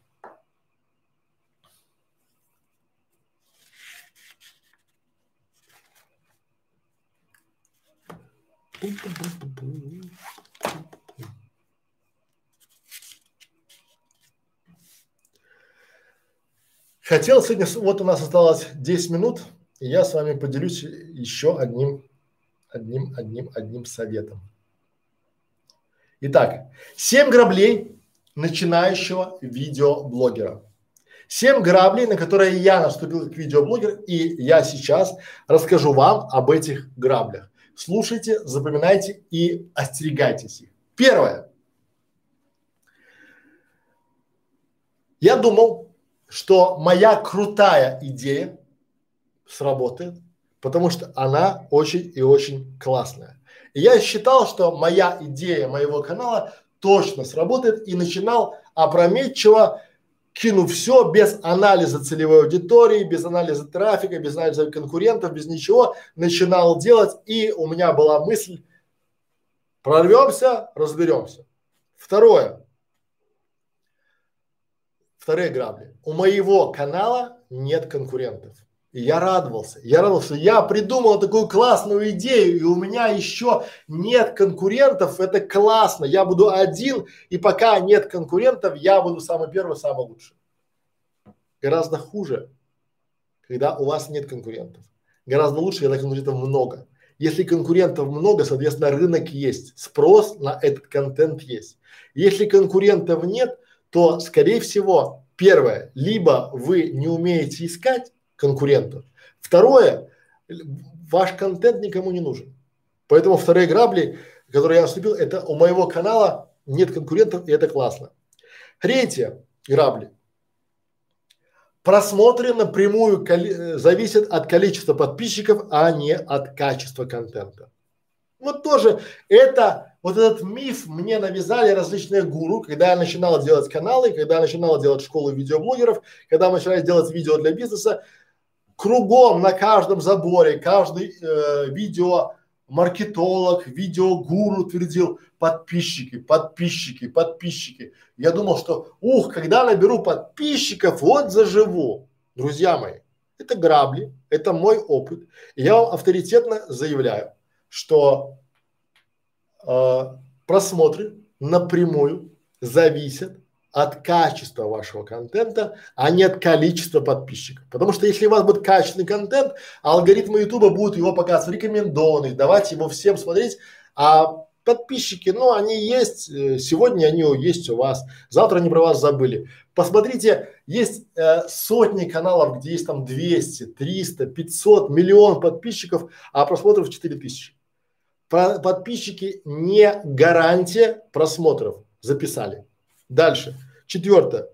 A: Хотел сегодня, вот у нас осталось десять минут, и я с вами поделюсь еще одним, одним, одним, одним советом. Итак, семь граблей начинающего видеоблогера. семь граблей, на которые я наступил как видеоблогер, и я сейчас расскажу вам об этих граблях. Слушайте, запоминайте и остерегайтесь их. Первое. Я думал, что моя крутая идея сработает, потому что она очень и очень классная. И я считал, что моя идея моего канала точно сработает, и начинал опрометчиво, кинув все без анализа целевой аудитории, без анализа трафика, без анализа конкурентов, без ничего, начинал делать, и у меня была мысль: прорвемся, разберемся. Второе. Вторые грабли. У моего канала нет конкурентов. И я радовался. Я радовался, я придумал такую классную идею, и у меня еще нет конкурентов. Это классно. Я буду один, и пока нет конкурентов, я буду самый первый, самый лучший. Гораздо хуже, когда у вас нет конкурентов. Гораздо лучше, когда конкурентов много. Если конкурентов много, соответственно, рынок есть, спрос на этот контент есть. Если конкурентов нет, то, скорее всего, первое, либо вы не умеете искать конкурентов, второе, ваш контент никому не нужен. Поэтому вторые грабли, которые я наступил, это у моего канала нет конкурентов, и это классно. Третье грабли. Просмотры напрямую коли- зависят от количества подписчиков, а не от качества контента. Вот тоже это, вот этот миф мне навязали различные гуру, когда я начинал делать каналы, когда я начинал делать школу видеоблогеров, когда мы начали делать видео для бизнеса. Кругом на каждом заборе, каждый э, видеомаркетолог, видеогуру твердил: подписчики, подписчики, подписчики. Я думал, что ух, когда наберу подписчиков, вот заживу. Друзья мои, это грабли, это мой опыт. И я вам авторитетно заявляю, что э, просмотры напрямую зависят от качества вашего контента, а не от количества подписчиков. Потому что если у вас будет качественный контент, алгоритмы Ютуба будут его показывать рекомендованный, давать его всем смотреть, а подписчики, ну, они есть, э, сегодня они есть у вас, завтра они про вас забыли. Посмотрите, есть э, сотни каналов, где есть там двести, триста, пятьсот, миллион подписчиков, а просмотров четыре тысячи. Про подписчики не гарантия просмотров. Записали. Дальше. Четвертое.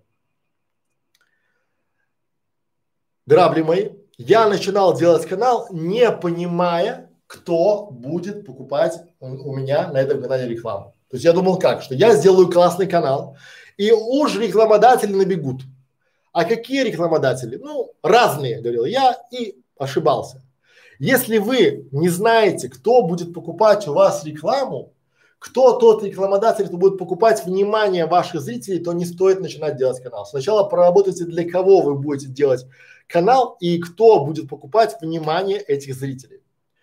A: Грабли мои. Я начинал делать канал, не понимая, кто будет покупать у, у меня на этом канале рекламу. То есть я думал как, что я сделаю классный канал, и уж рекламодатели набегут. А какие рекламодатели? Ну, разные, говорил я, и ошибался. Если вы не знаете, кто будет покупать у вас рекламу, кто тот рекламодатель, кто будет покупать внимание ваших зрителей, то не стоит начинать делать канал. Сначала проработайте, для кого вы будете делать канал и кто будет покупать внимание этих зрителей.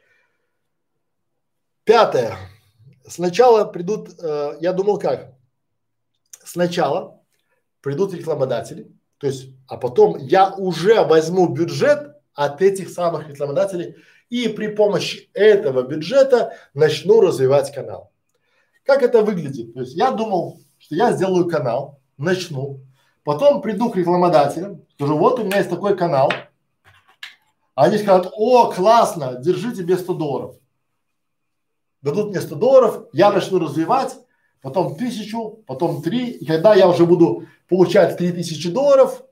A: Пятое. Сначала придут, э, я думал как, сначала придут рекламодатели, то есть, а потом я уже возьму бюджет от этих самых рекламодателей и при помощи этого бюджета начну развивать канал. Как это выглядит? То есть я думал, что я сделаю канал, начну, потом приду к рекламодателям, скажу, вот у меня есть такой канал, они скажут, о, классно, держи тебе сто долларов. Дадут мне сто долларов, я начну развивать, потом тысячу, потом три, и когда я уже буду получать три тысячи долларов,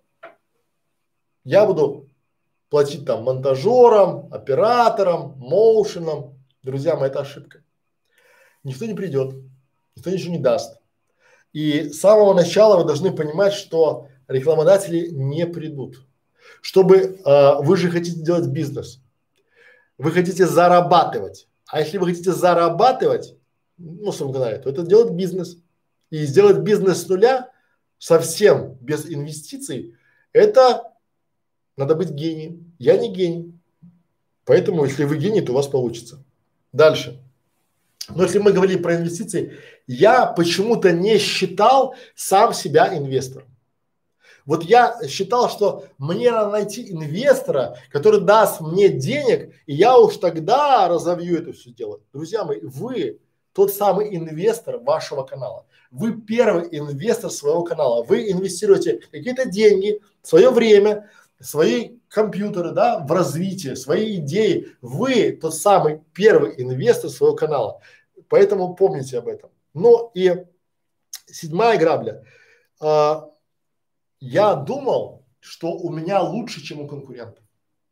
A: я буду платить там монтажерам, операторам, моушенам. Друзья мои, это ошибка. Никто не придет, никто ничего не даст. И с самого начала вы должны понимать, что рекламодатели не придут. Чтобы, э, вы же хотите делать бизнес, вы хотите зарабатывать. А если вы хотите зарабатывать, ну, в своем канале, то это делать бизнес. И сделать бизнес с нуля, совсем без инвестиций, это надо быть гением. Я не гений. Поэтому, если вы гений, то у вас получится. Дальше. Но если мы говорили про инвестиции, я почему-то не считал сам себя инвестором. Вот я считал, что мне надо найти инвестора, который даст мне денег, и я уж тогда разовью это все дело. Друзья мои, вы тот самый инвестор вашего канала. Вы первый инвестор своего канала. Вы инвестируете какие-то деньги, свое время, свои компьютеры, да, в развитие, свои идеи. Вы тот самый первый инвестор своего канала. Поэтому помните об этом. Ну и седьмая грабля. А, я думал, что у меня лучше, чем у конкурентов.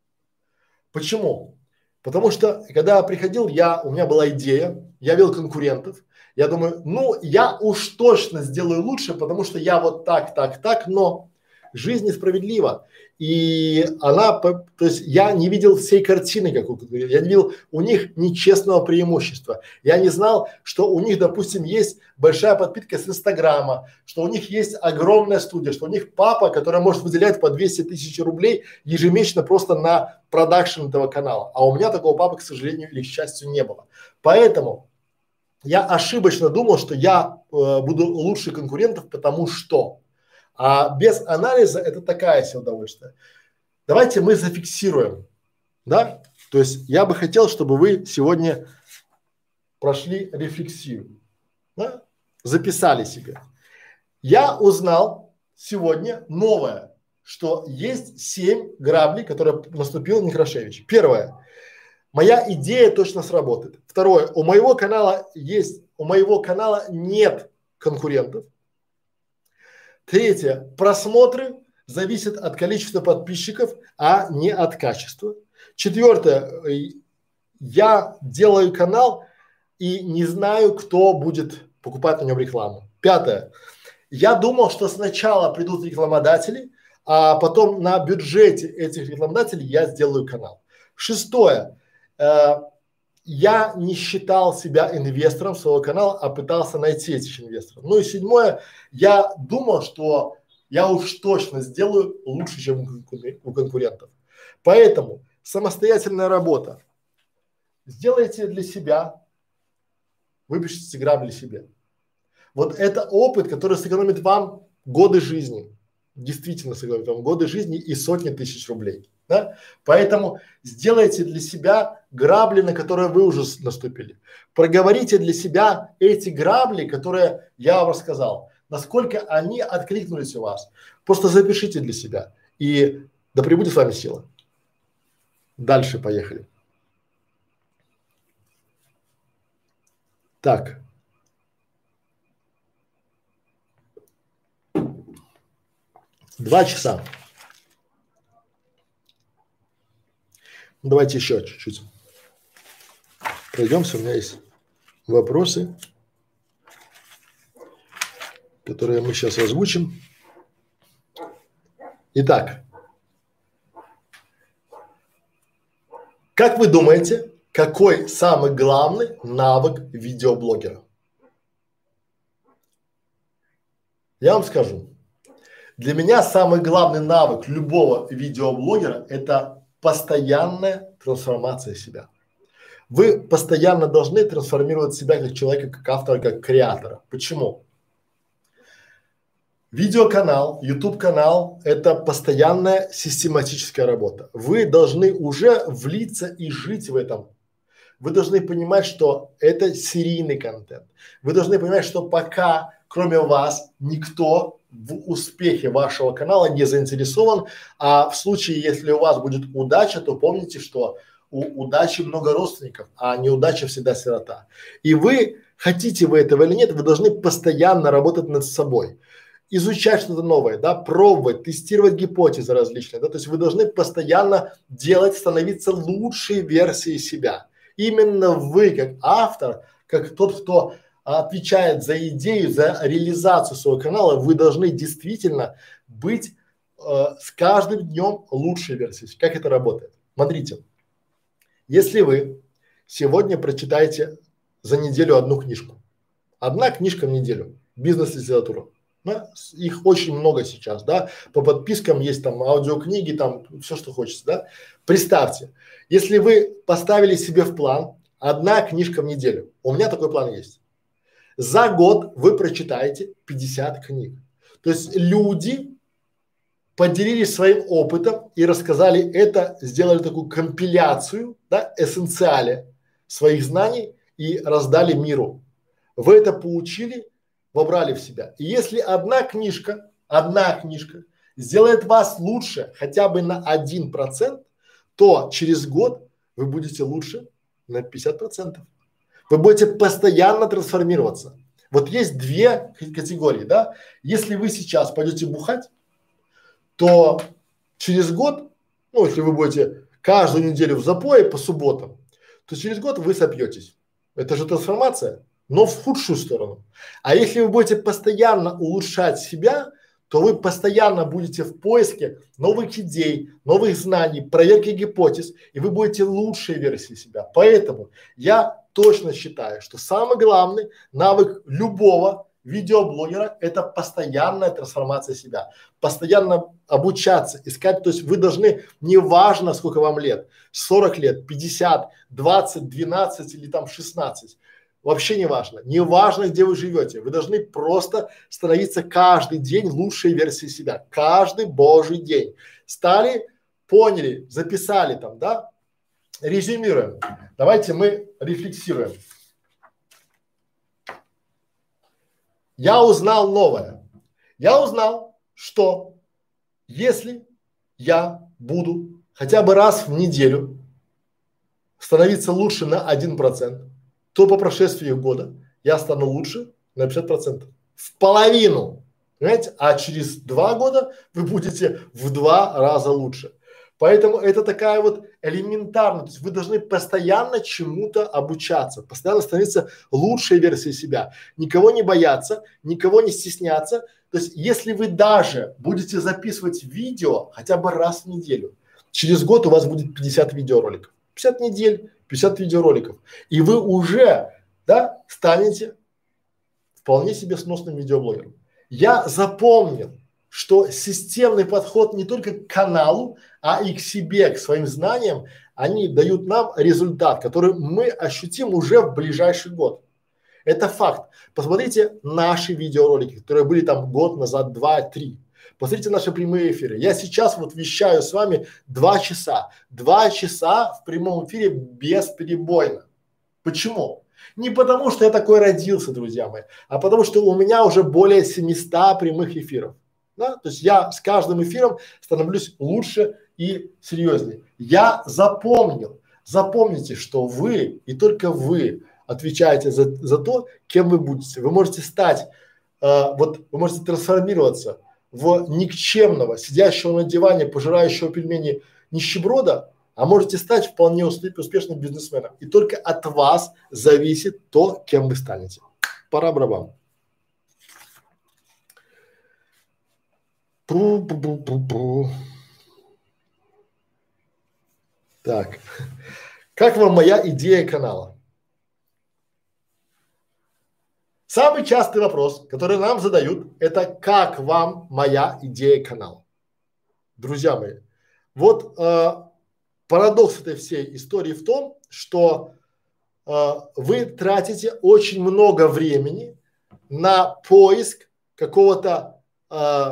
A: Почему? Потому что, когда я приходил, я, у меня была идея, я видел конкурентов, я думаю, ну, я уж точно сделаю лучше, потому что я вот так, так, так, но жизнь несправедлива. И она, то есть я не видел всей картины, как у конкурентов, я не видел у них нечестного преимущества. Я не знал, что у них, допустим, есть большая подпитка с Инстаграма, что у них есть огромная студия, что у них папа, который может выделять по двести тысяч рублей ежемесячно просто на продакшн этого канала. А у меня такого папы, к сожалению или к счастью, не было. Поэтому я ошибочно думал, что я э, буду лучше конкурентов, потому что а без анализа это такая себе удовольствие. Давайте мы зафиксируем, да? То есть я бы хотел, чтобы вы сегодня прошли рефлексию, да? Записали себе. Я узнал сегодня новое, что есть семь граблей, которые наступил Некрашевич. Первое. Моя идея точно сработает. Второе. У моего канала есть, у моего канала нет конкурентов. Третье. Просмотры зависят от количества подписчиков, а не от качества. Четвертое. Я делаю канал и не знаю, кто будет покупать на нем рекламу. Пятое. Я думал, что сначала придут рекламодатели, а потом на бюджете этих рекламодателей я сделаю канал. Шестое. Э, я не считал себя инвестором своего канала, а пытался найти этих инвесторов. Ну и седьмое, я думал, что я уж точно сделаю лучше, чем у конкурентов. Поэтому самостоятельная работа. Сделайте для себя, выпишите грабли себе. Вот это опыт, который сэкономит вам годы жизни. Действительно сэкономит вам годы жизни и сотни тысяч рублей. Да? Поэтому сделайте для себя грабли, на которые вы уже наступили. Проговорите для себя эти грабли, которые я вам рассказал. Насколько они откликнулись у вас. Просто запишите для себя. И да пребудет с вами сила. Дальше поехали. Так. Два часа. Давайте еще чуть-чуть пройдемся. У меня есть вопросы, которые мы сейчас озвучим. Итак, Как вы думаете, какой самый главный навык видеоблогера? Я вам скажу. Для меня самый главный навык любого видеоблогера – это постоянная трансформация себя. Вы постоянно должны трансформировать себя как человека, как автора, как креатора. Почему? Видеоканал, YouTube канал – это постоянная систематическая работа. Вы должны уже влиться и жить в этом. Вы должны понимать, что это серийный контент. Вы должны понимать, что пока кроме вас никто в успехе вашего канала не заинтересован, а в случае, если у вас будет удача, то помните, что у удачи много родственников, а неудача всегда сирота. И вы, хотите вы этого или нет, вы должны постоянно работать над собой, изучать что-то новое, да, пробовать, тестировать гипотезы различные, да, то есть вы должны постоянно делать, становиться лучшей версией себя. Именно вы, как автор, как тот, кто отвечает за идею, за реализацию своего канала, вы должны действительно быть э, с каждым днем лучшей версией. Как это работает? Смотрите, если вы сегодня прочитаете за неделю одну книжку, одна книжка в неделю, бизнес-литература, да, их очень много сейчас, да, по подпискам есть там аудиокниги, там все, что хочется, да. Представьте, если вы поставили себе в план одна книжка в неделю, у меня такой план есть. За год вы прочитаете пятьдесят книг. То есть люди поделились своим опытом и рассказали это, сделали такую компиляцию, да, эссенциале своих знаний и раздали миру. Вы это получили, вобрали в себя. И если одна книжка, одна книжка сделает вас лучше хотя бы на один процент, то через год вы будете лучше на пятьдесят процентов. Вы будете постоянно трансформироваться. Вот есть две категории, да. Если вы сейчас пойдете бухать, то через год, ну, если вы будете каждую неделю в запое по субботам, то через год вы сопьетесь. Это же трансформация, но в худшую сторону. А если вы будете постоянно улучшать себя, то вы постоянно будете в поиске новых идей, новых знаний, проверки гипотез, и вы будете лучшей версией себя. Поэтому я точно считаю, что самый главный навык любого видеоблогера – это постоянная трансформация себя, постоянно обучаться, искать. То есть вы должны, неважно сколько вам лет, сорок лет, пятьдесят, двадцать, двенадцать или там шестнадцать, вообще не важно, не важно, где вы живете, вы должны просто становиться каждый день лучшей версией себя, каждый божий день. Стали, поняли, записали там, да, резюмируем. Давайте мы рефлексируем. Я узнал новое. Я узнал, что если я буду хотя бы раз в неделю становиться лучше на один процент, то по прошествии года я стану лучше на пятьдесят процентов. В половину. Понимаете? А через два года вы будете в два раза лучше. Поэтому это такая вот элементарная, то есть вы должны постоянно чему-то обучаться, постоянно становиться лучшей версией себя, никого не бояться, никого не стесняться. То есть если вы даже будете записывать видео хотя бы раз в неделю, через год у вас будет пятьдесят видеороликов, пятьдесят недель, пятьдесят видеороликов, и вы уже, да, станете вполне себе сносным видеоблогером. Я запомнил, что системный подход не только к каналу, а и к себе, к своим знаниям, они дают нам результат, который мы ощутим уже в ближайший год. Это факт. Посмотрите наши видеоролики, которые были там год назад, два, три. Посмотрите наши прямые эфиры. Я сейчас вот вещаю с вами два часа. Два часа в прямом эфире бесперебойно. Почему? Не потому, что я такой родился, друзья мои, а потому, что у меня уже более семисот прямых эфиров. Да? То есть я с каждым эфиром становлюсь лучше и серьезнее. Я запомнил, запомните, что вы и только вы отвечаете за, за то, кем вы будете. Вы можете стать, э, вот вы можете трансформироваться в никчемного, сидящего на диване, пожирающего пельмени нищеброда, а можете стать вполне успе- успешным бизнесменом. И только от вас зависит то, кем вы станете. Пора барабан. Пу-пу-пу-пу-пу. Так, как вам моя идея канала? Самый частый вопрос, который нам задают, это как вам моя идея канала? Друзья мои, вот э, парадокс этой всей истории в том, что э, вы тратите очень много времени на поиск какого-то э,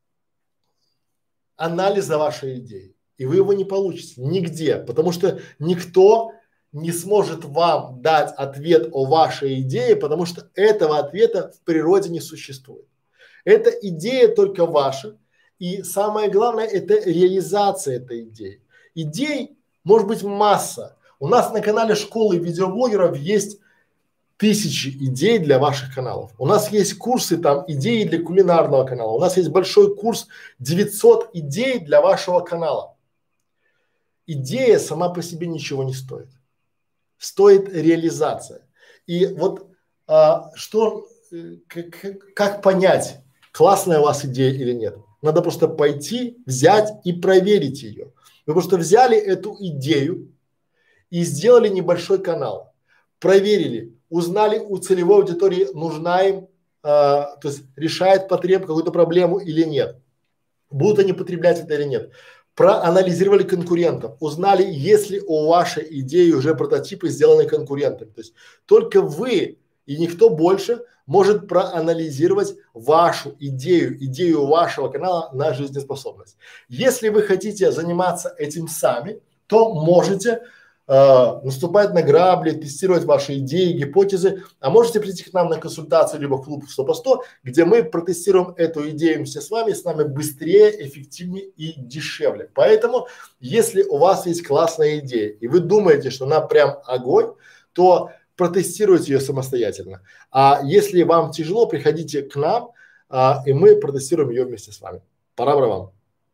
A: анализа вашей идеи, и вы его не получите нигде, потому что никто не сможет вам дать ответ о вашей идее, потому что этого ответа в природе не существует. Эта идея только ваша, и самое главное – это реализация этой идеи. Идей может быть масса. У нас на канале школы видеоблогеров есть тысячи идей для ваших каналов. У нас есть курсы, там, идеи для кулинарного канала. У нас есть большой курс девятьсот идей для вашего канала. Идея сама по себе ничего не стоит. Стоит реализация. И вот а, что, э, как, как понять, классная у вас идея или нет? Надо просто пойти, взять и проверить ее. Вы просто взяли эту идею и сделали небольшой канал, проверили, узнали у целевой аудитории, нужна им, а, то есть решает потреб какую-то проблему или нет, будут они потреблять это или нет. Проанализировали конкурентов, узнали, есть ли у вашей идеи уже прототипы сделаны конкурентами. То есть только вы и никто больше может проанализировать вашу идею, идею вашего канала на жизнеспособность. Если вы хотите заниматься этим сами, то можете э, наступать на грабли, тестировать ваши идеи, гипотезы, а можете прийти к нам на консультацию либо в клуб сто по сто, где мы протестируем эту идею вместе с вами, с нами быстрее, эффективнее и дешевле. Поэтому, если у вас есть классная идея и вы думаете, что она прям огонь, то протестируйте ее самостоятельно. А если вам тяжело, приходите к нам, а, и мы протестируем ее вместе с вами. Пора вам.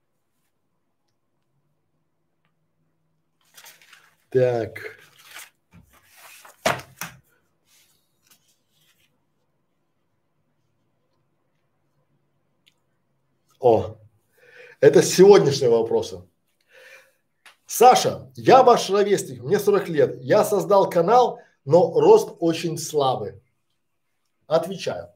A: Так. О, это сегодняшние вопросы. Саша, я ваш ровесник, мне сорок лет, я создал канал, но рост очень слабый. Отвечаю.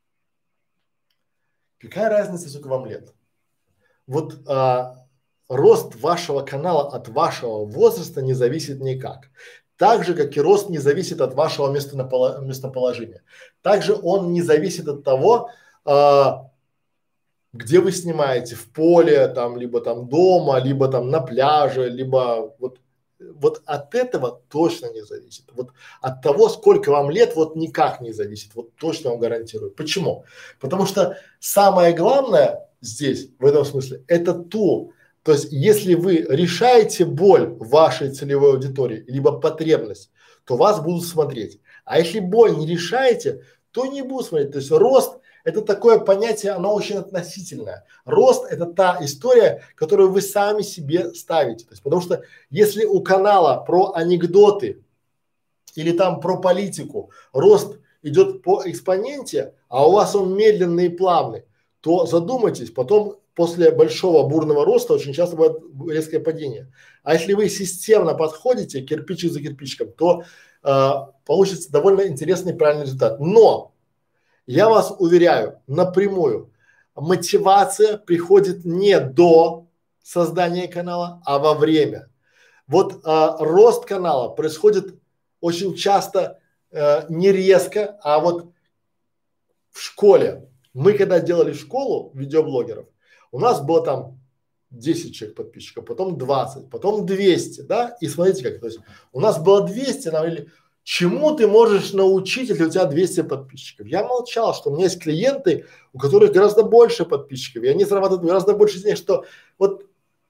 A: Какая разница, сколько вам лет? Вот а, рост вашего канала от вашего возраста не зависит никак. Так же, как и рост не зависит от вашего местоположения. Также он не зависит от того, а, где вы снимаете, в поле, там, либо там дома, либо там на пляже, либо вот. Вот от этого точно не зависит. Вот от того, сколько вам лет, вот никак не зависит. Вот точно вам гарантирую. Почему? Потому что самое главное здесь, в этом смысле, это то, то есть если вы решаете боль вашей целевой аудитории, либо потребность, то вас будут смотреть. А если боль не решаете, то не будут смотреть. То есть рост – это такое понятие, оно очень относительное. Рост – это та история, которую вы сами себе ставите. То есть, потому что если у канала про анекдоты или там про политику рост идет по экспоненте, а у вас он медленный и плавный, то задумайтесь, потом после большого бурного роста очень часто бывает резкое падение. А если вы системно подходите кирпичик за кирпичиком, то э, получится довольно интересный правильный результат. Но я вас уверяю напрямую, мотивация приходит не до создания канала, а во время. Вот а, рост канала происходит очень часто а, не резко, а вот в школе. Мы когда делали школу видеоблогеров, у нас было там десять человек подписчиков, потом двадцать, потом двести, да, и смотрите как, то есть у нас было двести, нам говорили, чему ты можешь научить, если у тебя двести подписчиков? Я молчал, что у меня есть клиенты, у которых гораздо больше подписчиков, и они зарабатывают гораздо больше денег, что вот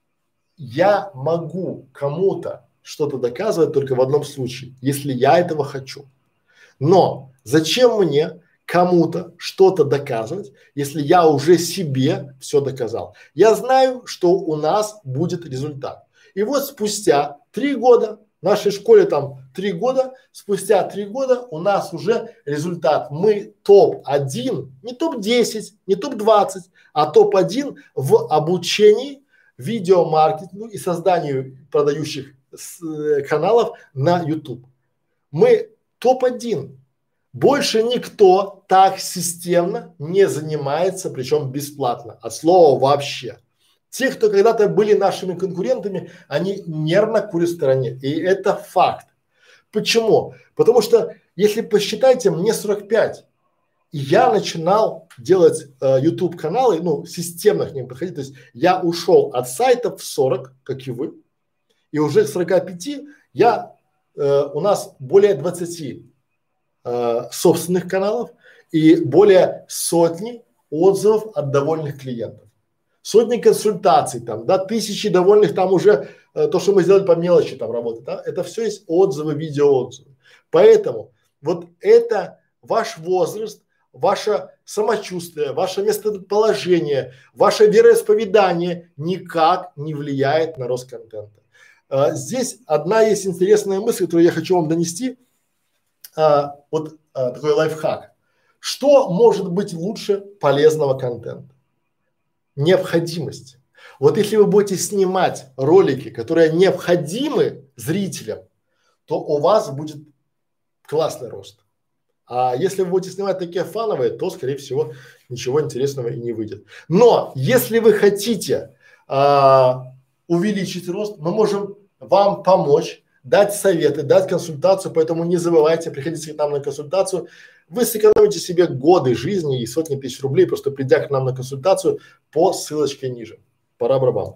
A: я могу кому-то что-то доказывать только в одном случае, если я этого хочу. Но зачем мне кому-то что-то доказывать, если я уже себе все доказал? Я знаю, что у нас будет результат. И вот спустя три года, в нашей школе там три года, спустя три года у нас уже результат. Мы топ один, не топ десять, не топ двадцать, а топ один в обучении, видеомаркетингу и созданию продающих с, э, каналов на YouTube. Мы топ один. Больше никто так системно не занимается, причем бесплатно, от слова вообще. Те, кто когда-то были нашими конкурентами, они нервно курят в стороне. И это факт. Почему? Потому что, если посчитайте, мне сорок пять. И я начинал делать э, YouTube каналы, ну, системно к ним подходить. То есть я ушел от сайтов в сорок, как и вы, и уже к сорока пяти я, э, у нас более двадцати э, собственных каналов и более сотни отзывов от довольных клиентов. Сотни консультаций там, да, тысячи довольных там уже, э, то, что мы сделали по мелочи там работает, да, это все есть отзывы, видеоотзывы. Поэтому вот это ваш возраст, ваше самочувствие, ваше местоположение, ваше вероисповедание никак не влияет на рост контента. А, здесь одна есть интересная мысль, которую я хочу вам донести. А, вот а, такой лайфхак. Что может быть лучше полезного контента? Необходимость. Вот если вы будете снимать ролики, которые необходимы зрителям, то у вас будет классный рост. А если вы будете снимать такие фановые, то, скорее всего, ничего интересного и не выйдет. Но если вы хотите а, увеличить рост, мы можем вам помочь, дать советы, дать консультацию, поэтому не забывайте, приходите к нам на консультацию. Вы сэкономите себе годы жизни и сотни тысяч рублей, просто придя к нам на консультацию по ссылочке ниже. Пора барабан.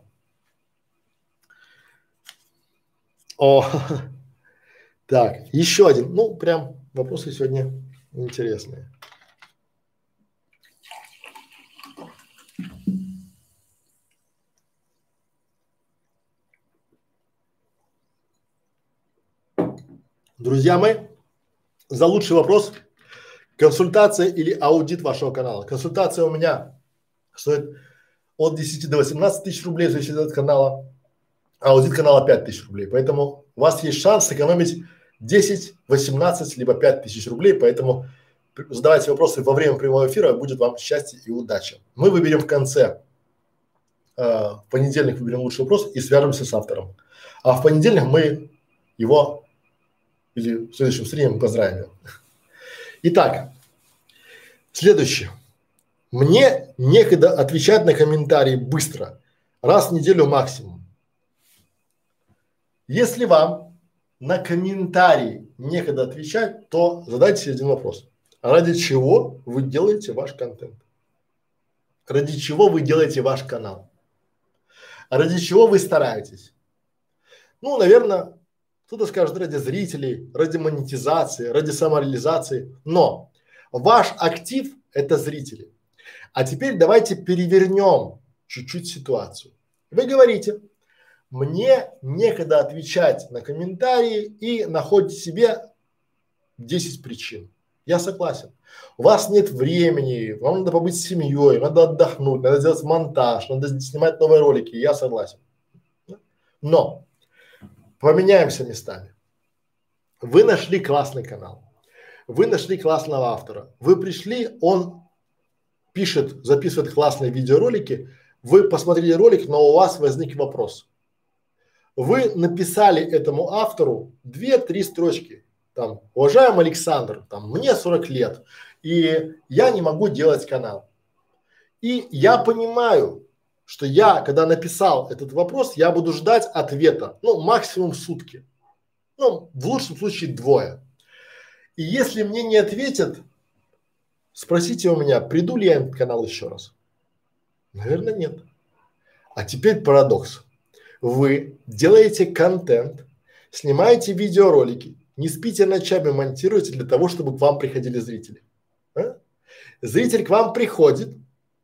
A: О, так, еще один, ну прям вопросы сегодня интересные. Друзья мои, за лучший вопрос консультация или аудит вашего канала. Консультация у меня стоит от десяти до восемнадцати тысяч рублей, зависит от канала. Аудит канала пять тысяч рублей. Поэтому у вас есть шанс сэкономить десять, восемнадцать, либо пять тысяч рублей. Поэтому задавайте вопросы во время прямого эфира, будет вам счастье и удача. Мы выберем в конце, э, в понедельник выберем лучший вопрос и свяжемся с автором. А в понедельник мы его, или в следующем стриме мы поздравим его. Итак, следующее. Мне некогда отвечать на комментарии быстро, раз в неделю максимум. Если вам на комментарии некогда отвечать, то задайте себе один вопрос. Ради чего вы делаете ваш контент? Ради чего вы делаете ваш канал? Ради чего вы стараетесь? Ну, наверное, кто-то скажет ради зрителей, ради монетизации, ради самореализации. Но ваш актив – это зрители. А теперь давайте перевернем чуть-чуть ситуацию. Вы говорите, мне некогда отвечать на комментарии и находите себе десять причин. Я согласен. У вас нет времени, вам надо побыть с семьей, надо отдохнуть, надо сделать монтаж, надо снимать новые ролики. Я согласен. Но поменяемся местами. Вы нашли классный канал, вы нашли классного автора, вы пришли, он пишет, записывает классные видеоролики, вы посмотрели ролик, но у вас возник вопрос. Вы написали этому автору две-три строчки, там, уважаемый Александр, там, мне сорок лет, и я не могу делать канал. И я понимаю, что я, когда написал этот вопрос, я буду ждать ответа, ну, максимум сутки, ну, в лучшем случае двое. И если мне не ответят, спросите у меня, приду ли я на этот канал еще раз? Наверное, нет. А теперь парадокс. Вы делаете контент, снимаете видеоролики, не спите ночами, монтируете для того, чтобы к вам приходили зрители. А? Зритель к вам приходит,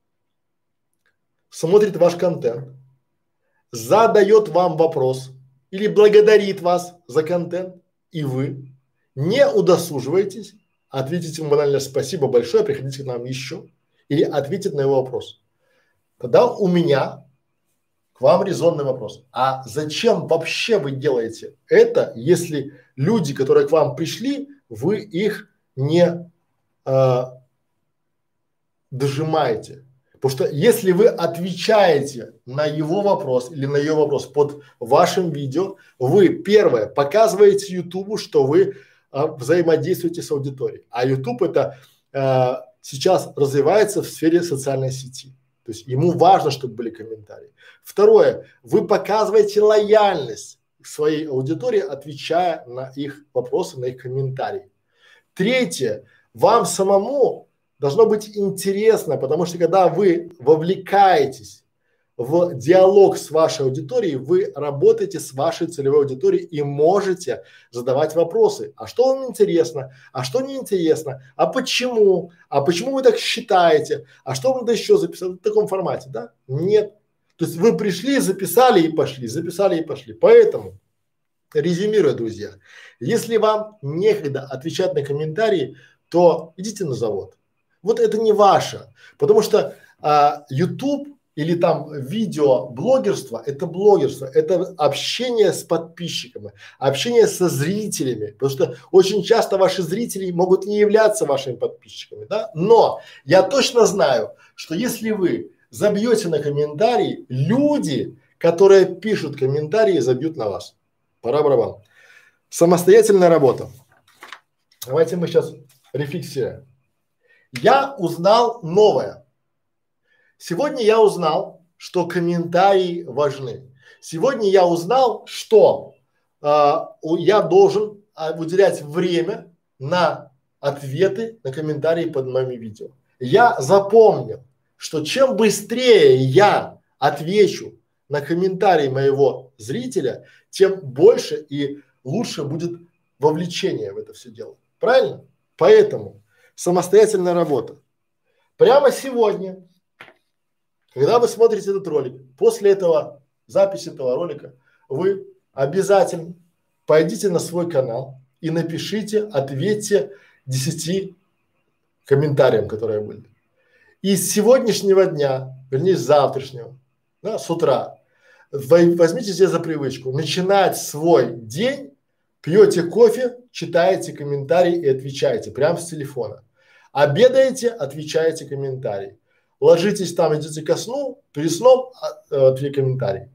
A: смотрит ваш контент, задает вам вопрос или благодарит вас за контент, и вы не удосуживаетесь ответить ему банально спасибо большое, приходите к нам еще, или ответить на его вопрос. Тогда у меня к вам резонный вопрос. А зачем вообще вы делаете это, если люди, которые к вам пришли, вы их не а, дожимаете? Потому что если вы отвечаете на его вопрос или на ее вопрос под вашим видео, вы, первое, показываете Ютубу, что вы а, взаимодействуете с аудиторией. А Ютуб это а, сейчас развивается в сфере социальной сети. То есть ему важно, чтобы были комментарии. Второе, вы показываете лояльность к своей аудитории, отвечая на их вопросы, на их комментарии. Третье, вам самому должно быть интересно, потому что когда вы вовлекаетесь в диалог с вашей аудиторией, вы работаете с вашей целевой аудиторией и можете задавать вопросы. А что вам интересно? А что не интересно? А почему? А почему вы так считаете? А что вам надо еще записать в таком формате, да? Нет. То есть вы пришли, записали и пошли, записали и пошли. Поэтому, резюмируя, друзья, если вам некогда отвечать на комментарии, то идите на завод. Вот это не ваше, потому что а, YouTube или там видео блогерство – это блогерство, это общение с подписчиками, общение со зрителями, потому что очень часто ваши зрители могут не являться вашими подписчиками, да? Но я точно знаю, что если вы забьете на комментарии, люди, которые пишут комментарии, забьют на вас. Пора барабан. Самостоятельная работа. Давайте мы сейчас рефлексируем. Я узнал новое. Сегодня я узнал, что комментарии важны. Сегодня я узнал, что а, я должен а, уделять время на ответы, на комментарии под моими видео. Я запомнил, что чем быстрее я отвечу на комментарии моего зрителя, тем больше и лучше будет вовлечение в это все дело. Правильно? Поэтому самостоятельная работа. Прямо сегодня, когда вы смотрите этот ролик, после этого, записи этого ролика, вы обязательно пойдите на свой канал и напишите, ответьте десяти комментариям, которые были. И с сегодняшнего дня, вернее с завтрашнего, да, с утра, вы возьмите себе за привычку начинать свой день, пьете кофе, читаете комментарии и отвечаете прямо с телефона. Обедаете, отвечаете комментарии. Ложитесь там, идите ко сну, перед сном ответьте комментарий.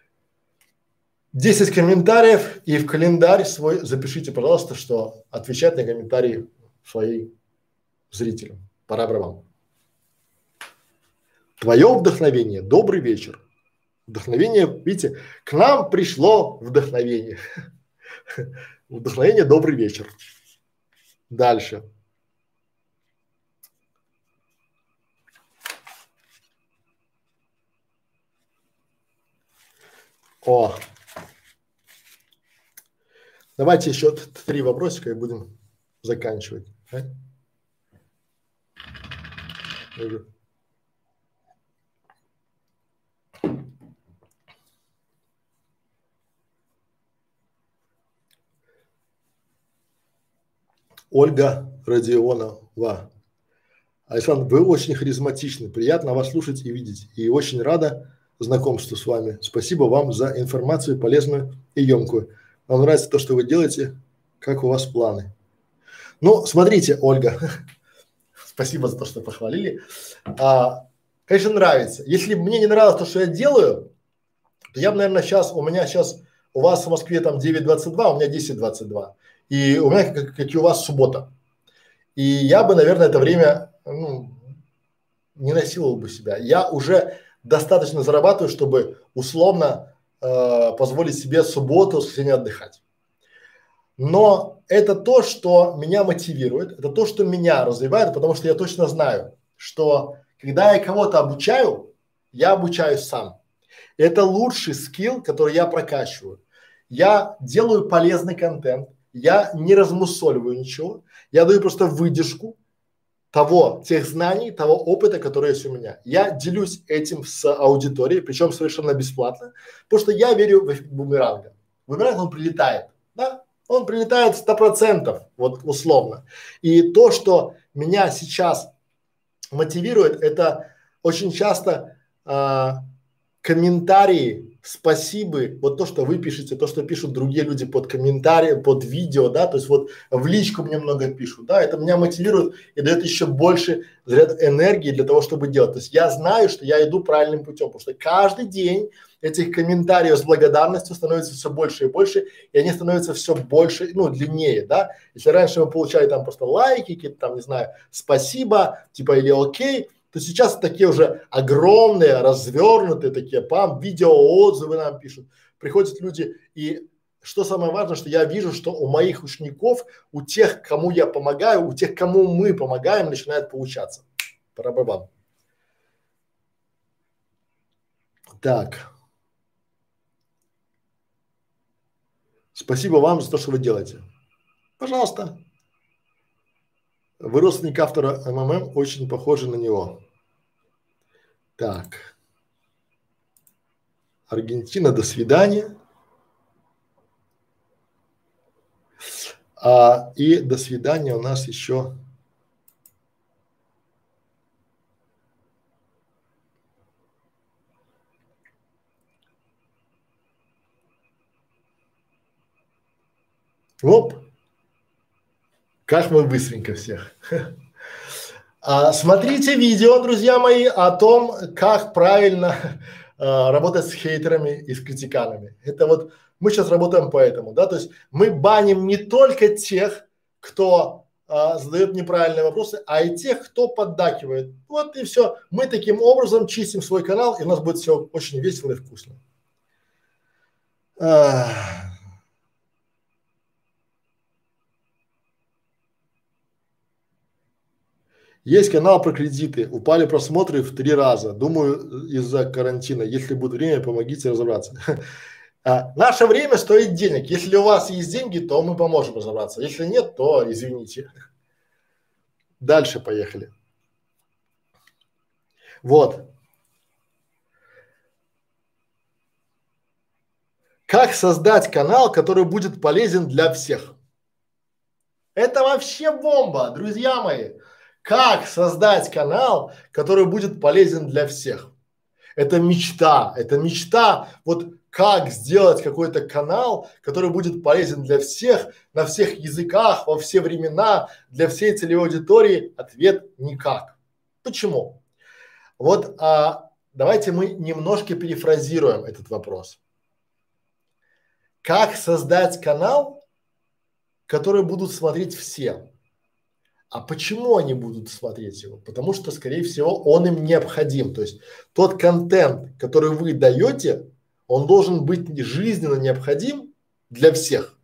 A: десять комментариев и в календарь свой запишите, пожалуйста, что отвечать на комментарии своим зрителям. Пора вам. Твое вдохновение. Добрый вечер. Вдохновение, видите, к нам пришло вдохновение. Вдохновение, добрый вечер. Дальше. О, давайте еще три вопросика и будем заканчивать. А? Ольга Родионова. Александр, вы очень харизматичны, приятно вас слушать и видеть, и очень рада знакомству с вами. Спасибо вам за информацию полезную и емкую. Нам нравится то, что вы делаете, как у вас планы. Ну, смотрите, Ольга, спасибо за то, что похвалили. А, конечно, нравится. Если бы мне не нравилось то, что я делаю, то я бы, наверное, сейчас, у меня сейчас, у вас в Москве там девять двадцать два, у меня десять двадцать два. И у меня, как, как и у вас, суббота. И я бы, наверное, это время, ну, не насиловал бы себя. Я уже достаточно зарабатываю, чтобы условно э, позволить себе субботу, воскресенье отдыхать. Но это то, что меня мотивирует, это то, что меня развивает, потому что я точно знаю, что когда я кого-то обучаю, я обучаюсь сам. Это лучший скилл, который я прокачиваю. Я делаю полезный контент, я не размусоливаю ничего, я даю просто выдержку того, тех знаний, того опыта, который есть у меня. Я делюсь этим с аудиторией, причем совершенно бесплатно, потому что я верю в эффект бумеранга. Бумеранг, он прилетает, да? Он прилетает сто процентов, вот условно. И то, что меня сейчас мотивирует, это очень часто а, комментарии, спасибо, вот то, что вы пишете, то, что пишут другие люди под комментарием, под видео, да, то есть вот в личку мне много пишут, да, это меня мотивирует и дает еще больше заряд энергии для того, чтобы делать. То есть я знаю, что я иду правильным путем, потому что каждый день этих комментариев с благодарностью становится все больше и больше, и они становятся все больше, ну, длиннее, да. Если раньше мы получали там просто лайки, какие-то там, не знаю, спасибо, типа или окей, то сейчас такие уже огромные, развернутые такие, пам, видео отзывы нам пишут. Приходят люди, и что самое важное, что я вижу, что у моих учеников, у тех, кому я помогаю, у тех, кому мы помогаем, начинает получаться. Пара-ба-бам. Так. Спасибо вам за то, что вы делаете. Пожалуйста. Вы родственник автора эм эм эм, очень похожи на него. Так. Аргентина, до свидания. А, и до свидания у нас еще. Оп. Как мы быстренько всех. А, смотрите видео, друзья мои, о том, как правильно а, работать с хейтерами и с критиканами. Это вот мы сейчас работаем по этому, да, то есть мы баним не только тех, кто а, задает неправильные вопросы, а и тех, кто поддакивает. Вот и все. Мы таким образом чистим свой канал, и у нас будет все очень весело и вкусно. А, Есть канал про кредиты, упали просмотры в три раза, думаю, из-за карантина. Если будет время, помогите разобраться. А, наше время стоит денег. Если у вас есть деньги, то мы поможем разобраться. Если нет, то извините. Дальше поехали. Вот. Как создать канал, который будет полезен для всех? Это вообще бомба, друзья мои. Как создать канал, который будет полезен для всех? Это мечта, это мечта. Вот как сделать какой-то канал, который будет полезен для всех, на всех языках, во все времена, для всей целевой аудитории? Ответ – никак. Почему? Вот а, давайте мы немножко перефразируем этот вопрос. Как создать канал, который будут смотреть все? А почему они будут смотреть его? Потому что, скорее всего, он им необходим. То есть тот контент, который вы даете, он должен быть жизненно необходим для всех.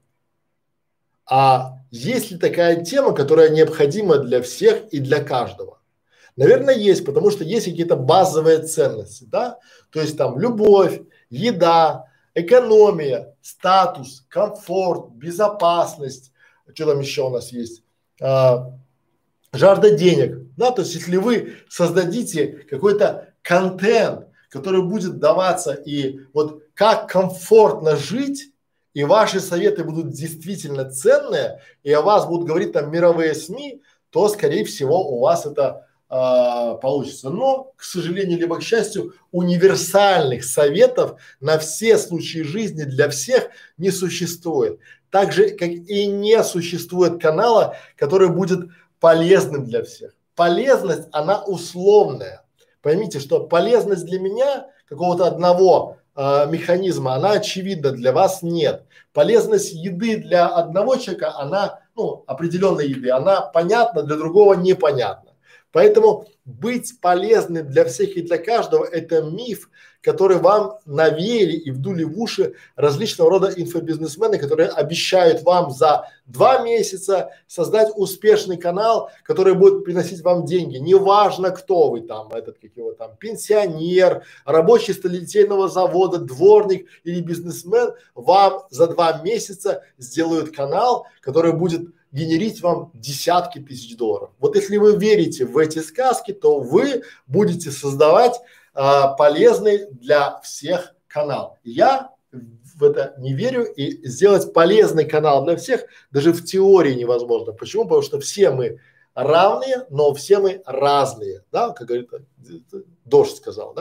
A: А есть ли такая тема, которая необходима для всех и для каждого? Наверное, есть, потому что есть какие-то базовые ценности, да? То есть там любовь, еда, экономия, статус, комфорт, безопасность, что там еще у нас есть? А, жажда денег, да, то есть если вы создадите какой-то контент, который будет даваться и вот как комфортно жить, и ваши советы будут действительно ценные, и о вас будут говорить там мировые СМИ, то скорее всего у вас это а, получится. Но, к сожалению, либо к счастью, универсальных советов на все случаи жизни для всех не существует. Так же, как и не существует канала, который будет полезным для всех. Полезность, она условная. Поймите, что полезность для меня какого-то одного э, механизма, она очевидна, для вас нет. Полезность еды для одного человека, она, ну, определенной еды, она понятна, для другого непонятна. Поэтому быть полезным для всех и для каждого – это миф, который вам навеяли и вдули в уши различного рода инфобизнесмены, которые обещают вам за два месяца создать успешный канал, который будет приносить вам деньги. Неважно, кто вы там, этот, как его там, пенсионер, рабочий сталелитейного завода, дворник или бизнесмен, вам за два месяца сделают канал, который будет генерить вам десятки тысяч долларов. Вот если вы верите в эти сказки, то вы будете создавать а, полезный для всех канал. Я в это не верю, и сделать полезный канал для всех даже в теории невозможно. Почему? Потому что все мы равные, но все мы разные, да, как говорит Дождь сказал, да.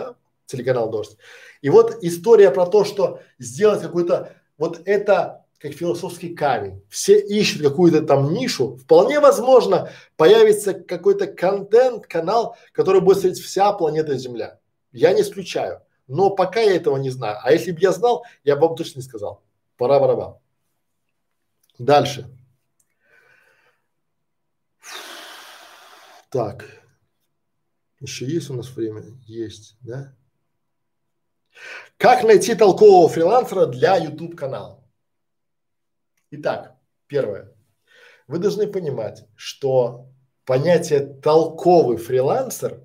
A: телеканал «Дождь». И вот история про то, что сделать какой-то, вот это как философский камень. Все ищут какую-то там нишу. Вполне возможно, появится какой-то контент, канал, который будет смотреть вся планета Земля. Я не исключаю. Но пока я этого не знаю. А если бы я знал, я бы вам точно не сказал. Пора барабан. Дальше. Так. Еще есть у нас время? Есть, да? Как найти толкового фрилансера для YouTube канала? Итак, первое. Вы должны понимать, что понятие толковый фрилансер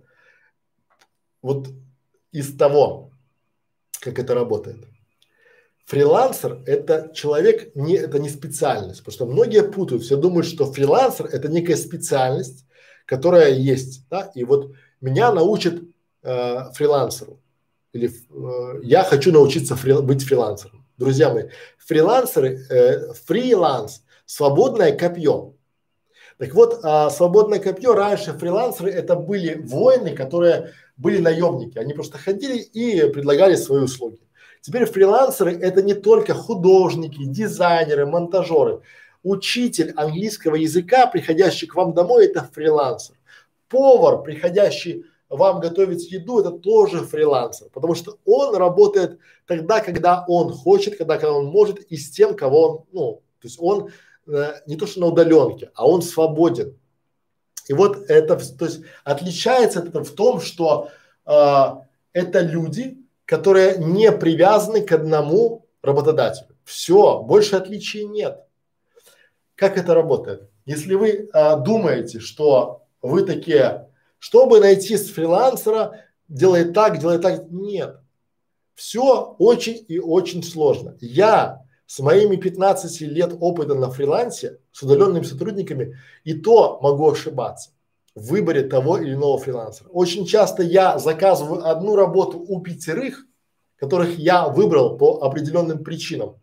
A: вот из того, как это работает. Фрилансер – это человек, не, это не специальность, потому что многие путают, все думают, что фрилансер – это некая специальность, которая есть, да, и вот меня научат э, фрилансеру, или э, я хочу научиться фри, быть фрилансером. Друзья мои, фрилансеры, э, фриланс – свободное копье. Так вот, а, свободное копье раньше фрилансеры это были воины, которые были наемники, они просто ходили и предлагали свои услуги. Теперь фрилансеры это не только художники, дизайнеры, монтажеры. Учитель английского языка, приходящий к вам домой, это фрилансер. Повар, приходящий вам готовить еду, это тоже фрилансер, потому что он работает тогда, когда он хочет, когда, когда он может и с тем, кого он, ну, то есть он э, не то что на удаленке, а он свободен. И вот это, то есть отличается это в том, что э, это люди, которые не привязаны к одному работодателю. Все, больше отличий нет. Как это работает? Если вы а, думаете, что вы такие, чтобы найти с фрилансера, делай так, делай так, нет. Все очень и очень сложно. Я с моими пятнадцатью лет опыта на фрилансе, с удаленными сотрудниками, и то могу ошибаться в выборе того или иного фрилансера. Очень часто я заказываю одну работу у пятерых, которых я выбрал по определенным причинам.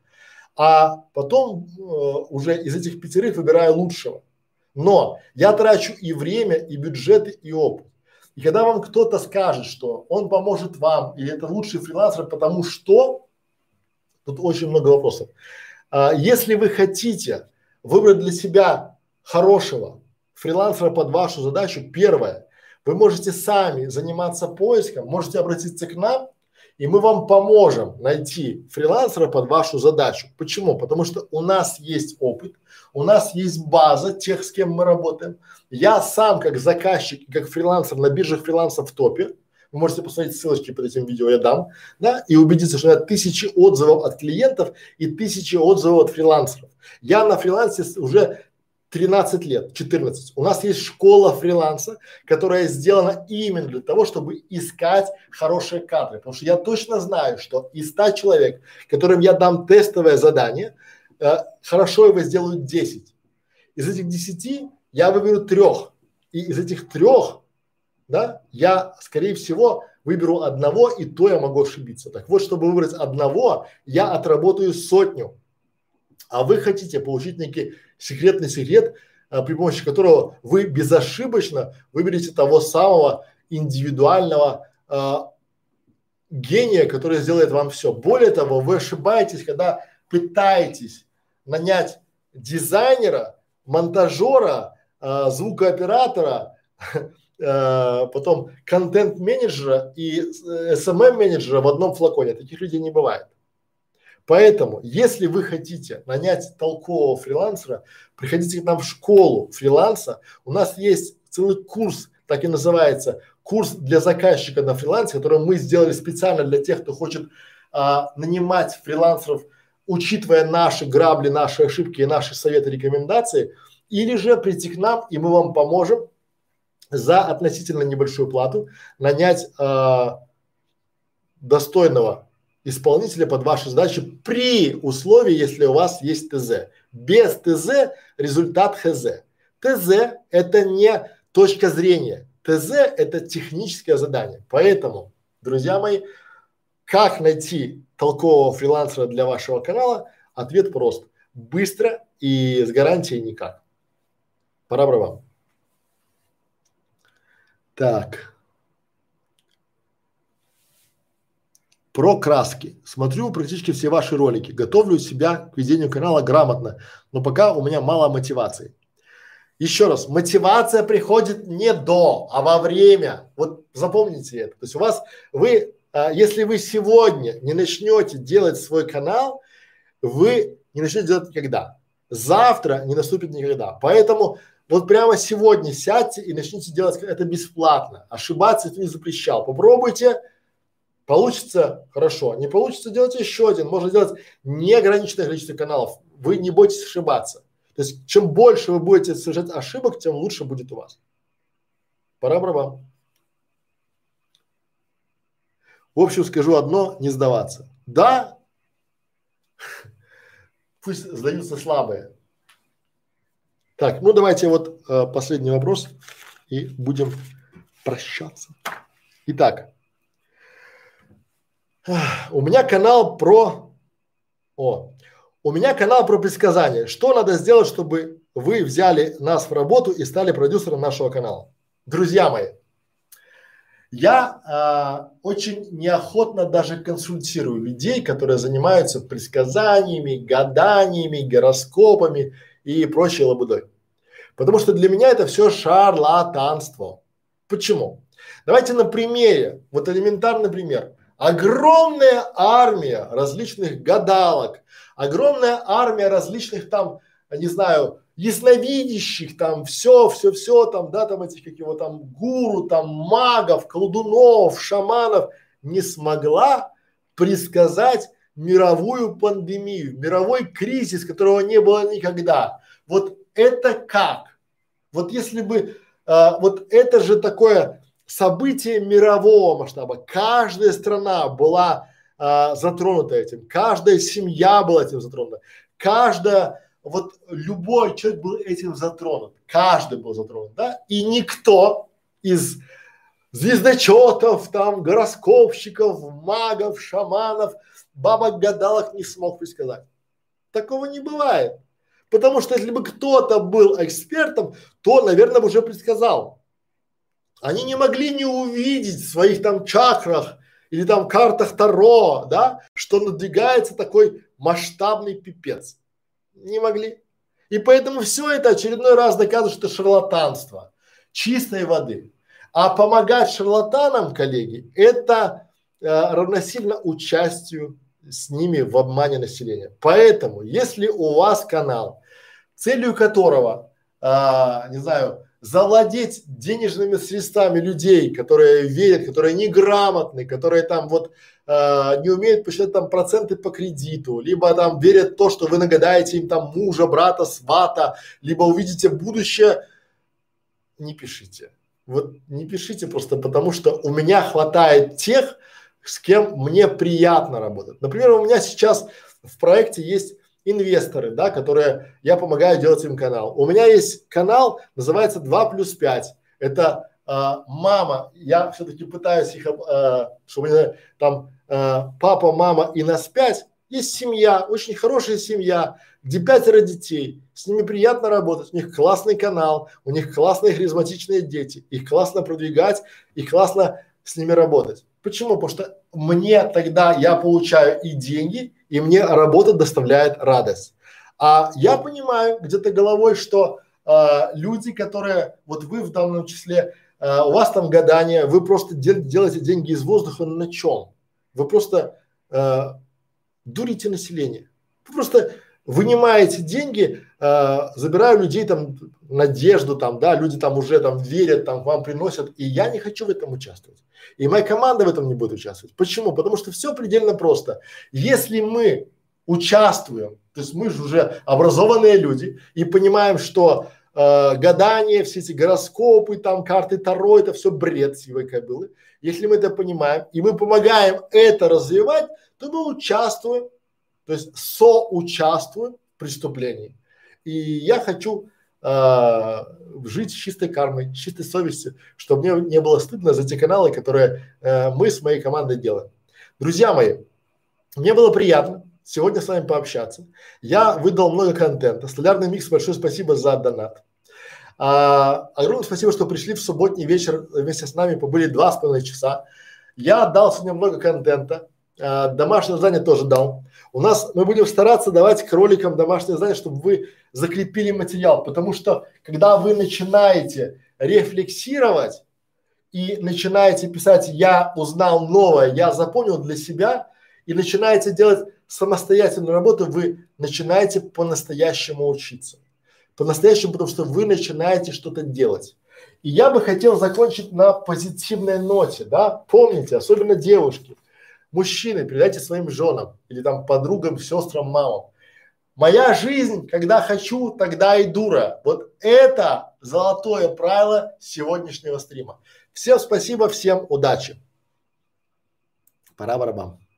A: А потом э, уже из этих пятерых выбираю лучшего. Но я трачу и время, и бюджеты, и опыт. И когда вам кто-то скажет, что он поможет вам, или это лучший фрилансер, потому что, тут очень много вопросов. А, если вы хотите выбрать для себя хорошего фрилансера под вашу задачу, первое, вы можете сами заниматься поиском, можете обратиться к нам, и мы вам поможем найти фрилансера под вашу задачу. Почему? Потому что у нас есть опыт, у нас есть база тех, с кем мы работаем. Я сам как заказчик, как фрилансер на бирже фриланса в топе. Вы можете посмотреть ссылочки под этим видео, я дам, да, и убедиться, что это тысячи отзывов от клиентов и тысячи отзывов от фрилансеров. Я на фрилансе уже тринадцать лет, четырнадцать. У нас есть школа фриланса, которая сделана именно для того, чтобы искать хорошие кадры. Потому что я точно знаю, что из ста человек, которым я дам тестовое задание, э, хорошо его сделают десять. Из этих десяти я выберу трех. И из этих трех, да, я, скорее всего, выберу одного, и то я могу ошибиться. Так вот, чтобы выбрать одного, я отработаю сотню. А вы хотите получить некий секретный секрет, а, при помощи которого вы безошибочно выберете того самого индивидуального а, гения, который сделает вам все. Более того, вы ошибаетесь, когда пытаетесь нанять дизайнера, монтажера, а, звукооператора, а, потом контент-менеджера и эс эм эм-менеджера в одном флаконе. Таких людей не бывает. Поэтому, если вы хотите нанять толкового фрилансера, приходите к нам в школу фриланса. У нас есть целый курс, так и называется, курс для заказчика на фрилансе, который мы сделали специально для тех, кто хочет а, нанимать фрилансеров, учитывая наши грабли, наши ошибки и наши советы, рекомендации. Или же прийти к нам, и мы вам поможем за относительно небольшую плату нанять а, достойного исполнителя под вашу задачу при условии, если у вас есть ТЗ. Без ТЗ результат ХЗ. ТЗ это не точка зрения. ТЗ это техническое задание. Поэтому, друзья мои, как найти толкового фрилансера для вашего канала? Ответ прост. Быстро и с гарантией никак. Пора вам. Так. про краски. Смотрю практически все ваши ролики. Готовлю себя к ведению канала грамотно, но пока у меня мало мотивации. Еще раз, мотивация приходит не до, а во время. Вот запомните это. То есть у вас, вы, а, если вы сегодня не начнете делать свой канал, вы не начнете делать никогда. Завтра не наступит никогда. Поэтому вот прямо сегодня сядьте и начните делать это бесплатно. Ошибаться никто не запрещал. Попробуйте, получится хорошо. Не получится, делайте еще один. Можно делать неограниченное количество каналов. Вы не бойтесь ошибаться. То есть чем больше вы будете совершать ошибок, тем лучше будет у вас. Пора барабан. В общем, скажу одно: не сдаваться. Да, пусть сдаются слабые. Так, ну давайте вот э, последний вопрос и будем прощаться. Итак, у меня канал про… О, у меня канал про предсказания. Что надо сделать, чтобы вы взяли нас в работу и стали продюсером нашего канала? Друзья мои, я а, очень неохотно даже консультирую людей, которые занимаются предсказаниями, гаданиями, гороскопами и прочей лабудой. Потому что для меня это все шарлатанство. Почему? Давайте на примере, вот элементарный пример. Огромная армия различных гадалок, огромная армия различных там, не знаю, ясновидящих, там все, все, все, там, да, там этих, как его там, гуру, там, магов, колдунов, шаманов не смогла предсказать мировую пандемию, мировой кризис, которого не было никогда. Вот это как? Вот если бы, а, вот это же такое событие мирового масштаба. Каждая страна была а, затронута этим, каждая семья была этим затронута, каждая, вот любой человек был этим затронут, каждый был затронут, да, и никто из звездочетов, там, гороскопщиков, магов, шаманов, бабок-гадалок не смог предсказать. Такого не бывает. Потому что если бы кто-то был экспертом, то, наверное, бы уже предсказал. Они не могли не увидеть в своих там чакрах или там картах Таро, да, что надвигается такой масштабный пипец. Не могли. И поэтому все это очередной раз доказывает, что это шарлатанство чистой воды. А помогать шарлатанам, коллеги, это э, равносильно участию с ними в обмане населения. Поэтому, если у вас канал, целью которого, а, не знаю, завладеть денежными средствами людей, которые верят, которые неграмотны, которые там вот а, не умеют посчитать там проценты по кредиту, либо там верят в то, что вы нагадаете им там мужа, брата, свата, либо увидите будущее, не пишите. Вот не пишите просто потому, что у меня хватает тех, с кем мне приятно работать. Например, у меня сейчас в проекте есть инвесторы, да, которые я помогаю делать им канал. У меня есть канал, называется два плюс пять. Это а, мама, я все-таки пытаюсь их, а, чтобы там а, папа, мама и нас пять. Есть семья, очень хорошая семья, где пятеро детей, с ними приятно работать, у них классный канал, у них классные харизматичные дети, их классно продвигать, их классно с ними работать. Почему? Потому что мне тогда я получаю и деньги, и мне работа доставляет радость. А я понимаю где-то головой, что а, люди, которые, вот вы в данном числе, а, у вас там гадание, вы просто дел, делаете деньги из воздуха на чем? Вы просто а, дурите население. Вы просто вынимаете деньги, э, забираю людей там надежду там, да, люди там уже там верят, там вам приносят, и я не хочу в этом участвовать. И моя команда в этом не будет участвовать. Почему? Потому что все предельно просто. Если мы участвуем, то есть мы же уже образованные люди и понимаем, что э, гадание, все эти гороскопы, там карты Таро, это все бред сивой кобылы. Если мы это понимаем и мы помогаем это развивать, то мы участвуем, то есть соучаствуем в преступлении. И я хочу э, жить с чистой кармой, с чистой совестью, чтобы мне не было стыдно за те каналы, которые э, мы с моей командой делаем. Друзья мои, мне было приятно сегодня с вами пообщаться. Я выдал много контента. Столярный микс, большое спасибо за донат. А, огромное спасибо, что пришли в субботний вечер вместе с нами, побыли два с половиной часа. Я отдал сегодня много контента. А, домашнее задание тоже дал. У нас мы будем стараться давать к роликам домашнее задание, чтобы вы закрепили материал, потому что когда вы начинаете рефлексировать и начинаете писать «я узнал новое, я запомнил для себя» и начинаете делать самостоятельную работу, вы начинаете по-настоящему учиться. По-настоящему, потому что вы начинаете что-то делать. И я бы хотел закончить на позитивной ноте, да, помните, особенно девушки, мужчины, передайте своим женам или там подругам, сестрам, мамам. Моя жизнь, когда хочу, тогда и дура. Вот это золотое правило сегодняшнего стрима. Всем спасибо, всем удачи. Пора барабан.